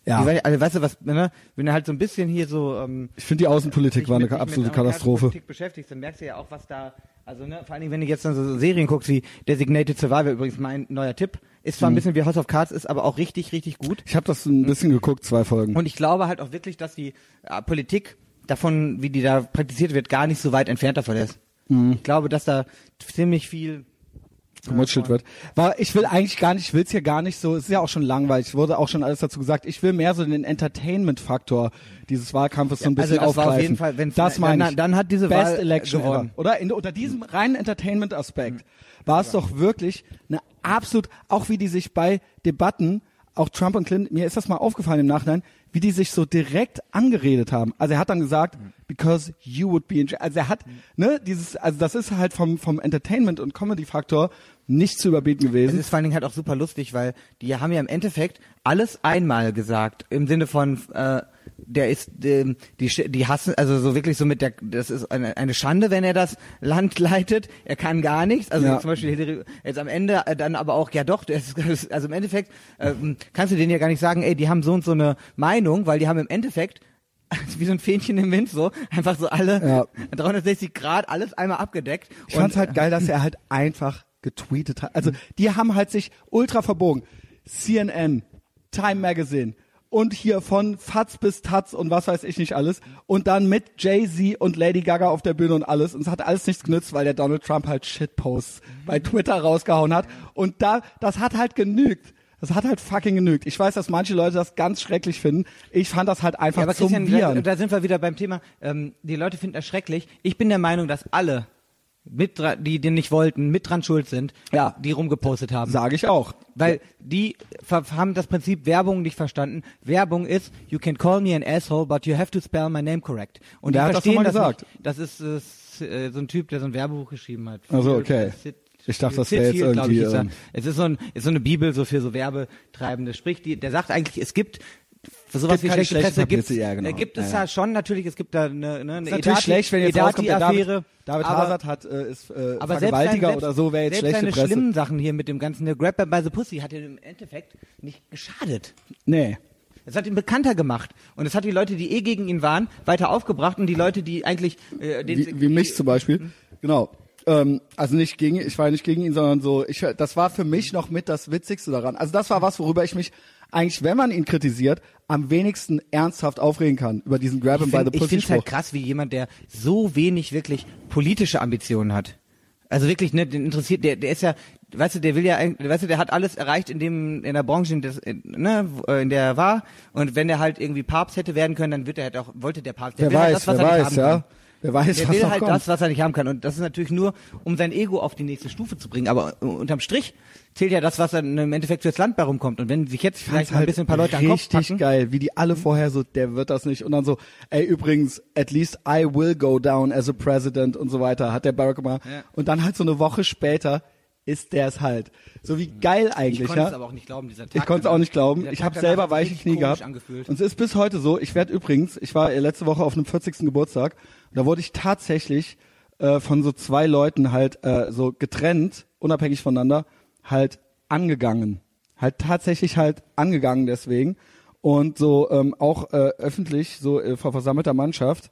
Ja. Die, also weißt du was, ne? Wenn du halt so ein bisschen hier so ähm, Ich finde die Außenpolitik war eine mit, absolute mit Katastrophe. Politik beschäftigst, dann merkst du ja auch, was da, also ne, vor allen Dingen, wenn du jetzt dann so Serien guckst wie Designated Survivor, übrigens mein neuer Tipp, ist zwar Mhm. ein bisschen wie House of Cards, ist aber auch richtig, richtig gut. Ich habe das ein bisschen geguckt, zwei Folgen. Und ich glaube halt auch wirklich, dass die äh, Politik davon, wie die da praktiziert wird, gar nicht so weit entfernt davon ist. Mhm. Ich glaube, dass da ziemlich viel gemutschelt wird. War, ich will eigentlich gar nicht, ich will es hier gar nicht so, es ist ja auch schon langweilig, wurde auch schon alles dazu gesagt, ich will mehr so den Entertainment-Faktor dieses Wahlkampfes so ein bisschen also das war aufgreifen. auf jeden Fall, wenn's, das meine dann, ich. dann hat diese Best Wahl Election gewonnen. ever. Oder? In, unter diesem reinen Entertainment-Aspekt war es doch wirklich eine absolut, auch wie die sich bei Debatten, auch Trump und Clinton, mir ist das mal aufgefallen im Nachhinein, wie die sich so direkt angeredet haben. Also er hat dann gesagt, because you would be in jail. Also er hat, ne, dieses, also das ist halt vom, vom Entertainment- und Comedy-Faktor nicht zu überbieten Es gewesen. ist vor allen Dingen halt auch super lustig, weil die haben ja im Endeffekt alles einmal gesagt, im Sinne von, äh, der ist, ähm, die, die hassen, also so wirklich so mit der, das ist eine, eine Schande, wenn er das Land leitet, er kann gar nichts, also Ja. zum Beispiel Hillary, jetzt am Ende äh, dann aber auch, ja doch, das ist, also im Endeffekt ähm, kannst du denen ja gar nicht sagen, ey, die haben so und so eine Meinung, weil die haben im Endeffekt wie so ein Fähnchen im Wind, so einfach so alle Ja. dreihundertsechzig Grad, alles einmal abgedeckt. Ich fand's halt geil, dass er halt einfach getweetet hat. Also die haben halt sich ultra verbogen. C N N, Time Magazine und hier von Fatz bis Taz und was weiß ich nicht alles. Und dann mit Jay-Z und Lady Gaga auf der Bühne und alles. Und es hat alles nichts genützt, weil der Donald Trump halt Shitposts bei Twitter rausgehauen hat. Und da, das hat halt genügt. Das hat halt fucking genügt. Ich weiß, dass manche Leute das ganz schrecklich finden. Ich fand das halt einfach Ja, aber zum Christian, da, Viren. da sind wir wieder beim Thema, ähm, die Leute finden das schrecklich. Ich bin der Meinung, dass alle, mit, dra- die den nicht wollten, mit dran schuld sind, Ja. die rumgepostet haben. Sage ich auch. Weil die ver- haben das Prinzip Werbung nicht verstanden. Werbung ist, you can call me an asshole, but you have to spell my name correct. Und Wer die hat das verstehen nochmal das gesagt? nicht. Das ist äh, so ein Typ, der so ein Werbebuch geschrieben hat. Also, okay. Sid- Ich dachte, das Sid wäre jetzt Field, glaub irgendwie, ich, hieß er. ähm, Es ist so, ein, ist so eine Bibel so für so Werbetreibende. Sprich, die, der sagt eigentlich, es gibt für sowas gibt wie keine schlechte schlechten Presse gibt, Publicity, ja, genau. äh, gibt es ja, ja. ja schon, natürlich, es gibt da eine, ne, eine Ist natürlich schlecht, wenn jetzt rauskommt, der Edati-Affäre. David, David aber- Hazard hat, äh, ist äh, aber Vergewaltiger selbst, oder so, wäre jetzt selbst schlechte seine Presse. schlimmen Sachen hier mit dem ganzen, der Grab by the Pussy hat ja im Endeffekt nicht geschadet. Nee. Es hat ihn bekannter gemacht. Und es hat die Leute, die eh gegen ihn waren, weiter aufgebracht und die Leute, die eigentlich, äh, den, Wie, wie mich zum Beispiel. Genau. Ähm, also nicht gegen, ich war nicht gegen ihn, sondern so, ich, das war für mich noch mit das Witzigste daran. Also das war was, worüber ich mich eigentlich, wenn man ihn kritisiert, am wenigsten ernsthaft aufregen kann, über diesen Grab him Ich by the finde Pussy es Spruch. halt krass, wie jemand, der so wenig wirklich politische Ambitionen hat. Also wirklich, ne, den interessiert, der, der ist ja, weißt du, der will ja, eigentlich- weißt du, der hat alles erreicht in dem, in der Branche, in, des, in, ne, wo- äh, in der er war. Und wenn er halt irgendwie Papst hätte werden können, dann wird er halt auch, wollte der Papst. Der Wer will halt weiß, das, was wer er nicht weiß, haben ja. kann. Wer weiß, Der was will noch halt kommt. das, was er nicht haben kann. Und das ist natürlich nur, um sein Ego auf die nächste Stufe zu bringen. Aber unterm Strich zählt ja das, was dann im Endeffekt fürs Land bei rumkommt. Und wenn sich jetzt vielleicht mal ein bisschen ein paar Leute an den Kopf richtig packen, geil, wie die alle vorher so, der wird das nicht. Und dann so, ey, übrigens, at least I will go down as a president und so weiter, hat der Barack Obama. Ja. Und dann halt so eine Woche später ist der es halt. So wie geil eigentlich, ich konnte ja. es aber auch nicht glauben, dieser Tag. Ich konnte es auch nicht glauben. Dieser Ich Tag habe danach selber hat sich weiche richtig Knie komisch gehabt. angefühlt. Und es ist bis heute so. Ich werde übrigens, ich war äh, letzte Woche auf einem vierzigsten Geburtstag. Und da wurde ich tatsächlich äh, von so zwei Leuten halt äh, so getrennt, unabhängig voneinander, halt angegangen. Halt tatsächlich halt angegangen deswegen. Und so ähm, auch äh, öffentlich, so äh, vor versammelter Mannschaft,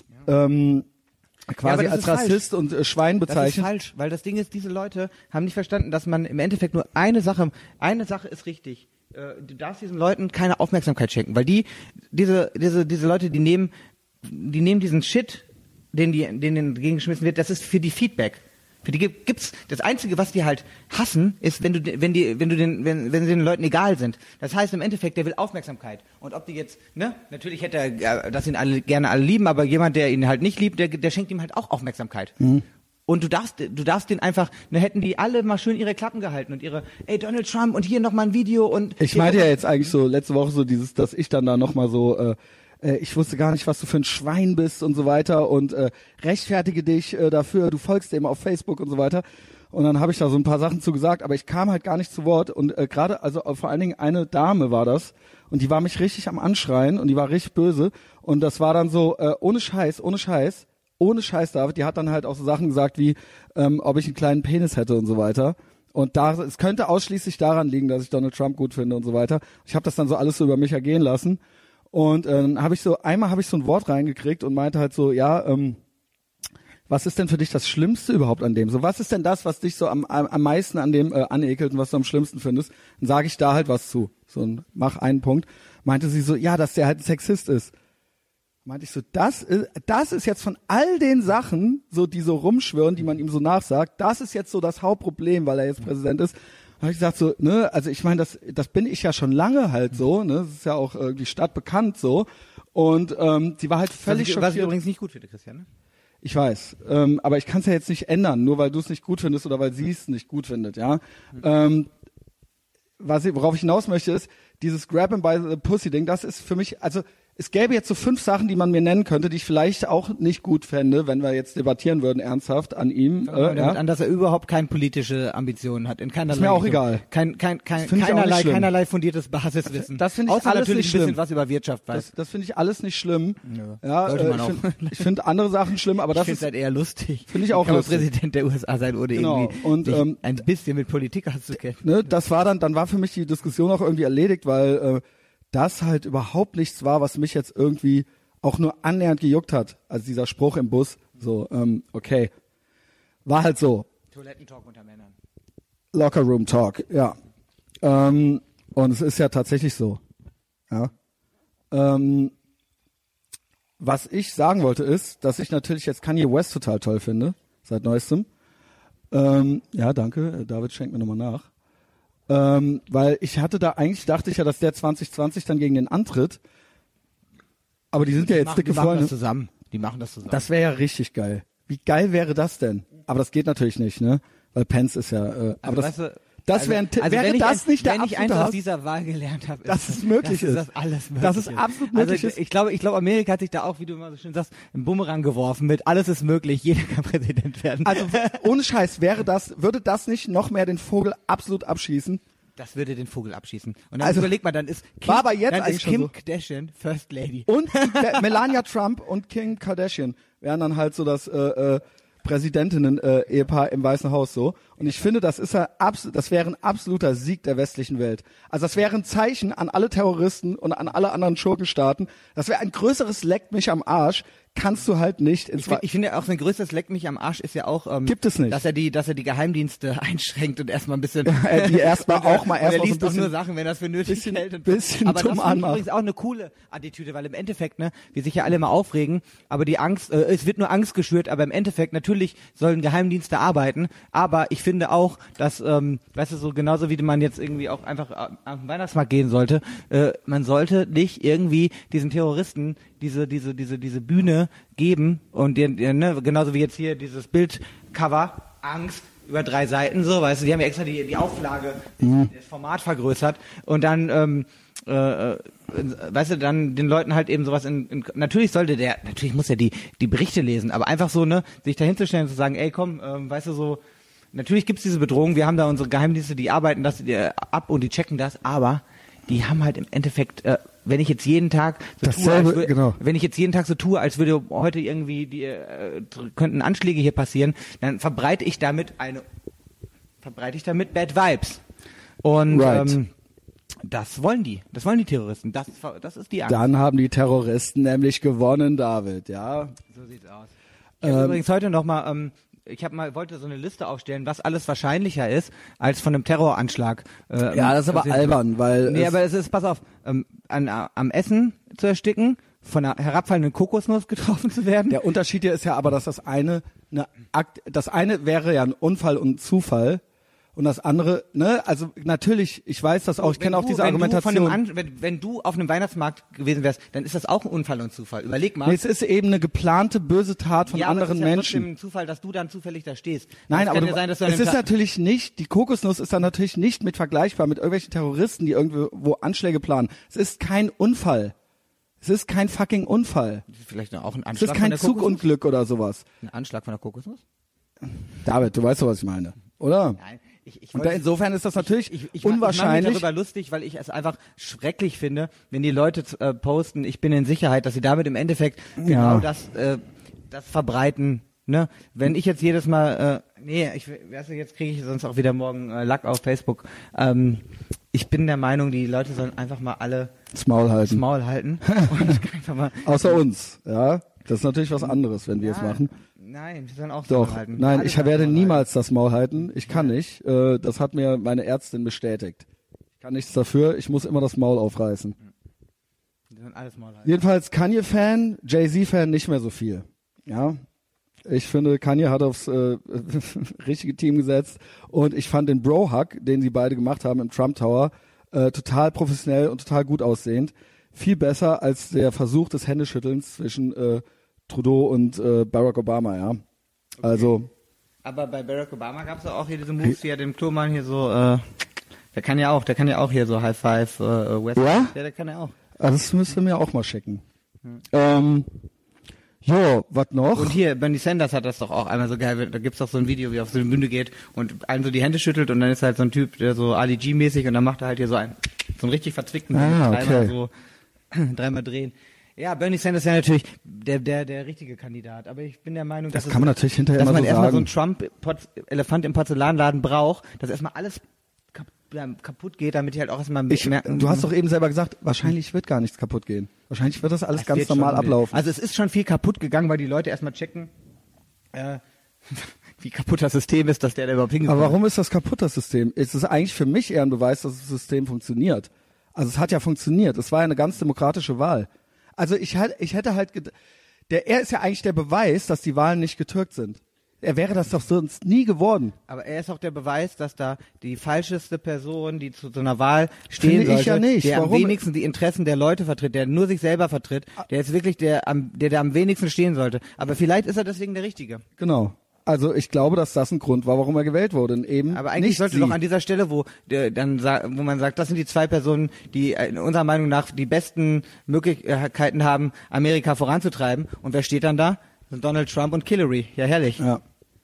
ähm, aber quasi das als ist falsch. Rassist und äh, Schwein Das ist bezeichnet. falsch, weil das Ding ist, diese Leute haben nicht verstanden, dass man im Endeffekt nur eine Sache, eine Sache ist richtig. Äh, Du darfst diesen Leuten keine Aufmerksamkeit schenken, weil die, diese, diese, diese Leute, die nehmen, die nehmen diesen Shit, den die, den denen entgegengeschmissen wird, das ist für die Feedback. Für die gibt- gibt's, das Einzige, was die halt hassen, ist, wenn du, wenn die, wenn du den, wenn, wenn sie den Leuten egal sind. Das heißt im Endeffekt, der will Aufmerksamkeit. Und ob die jetzt, ne, natürlich hätte er, äh, dass ihn alle, gerne alle lieben, aber jemand, der ihn halt nicht liebt, der, der schenkt ihm halt auch Aufmerksamkeit. Und du darfst, du darfst den einfach, ne, hätten die alle mal schön ihre Klappen gehalten und ihre, ey, Donald Trump und hier nochmal ein Video und. Ich hier meinte noch ja mal- jetzt eigentlich so letzte Woche so dieses, dass ich dann da nochmal so, äh, äh, ich wusste gar nicht, was du für ein Schwein bist und so weiter und äh, rechtfertige dich äh, dafür, du folgst dem auf Facebook und so weiter. Und dann habe ich da so ein paar Sachen zu gesagt, aber ich kam halt gar nicht zu Wort und äh, gerade, also äh, vor allen Dingen eine Dame war das und die war mich richtig am Anschreien und die war richtig böse und das war dann so, äh, ohne Scheiß, ohne Scheiß, ohne Scheiß, David, die hat dann halt auch so Sachen gesagt wie, ähm, ob ich einen kleinen Penis hätte und so weiter. Und da, es könnte ausschließlich daran liegen, dass ich Donald Trump gut finde und so weiter. Ich habe das dann so alles so über mich ergehen lassen. Und äh, dann habe ich so, einmal habe ich so ein Wort reingekriegt und meinte halt so, ja, ähm, was ist denn für dich das Schlimmste überhaupt an dem? So, was ist denn das, was dich so am, am, am meisten an dem äh, anekelt und was du am schlimmsten findest? Dann sage ich da halt was zu. So, und mach einen Punkt. Meinte sie so, ja, dass der halt ein Sexist ist. Meinte ich so, das ist, das ist jetzt von all den Sachen, so die so rumschwirren, die man ihm so nachsagt, das ist jetzt so das Hauptproblem, weil er jetzt Präsident ist. Habe ich gesagt so, ne, also ich meine, das das bin ich ja schon lange halt so, ne, das ist ja auch irgendwie stadtbekannt so. Und ähm, sie war halt völlig was ich, schockiert. Was ich übrigens nicht gut finde, Christian, ne? Ich weiß, ähm, aber ich kann es ja jetzt nicht ändern, nur weil du es nicht gut findest oder weil sie es nicht gut findet, ja. Mhm. Ähm, was ich, worauf ich hinaus möchte ist, dieses Grab him by the Pussy Ding, das ist für mich, also es gäbe jetzt so fünf Sachen, die man mir nennen könnte, die ich vielleicht auch nicht gut fände, wenn wir jetzt debattieren würden, ernsthaft an ihm. Äh, ja. An, dass er überhaupt keine politische Ambitionen hat. In keinerlei ist mir auch egal. Kein, kein, kein, kein, keinerlei, keinerlei fundiertes Basiswissen. Das finde ich Außer alles natürlich nicht ein bisschen schlimm. was über Wirtschaft weiß. Das, das finde ich alles nicht schlimm. Ja, ja sollte äh, man auch. Ich finde find andere Sachen schlimm, aber ich das finde ist es halt eher lustig. Finde ich auch Kann man lustig. Präsident der U S A sein, ohne genau. irgendwie Und, sich ähm, ein bisschen mit Politik auszukennen. Ne, das war dann, dann war für mich die Diskussion auch irgendwie erledigt, weil äh, das halt überhaupt nichts war, was mich jetzt irgendwie auch nur annähernd gejuckt hat, also dieser Spruch im Bus, so, ähm, okay, war halt so. Toilettentalk unter Männern. Locker Room Talk, ja. Ähm, und es ist ja tatsächlich so, ja. Ähm, was ich sagen wollte ist, dass ich natürlich jetzt Kanye West total toll finde, seit neuestem. Ähm, ja, danke, David schenkt mir nochmal nach. Ähm, weil ich hatte da, eigentlich dachte ich ja, dass der zwanzig zwanzig dann gegen den antritt. Aber die sind die ja jetzt machen, dicke die machen Freunde. das zusammen. Die machen das zusammen. Das wäre ja richtig geil. Wie geil wäre das denn? Aber das geht natürlich nicht, ne? Weil Pence ist ja. Äh, also, aber das, weißt du, das also, wäre ein Tipp. also wäre wenn das ich, nicht der wenn ich absolute eins aus Hass? dieser Wahl gelernt habe, Dass es möglich dass ist. Das alles möglich Dass es ist. absolut möglich also, ist. Ich glaube, ich glaube, Amerika hat sich da auch, wie du immer so schön sagst, einen Bumerang geworfen mit alles ist möglich, jeder kann Präsident werden. Also ohne Scheiß wäre das, würde das nicht noch mehr den Vogel absolut abschießen? Das würde den Vogel abschießen. Und dann Also, überleg mal, dann ist Kim, war aber jetzt dann eigentlich ist schon Kim so. Kardashian First Lady. Und der, Melania Trump und Kim Kardashian wären dann halt so das äh, äh, Präsidentinnen-Ehepaar im Weißen Haus so. Und ich finde, das ist ja abs- das wäre ein absoluter Sieg der westlichen Welt. Also das wäre ein Zeichen an alle Terroristen und an alle anderen Schurkenstaaten. Das wäre ein größeres Leckt mich am Arsch. Kannst du halt nicht. Ich, find, ich finde auch, ein größeres Leck mich am Arsch ist ja auch, ähm, Gibt es nicht. dass er die, dass er die Geheimdienste einschränkt und erstmal ein bisschen, äh, die erstmal auch mal erstmal erstmal er liest so ein auch nur bisschen, Sachen, wenn er es für nötig bisschen, hält. Und bisschen aber dumm das finde ich anmacht. übrigens auch eine coole Attitüde, weil im Endeffekt, ne, wir sich ja alle mal aufregen, aber die Angst, äh, es wird nur Angst geschürt, aber im Endeffekt natürlich sollen Geheimdienste arbeiten, aber ich finde auch, dass, ähm, weißt du, so genauso wie man jetzt irgendwie auch einfach auf den Weihnachtsmarkt gehen sollte, äh, man sollte nicht irgendwie diesen Terroristen diese, diese, diese, diese Bühne geben und die, die, ne, genauso wie jetzt hier dieses Bildcover, Angst, über drei Seiten so, weißt du, die haben ja extra die, die Auflage, Mhm. das Format vergrößert und dann, ähm, äh, äh, weißt du, dann den Leuten halt eben sowas in, in natürlich sollte der, natürlich muss er die, die Berichte lesen, aber einfach so, ne, sich dahinzustellen und zu sagen, ey komm, ähm, weißt du so, natürlich gibt's diese Bedrohung, wir haben da unsere Geheimdienste, die arbeiten das äh, ab und die checken das, aber die haben halt im Endeffekt, äh, wenn ich jetzt jeden Tag so tue, Dasselbe, als wür- genau. wenn ich jetzt jeden Tag so tue, als würde heute irgendwie die äh, könnten Anschläge hier passieren, dann verbreite ich damit eine verbreite ich damit Bad Vibes. Und Right. ähm, das wollen die, das wollen die Terroristen, das das ist die Angst. Dann haben die Terroristen nämlich gewonnen, David, ja. So sieht's aus. Ich habe Ähm, übrigens heute noch mal ähm, ich habe mal wollte so eine Liste aufstellen, was alles wahrscheinlicher ist als von einem Terroranschlag. Äh, Ja, das ist aber also- albern, weil Nee, es, aber es ist, pass auf, ähm, an, am Essen zu ersticken, von einer herabfallenden Kokosnuss getroffen zu werden. der Unterschied hier ist ja aber, dass das eine, eine Akt, das eine wäre ja ein Unfall und ein Zufall und das andere, ne, also natürlich, ich weiß das auch, ich Wenn kenne auch du- diese wenn Argumentation. Du von einem An- wenn, wenn du auf einem Weihnachtsmarkt gewesen wärst, dann ist das auch ein Unfall und Zufall. Überleg mal. Nee, es ist eben eine geplante böse Tat von ja, aber anderen es ist ja Menschen. trotzdem ein Zufall, dass du dann zufällig da stehst. Nein, das aber kann du, ja sein, dass du an es dem ist Tag- natürlich nicht, die Kokosnuss ist dann natürlich nicht mit vergleichbar mit irgendwelchen Terroristen, die irgendwo wo Anschläge planen. Es ist kein Unfall. Es ist kein fucking Unfall. vielleicht auch ein Es Anschlag ist von kein der Kokosnuss. Zugunglück oder sowas. Ein Anschlag von der Kokosnuss? David, du weißt doch, was ich meine, oder? Nein, ich, ich Und wollte- da insofern ist das natürlich ich, ich, ich mach- unwahrscheinlich. Ich mache mich darüber lustig, weil ich es einfach schrecklich finde, wenn die Leute äh, posten, ich bin in Sicherheit, dass sie damit im Endeffekt Ja. genau das, äh, das verbreiten, Ne? Wenn ich jetzt jedes Mal, äh, nee, ich weißt du, jetzt kriege ich sonst auch wieder morgen äh, Lack auf Facebook. Ähm, ich bin der Meinung, die Leute sollen einfach mal alle das Maul halten. Das Maul halten. Und einfach mal Außer uns, ja. Das ist natürlich was anderes, wenn wir es ja, machen. Nein, die sollen auch das Doch, Maul halten. nein, Alle ich sollen werde das Maul niemals das Maul halten. Ich kann nicht. Äh, das hat mir meine Ärztin bestätigt. Ich kann nichts dafür. Ich muss immer das Maul aufreißen. Die sollen alles Maul halten. Jedenfalls Kanye-Fan, Jay-Z-Fan nicht mehr so viel. Ja. Ich finde, Kanye hat aufs äh, richtige Team gesetzt und ich fand den Bro-Hug, den sie beide gemacht haben im Trump Tower, äh, total professionell und total gut aussehend. Viel besser als der Versuch des Händeschüttelns zwischen äh, Trudeau und äh, Barack Obama, ja. Also. Aber bei Barack Obama gab es auch hier diese Moves, wie er dem Klomann hier so, äh, der kann ja auch, der kann ja auch hier so High Five, äh, West. Ja? Ja, der kann ja auch. Also das müsst ihr mir auch mal schicken. Hm. Ähm, jo, was noch? Und hier, Bernie Sanders hat das doch auch einmal so geil, da gibt's doch so ein Video, wie er auf so eine Bühne geht und einem so die Hände schüttelt und dann ist halt so ein Typ, der so Ali G-mäßig und dann macht er halt hier so einen, so einen richtig verzwickten, ah, okay. dreimal so, dreimal drehen. Ja, Bernie Sanders ist ja natürlich der, der, der richtige Kandidat, aber ich bin der Meinung, dass, das kann man es, natürlich hinterher dass immer man so erstmal sagen. so einen Trump-Elefant im Porzellanladen braucht, dass erstmal alles kaputt geht, damit die halt auch erstmal ich, merken. Du hast doch eben selber gesagt, wahrscheinlich wird gar nichts kaputt gehen. Wahrscheinlich wird das alles Es ganz wird normal schon, ablaufen. Also es ist schon viel kaputt gegangen, weil die Leute erstmal checken, äh, wie kaputt das System ist, dass der da überhaupt hingekommen ist. Aber warum ist das kaputt, das System? Es ist eigentlich für mich eher ein Beweis, dass das System funktioniert. Also es hat ja funktioniert. Es war ja eine ganz demokratische Wahl. Also ich, halt, ich hätte halt, ged- der, er ist ja eigentlich der Beweis, dass die Wahlen nicht getürkt sind. Er wäre das doch sonst nie geworden. Aber er ist auch der Beweis, dass da die falscheste Person, die zu so einer Wahl stehen Finde ich sollte, ja nicht. der Warum? am wenigsten die Interessen der Leute vertritt, der nur sich selber vertritt, der ist wirklich der, am, der, der am wenigsten stehen sollte. Aber vielleicht ist er deswegen der Richtige. Genau. Also ich glaube, dass das ein Grund war, warum er gewählt wurde. Und eben Aber eigentlich nicht sollte sie. doch an dieser Stelle, wo der, dann sa- wo man sagt, das sind die zwei Personen, die in unserer Meinung nach die besten Möglichkeiten haben, Amerika voranzutreiben. Und wer steht dann da? Das sind Donald Trump und Hillary. Ja, herrlich. Ja.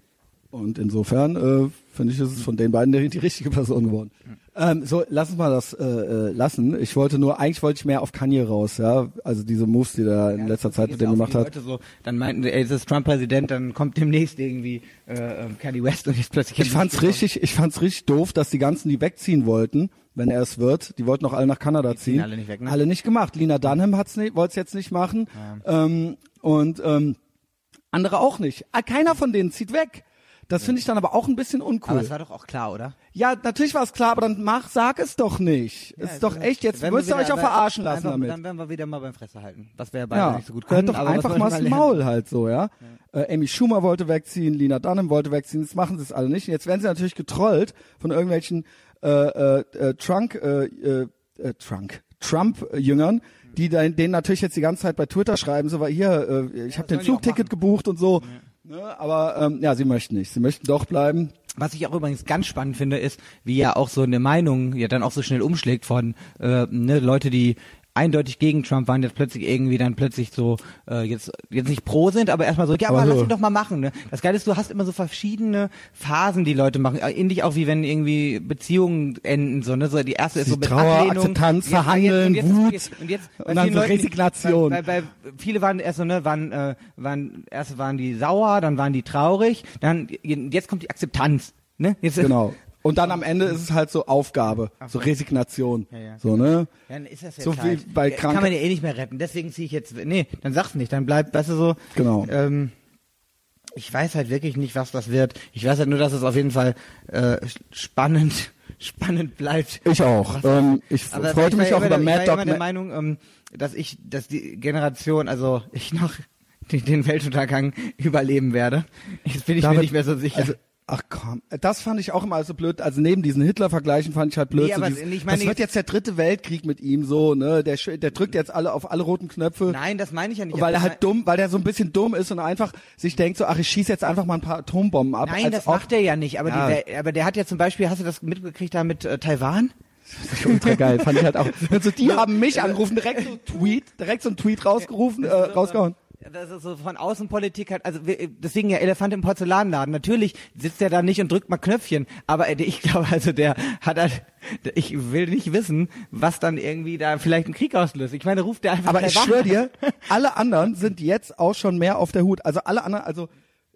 Und insofern äh, finde ich, ist es von den beiden die, die richtige Person geworden. Mhm. Ähm, so, lass uns mal das äh, äh, lassen. Ich wollte nur, eigentlich wollte ich mehr auf Kanye raus, ja. Also diese Moves, die er in Ja, letzter Zeit mit ja dem gemacht hat. Leute so, dann meinten, ey, jetzt ist Trump Präsident, dann kommt demnächst irgendwie äh, Kanye West und jetzt plötzlich. Ich fand's richtig, ich fand's richtig doof, dass die ganzen, die wegziehen wollten, wenn er es wird, die wollten auch alle nach Kanada Die ziehen ziehen. alle nicht weg, ne? Alle nicht gemacht. Lina Dunham hat's nicht, wollte es jetzt nicht machen. Ja. Ähm, und ähm, andere auch nicht. Ah, keiner von denen zieht weg. Das finde ich dann aber auch ein bisschen uncool. Aber es war doch auch klar, oder? Ja, natürlich war es klar, aber dann mach, sag es doch nicht. Ja, ist doch dann- echt, jetzt wenn müsst wir ihr euch wieder- auch verarschen lassen einfach, damit. Dann werden wir wieder mal beim Fresse halten. Was wir ja beide Ja, nicht so gut können. halt doch aber was einfach wir mal schon das lernen. Maul halt so, ja. ja. Äh, Amy Schumer wollte wegziehen, Lina Dunham wollte wegziehen, das machen sie es alle nicht. Jetzt werden sie natürlich getrollt von irgendwelchen äh, äh, äh, Trunk, äh, äh, äh, Trunk, Trump-Jüngern, die dann, denen natürlich jetzt die ganze Zeit bei Twitter schreiben, so, weil hier, äh, ich Ja, habe den sollen die auch Zugticket machen. gebucht und so. Ne, aber ähm, ja, sie möchten nicht. Sie möchten doch bleiben. Was ich auch übrigens ganz spannend finde, ist, wie ja auch so eine Meinung ja dann auch so schnell umschlägt von äh, ne, Leute, die eindeutig gegen Trump waren, jetzt plötzlich irgendwie dann plötzlich so äh, jetzt jetzt nicht pro sind, aber erstmal so, ja, aber, Aber so. lass ihn doch mal machen. Ne? Das Geile ist, du hast immer so verschiedene Phasen, die Leute machen. Äh, Ähnlich auch wie wenn irgendwie Beziehungen enden, so ne, so die erste ist Die so mit Trauer, Ablehnung, Akzeptanz, Jetzt- Verhandeln, jetzt- Wut und jetzt, und jetzt bei und dann vielen so Leuten, Resignation. Bei, bei, bei viele waren erst so ne, waren äh, waren erst waren die sauer, dann waren die traurig, dann jetzt kommt die Akzeptanz. Ne? Jetzt, Genau. Und dann am Ende ist es halt so Aufgabe, so Resignation. Ja, ja. So, ne? Ja, dann ist das jetzt So halt. wie bei Ja, Krank- kann man ja eh nicht mehr retten. Deswegen ziehe ich jetzt. Nee, dann sag's nicht. Dann bleibt, weißt du so. Genau. Ähm, ich weiß halt wirklich nicht, was das wird. Ich weiß halt nur, dass es auf jeden Fall äh, spannend, spannend bleibt. Ich auch. Ähm, ich Aber freute ich mich war auch immer über der, Mad ich war Dog. immer der Ma- Meinung, ähm, dass ich, dass die Generation, also ich noch den, den Weltuntergang überleben werde. Jetzt bin ich David, mir nicht mehr so sicher. Also, ach komm, das fand ich auch immer so blöd. Also neben diesen Hitler-Vergleichen fand ich halt blöd. Nee, so aber dieses, ich meine das wird jetzt- jetzt der dritte Weltkrieg mit ihm so, ne? Der, sch- der drückt jetzt alle auf alle roten Knöpfe. Nein, das meine ich ja nicht. Weil Aber er ich halt dumm, weil der so ein bisschen dumm ist und einfach sich denkt so, ach, ich schieße jetzt einfach mal ein paar Atombomben ab. Nein, als das ob- macht er ja nicht. Aber, Ja. Die, der, aber der hat ja zum Beispiel, hast du das mitgekriegt da mit äh, Taiwan? Das ist ultra geil, fand ich halt auch. Also die haben mich angerufen, direkt so Tweet, direkt so ein Tweet rausgerufen, äh, rausgehauen. Das ist so von Außenpolitik halt, also wir- deswegen ja Elefant im Porzellanladen. Natürlich sitzt er da nicht und drückt mal Knöpfchen, aber äh, ich glaube also, der hat halt, ich will nicht wissen, was dann irgendwie da vielleicht einen Krieg auslöst. Ich meine, ruft der einfach Aber ich Taiwan schwöre an. dir, alle anderen sind jetzt auch schon mehr auf der Hut. Also alle anderen, also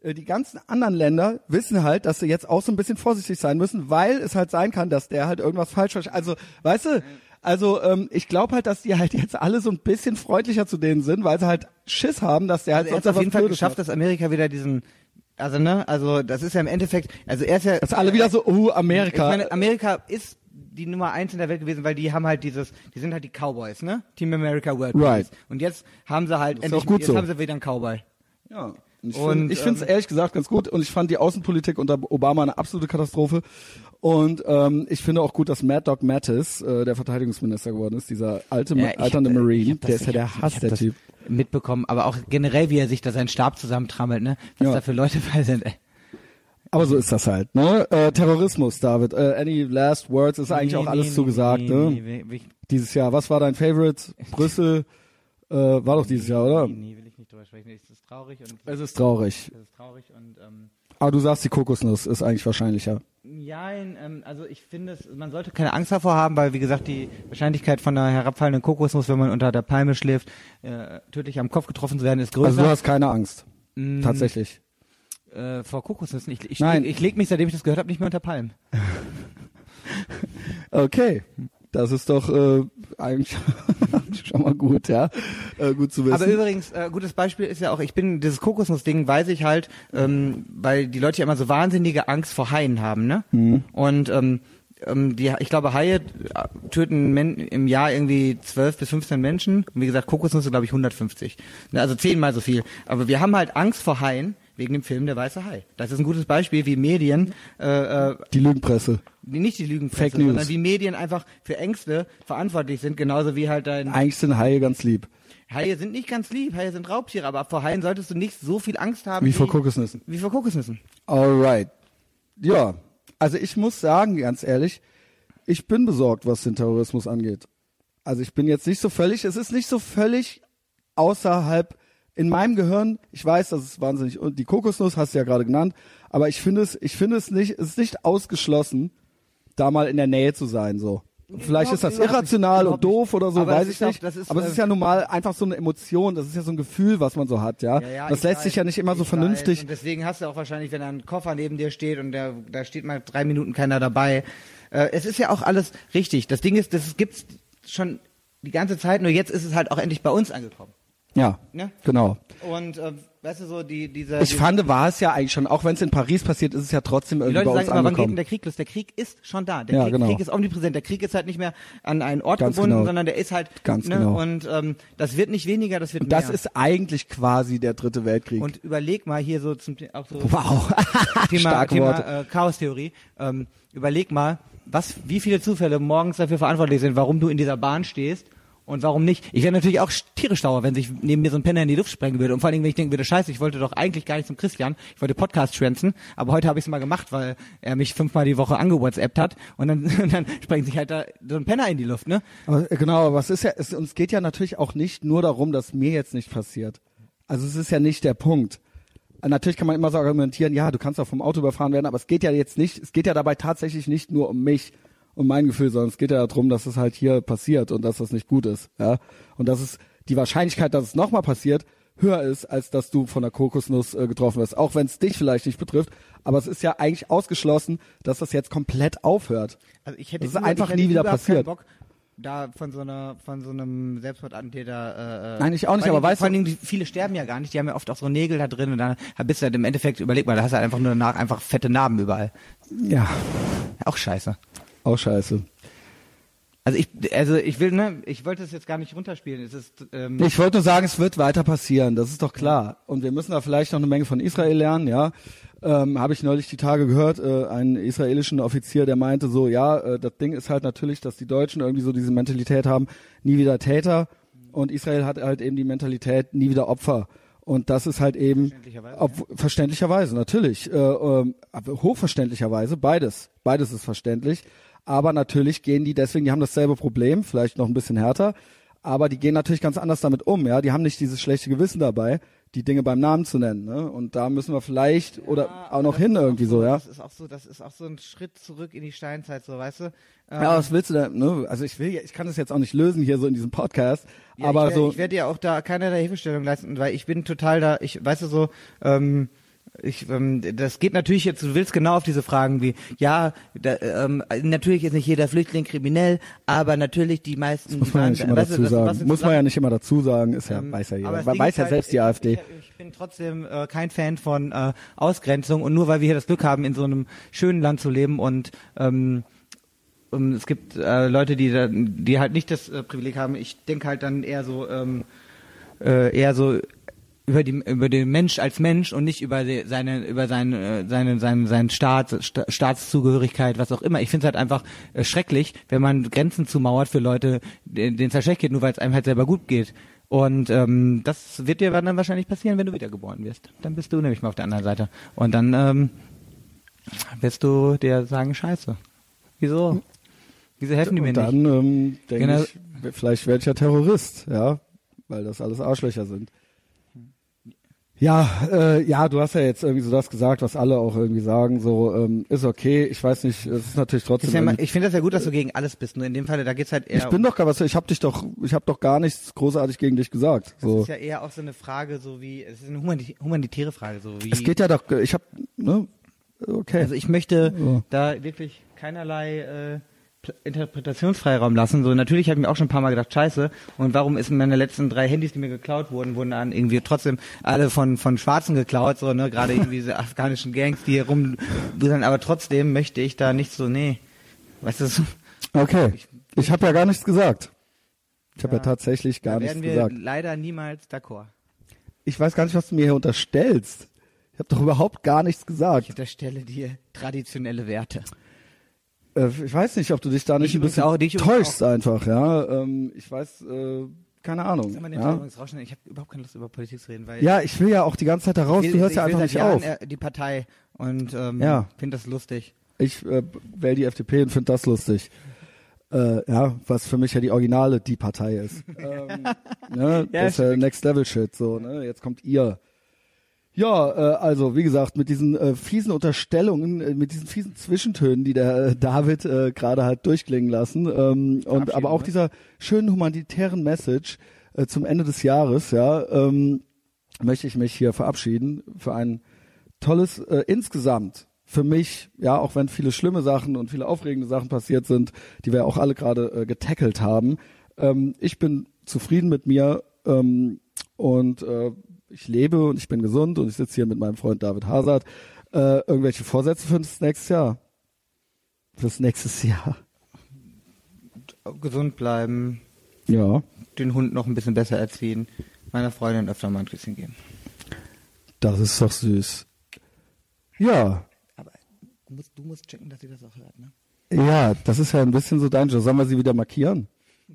äh, die ganzen anderen Länder wissen halt, dass sie jetzt auch so ein bisschen vorsichtig sein müssen, weil es halt sein kann, dass der halt irgendwas falsch versteht. Also, weißt du, also ähm, ich glaube halt, dass die halt jetzt alle so ein bisschen freundlicher zu denen sind, weil sie halt Schiss haben, dass der halt Also er hat sonst auf jeden Fall Blödes geschafft, macht. dass Amerika wieder diesen, also ne, also das ist ja im Endeffekt, also er ist ja, Dass alle wieder so, oh, Amerika. ich meine, Amerika ist die Nummer eins in der Welt gewesen, weil die haben halt dieses, die sind halt die Cowboys, ne? Team America World Right. Peace. Und jetzt haben sie halt ist endlich, auch gut jetzt so. haben sie wieder einen Cowboy. Ja. Und ich Und, finde ich finde es ähm, ehrlich gesagt ganz gut und ich fand die Außenpolitik unter Obama eine absolute Katastrophe und ähm, ich finde auch gut, dass Mad Dog Mattis äh, der Verteidigungsminister geworden ist, dieser alte Ja, ich alternde hab, äh, ich Marine, hab das- der ist ja ich der hab- Hass, ich hab der das Typ. mitbekommen, aber auch generell, wie er sich da seinen Stab zusammentrammelt, ne? Was Ja. da für Leute bei sind, ey. Aber so ist das halt, ne? Äh, Terrorismus, David. Äh, any last words? Ist eigentlich Nee, auch alles nee, zugesagt, nee, ne? nee, nee, will ich- Dieses Jahr. Was war dein Favorite? Brüssel äh, war doch dieses Jahr, oder? Nee, nee, will ich nicht drüber sprechen. Es ist traurig und Es ist traurig. es ist traurig und ähm, Aber du sagst, die Kokosnuss ist eigentlich wahrscheinlicher. ja, ähm, also ich finde es, man sollte keine Angst davor haben, weil wie gesagt die Wahrscheinlichkeit von einer herabfallenden Kokosnuss, wenn man unter der Palme schläft, äh, tödlich am Kopf getroffen zu werden, ist größer. Also du hast keine Angst. Mm, Tatsächlich. äh, vor Kokosnüssen. Ich, ich, Nein. ich, ich leg mich, seitdem ich das gehört habe, nicht mehr unter Palmen. Okay. Das ist doch äh, eigentlich schon mal gut, ja. Äh, gut zu wissen. Aber übrigens, äh, gutes Beispiel ist ja auch, ich bin, dieses Kokosnuss-Ding weiß ich halt, ähm, weil die Leute ja immer so wahnsinnige Angst vor Haien haben, ne? Mhm. Und ähm, ähm, die, ich glaube, Haie äh, töten Men im Jahr irgendwie zwölf bis fünfzehn Menschen. Und wie gesagt, Kokosnüsse, glaube ich, hundertfünfzig. Ne, also zehnmal so viel. Aber wir haben halt Angst vor Haien wegen dem Film Der weiße Hai. Das ist ein gutes Beispiel, wie Medien äh, äh, die Lügenpresse. die- nicht die Lügenpresse, Fake News. sondern wie Medien einfach für Ängste verantwortlich sind, genauso wie halt dein Eigentlich sind Haie ganz lieb. Haie sind nicht ganz lieb, Haie sind Raubtiere, aber vor Haien solltest du nicht so viel Angst haben Wie vor Kokosnüssen. wie vor Kokosnüssen. Alright. Ja, also ich muss sagen, ganz ehrlich, ich bin besorgt, was den Terrorismus angeht. Also ich bin jetzt nicht so völlig, es ist nicht so völlig außerhalb in meinem Gehirn. Ich weiß, das ist wahnsinnig, und die Kokosnuss hast du ja gerade genannt, aber ich finde es, ich finde es nicht, es ist nicht ausgeschlossen, da mal in der Nähe zu sein, so. Vielleicht ist das Überhaupt irrational nicht, und doof oder so, aber das weiß ist ich ja auch- nicht. das ist, aber es äh, ist ja nun mal einfach so eine Emotion, das ist ja so ein Gefühl, was man so hat, ja. Ja, ja, das ich lässt weiß, sich ja nicht immer so ich vernünftig. Weiß. Und deswegen hast du auch wahrscheinlich, wenn da ein Koffer neben dir steht und der, da steht mal drei Minuten keiner dabei. Äh, es ist ja auch alles richtig. Das Ding ist, das gibt's schon die ganze Zeit, nur jetzt ist es halt auch endlich bei uns angekommen. Ja, Ne? genau. Und äh, weißt du so, die diese Ich die, fand, war es ja eigentlich schon, auch wenn es in Paris passiert, ist es ja trotzdem die irgendwie Leute bei uns sagen immer, wann geht denn angekommen. der Krieg los? Der Krieg ist schon da. Der Ja, Krieg, genau. Krieg ist omnipräsent. Der Krieg ist halt nicht mehr an einen Ort Ganz gebunden, genau. sondern der ist halt Ganz ne? genau. Und ähm, das wird nicht weniger, das wird Und mehr. das ist eigentlich quasi der dritte Weltkrieg. Und überleg mal hier so zum auch so wow, Thema, starke Thema Worte. äh, Chaostheorie. Ähm, überleg mal, was, wie viele Zufälle morgens dafür verantwortlich sind, warum du in dieser Bahn stehst und warum nicht. Ich wäre natürlich auch tierisch sauer, wenn sich neben mir so ein Penner in die Luft sprengen würde. Und vor allen Dingen, wenn ich denken würde, scheiße, ich wollte doch eigentlich gar nicht zum Christian, ich wollte Podcast schwänzen, aber heute habe ich es mal gemacht, weil er mich fünfmal die Woche angewhatsappt hat und dann, und dann sprengt sich halt da so ein Penner in die Luft, ne? Aber, äh, genau, was ist ja, es, uns geht ja natürlich auch nicht nur darum, dass mir jetzt nicht passiert. Also es ist ja nicht der Punkt. Äh, Natürlich kann man immer so argumentieren, ja, du kannst auch vom Auto überfahren werden, aber es geht ja jetzt nicht, es geht ja dabei tatsächlich nicht nur um mich, um mein Gefühl, sondern es geht ja darum, dass es halt hier passiert und dass das nicht gut ist, ja. Und dass es die Wahrscheinlichkeit, dass es nochmal passiert, höher ist, als dass du von der Kokosnuss äh, getroffen wirst. Auch wenn es dich vielleicht nicht betrifft, aber es ist ja eigentlich ausgeschlossen, dass das jetzt komplett aufhört. Also ich hätte Das ist über- einfach ich hätte nie wieder überhaupt keinen passiert. Bock, da von so einer, von so einem Selbstmordattentäter. Äh, Nein, ich auch nicht, vor allen aber Dingen- weißt vor allen du- Dingen, die- viele sterben ja gar nicht. Die haben ja oft auch so Nägel da drin und dann bist du halt im Endeffekt, überleg mal, da hast du halt einfach nur danach einfach fette Narben überall. Ja, Auch scheiße. auch scheiße. Also ich, also ich will, ne, ich wollte es jetzt gar nicht runterspielen. Es ist, ähm, Ich wollte nur sagen, es wird weiter passieren, das ist doch klar. Und wir müssen da vielleicht noch eine Menge von Israel lernen, ja. Ähm, habe ich neulich die Tage gehört, äh, einen israelischen Offizier, der meinte so, ja, äh, das Ding ist halt natürlich, dass die Deutschen irgendwie so diese Mentalität haben, nie wieder Täter. Und Israel hat halt eben die Mentalität, nie wieder Opfer. Und das ist halt eben, Verständlicherweise, ob, verständlicherweise, natürlich, äh, ähm, aber hochverständlicherweise, beides, beides ist verständlich. Aber natürlich gehen die deswegen, die haben dasselbe Problem, vielleicht noch ein bisschen härter, aber die gehen natürlich ganz anders damit um, ja. Die haben nicht dieses schlechte Gewissen dabei, die Dinge beim Namen zu nennen, ne? Und da müssen wir vielleicht oder auch noch das hin ist auch irgendwie so, ja. Das ist auch so, das ist auch so ein Schritt zurück in die Steinzeit, so, weißt du? Ähm, Ja, was willst du da, ne? Also ich will, ja- ich kann das jetzt auch nicht lösen hier so in diesem Podcast, Ja, aber ich, so. Ich werde dir auch da keine der Hilfestellung leisten, weil ich bin total da, ich, weißt du so, ähm, Ich, ähm, das geht natürlich jetzt, du willst genau auf diese Fragen wie, ja, da, ähm, natürlich ist nicht jeder Flüchtling kriminell, aber natürlich die meisten... Das muss man ja nicht immer weißt dazu du, sagen. was, was muss man ja nicht immer dazu sagen, ist ja, ähm, weiß ja aber jeder. das Ding Weiß ist ja halt, selbst die ich, AfD. Ich, ich bin trotzdem äh, kein Fan von äh, Ausgrenzung und nur weil wir hier das Glück haben, in so einem schönen Land zu leben und ähm, um, es gibt äh, Leute, die da, die halt nicht das äh, Privileg haben, ich denke halt dann eher so ähm, äh, eher so über die über den Mensch als Mensch und nicht über die, seine über seine seine seinen seinen Staat Sta Staatszugehörigkeit, was auch immer. Ich finde es halt einfach äh, schrecklich, wenn man Grenzen zumauert für Leute, denen es halt schlecht geht, nur weil es einem halt selber gut geht. Und ähm, das wird dir dann wahrscheinlich passieren, wenn du wiedergeboren wirst. Dann bist du nämlich mal auf der anderen Seite. Und dann ähm, wirst du dir sagen, Scheiße. Wieso? Wieso helfen die mir Und dann nicht? ähm, denke Genau. ich, vielleicht werde ich ja Terrorist, ja, weil das alles Arschlöcher sind. Ja, äh, ja, du hast ja jetzt irgendwie so das gesagt, was alle auch irgendwie sagen, so ähm, ist okay. Ich weiß nicht, es ist natürlich trotzdem. Ist ja mal, ich finde das ja gut, dass du gegen alles bist. Nur in dem Fall, da geht's halt eher. Ich bin doch gar was. Ich habe dich doch, ich habe doch gar nichts großartig gegen dich gesagt. Das So. ist ja eher auch so eine Frage, so wie es ist eine humani humanitäre Frage, so wie. Es geht ja doch. Ich habe, ne, okay. Also ich möchte Ja. da wirklich keinerlei äh, Interpretationsfreiraum lassen. So natürlich habe ich mir auch schon ein paar Mal gedacht, scheiße, und warum ist meine letzten drei Handys, die mir geklaut wurden, wurden dann irgendwie trotzdem alle von von Schwarzen geklaut, so, ne, gerade irgendwie diese afghanischen Gangs, die hier rum, aber trotzdem möchte ich da nicht so, nee, weißt du, so, Okay. Ich habe ja gar nichts gesagt. Ich habe Ja. ja tatsächlich gar da nichts werden wir gesagt. leider niemals d'accord. Ich weiß gar nicht, was du mir hier unterstellst. Ich habe doch überhaupt gar nichts Ich gesagt. unterstelle dir traditionelle Werte. Äh, ich weiß nicht, ob du dich da nicht Ich ein bisschen übrigens auch, die ich übrigens täuschst einfach, ja. Ähm, ich weiß, äh, keine Ahnung. Sag mal den Ja? übrigens rausschneiden. Ich habe überhaupt keine Lust, über Politik zu reden, weil ja, ich will ja auch die ganze Zeit da raus. ich Du will, hörst ich ja will einfach seit nicht Jahren, auf. äh, die Partei und ähm, Ja. finde das lustig. Ich äh, wähle die F D P und finde das lustig. Äh, ja, was für mich ja die originale die Partei ist. ähm, ne, Ja, das ist ja Next Level Shit. So, ne? Jetzt kommt ihr. Ja, äh, also wie gesagt, mit diesen äh, fiesen Unterstellungen, äh, mit diesen fiesen Zwischentönen, die der äh, David äh, gerade hat durchklingen lassen, ähm, und aber auch ne? dieser schönen humanitären Message äh, zum Ende des Jahres, ja, ähm, möchte ich mich hier verabschieden für ein tolles äh, insgesamt für mich, ja, auch wenn viele schlimme Sachen und viele aufregende Sachen passiert sind, die wir auch alle gerade äh, getackelt haben. Ähm, ich bin zufrieden mit mir ähm, und äh, ich lebe und ich bin gesund und ich sitze hier mit meinem Freund David Hazard. Äh, irgendwelche Vorsätze für das nächste Jahr? Fürs nächste Jahr? Gesund bleiben, Ja, den Hund noch ein bisschen besser erziehen, meiner Freundin öfter mal ein Küsschen geben. das ist doch süß. Ja, Aber du musst, du musst checken, dass sie das auch hört, ne? ja, das ist ja ein bisschen so dein Job. Sollen wir sie wieder markieren?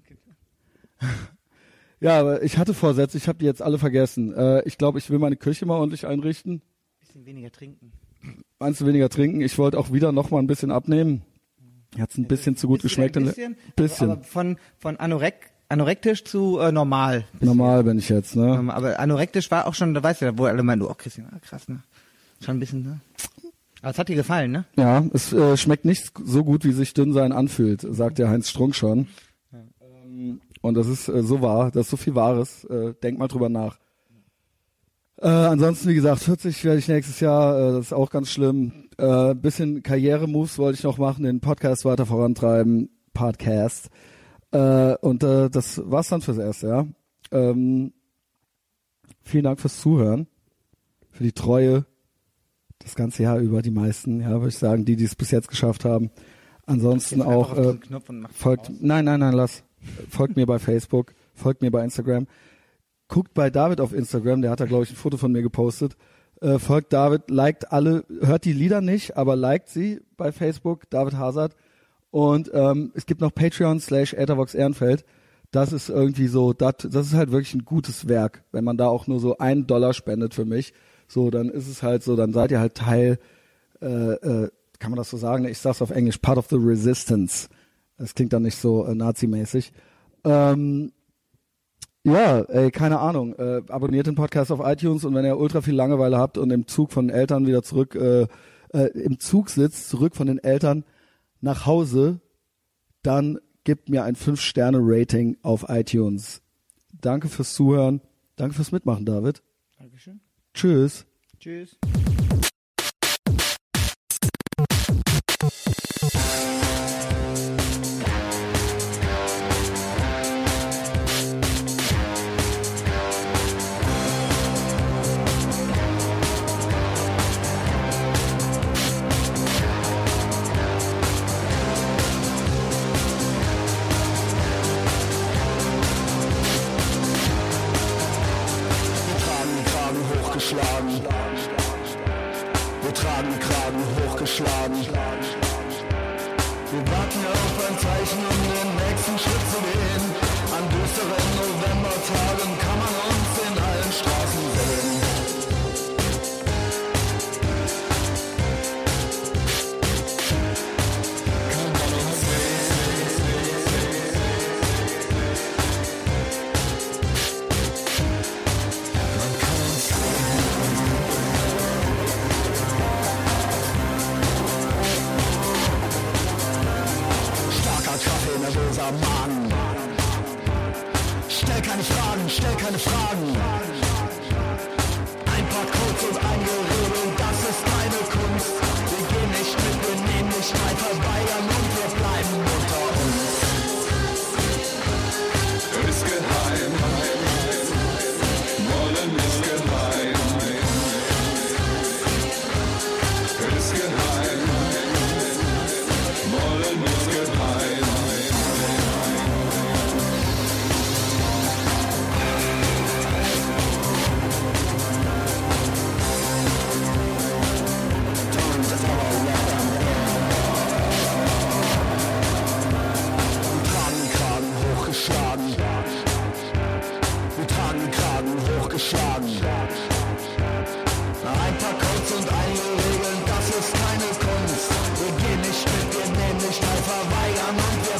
Ja, aber ich hatte Vorsätze, ich habe die jetzt alle vergessen. Äh, ich glaube, ich will meine Küche mal ordentlich einrichten. Bisschen weniger trinken. Meinst du weniger trinken? Ich wollte auch wieder noch mal ein bisschen abnehmen. Hat's ein bisschen zu gut geschmeckt. Ein bisschen, bisschen. aber von, von anorek, anorektisch zu äh, normal. Bisschen. Normal bin ich jetzt, ne? Ähm, aber anorektisch war auch schon, da weißt du ja, wo alle meinen, oh Christian, ah, krass, ne? Schon ein bisschen, ne? Aber es hat dir gefallen, ne? Ja, es äh, schmeckt nicht so gut, wie sich dünn sein anfühlt, sagt der Heinz Strunk schon. Ja. Ähm, und das ist äh, so wahr, das ist so viel Wahres. Äh, denk mal drüber nach. Äh, ansonsten, wie gesagt, vierzig werde ich nächstes Jahr, äh, das ist auch ganz schlimm. Äh, bisschen Karriere-Moves wollte ich noch machen, den Podcast weiter vorantreiben, Podcast. Äh, und äh, das war's dann fürs Erste, ja. Ähm, vielen Dank fürs Zuhören, für die Treue, das ganze Jahr über, die meisten, ja, würde ich sagen, die, die es bis jetzt geschafft haben. Ansonsten Jetzt einfach auch auf äh, diesen Knopf und mach folgt, aus. nein, nein, nein, lass. Folgt mir bei Facebook, folgt mir bei Instagram. Guckt bei David auf Instagram, der hat da, glaube ich, ein Foto von mir gepostet. Äh, folgt David, liked alle, hört die Lieder nicht, aber liked sie bei Facebook, David Hazard. Und ähm, es gibt noch Patreon slash Ethervox Ehrenfeld. Das ist irgendwie so, das, das ist halt wirklich ein gutes Werk. Wenn man da auch nur so einen Dollar spendet für mich, so, dann ist es halt so, dann seid ihr halt Teil, äh, äh, kann man das so sagen? Ich sag's auf Englisch, part of the resistance. Das klingt dann nicht so äh, nazimäßig. Ähm, ja, ey, keine Ahnung. Äh, abonniert den Podcast auf iTunes und wenn ihr ultra viel Langeweile habt und im Zug von den Eltern wieder zurück, äh, äh, im Zug sitzt, zurück von den Eltern nach Hause, dann gebt mir ein fünf Sterne Rating auf iTunes. Danke fürs Zuhören. Danke fürs Mitmachen, David. Dankeschön. Tschüss. Tschüss. Wir tragen Kragen hochgeschlagen. Wir warten auf ein Zeichen, um den nächsten Schritt zu gehen. An düsteren Novembertagen kann man uns in allen Straßen sehen. Nervöser Magen. Stell keine Fragen, stell keine Fragen. Ein paar Codes und eingeredet, das ist keine Kunst. Wir gehen nicht mit, wir nehmen nicht teil, verweigern und wir bleiben unter uns. Ist geheim, wollen ist geheim. Ist geheim, wollen ist geheim. Hochgeschlagen. Wir tragen Kragen hochgeschlagen. Ein paar Codes und einige Regeln, das ist keine Kunst. Wir gehen nicht mit, wir nehmen nicht teil, verweigern und wir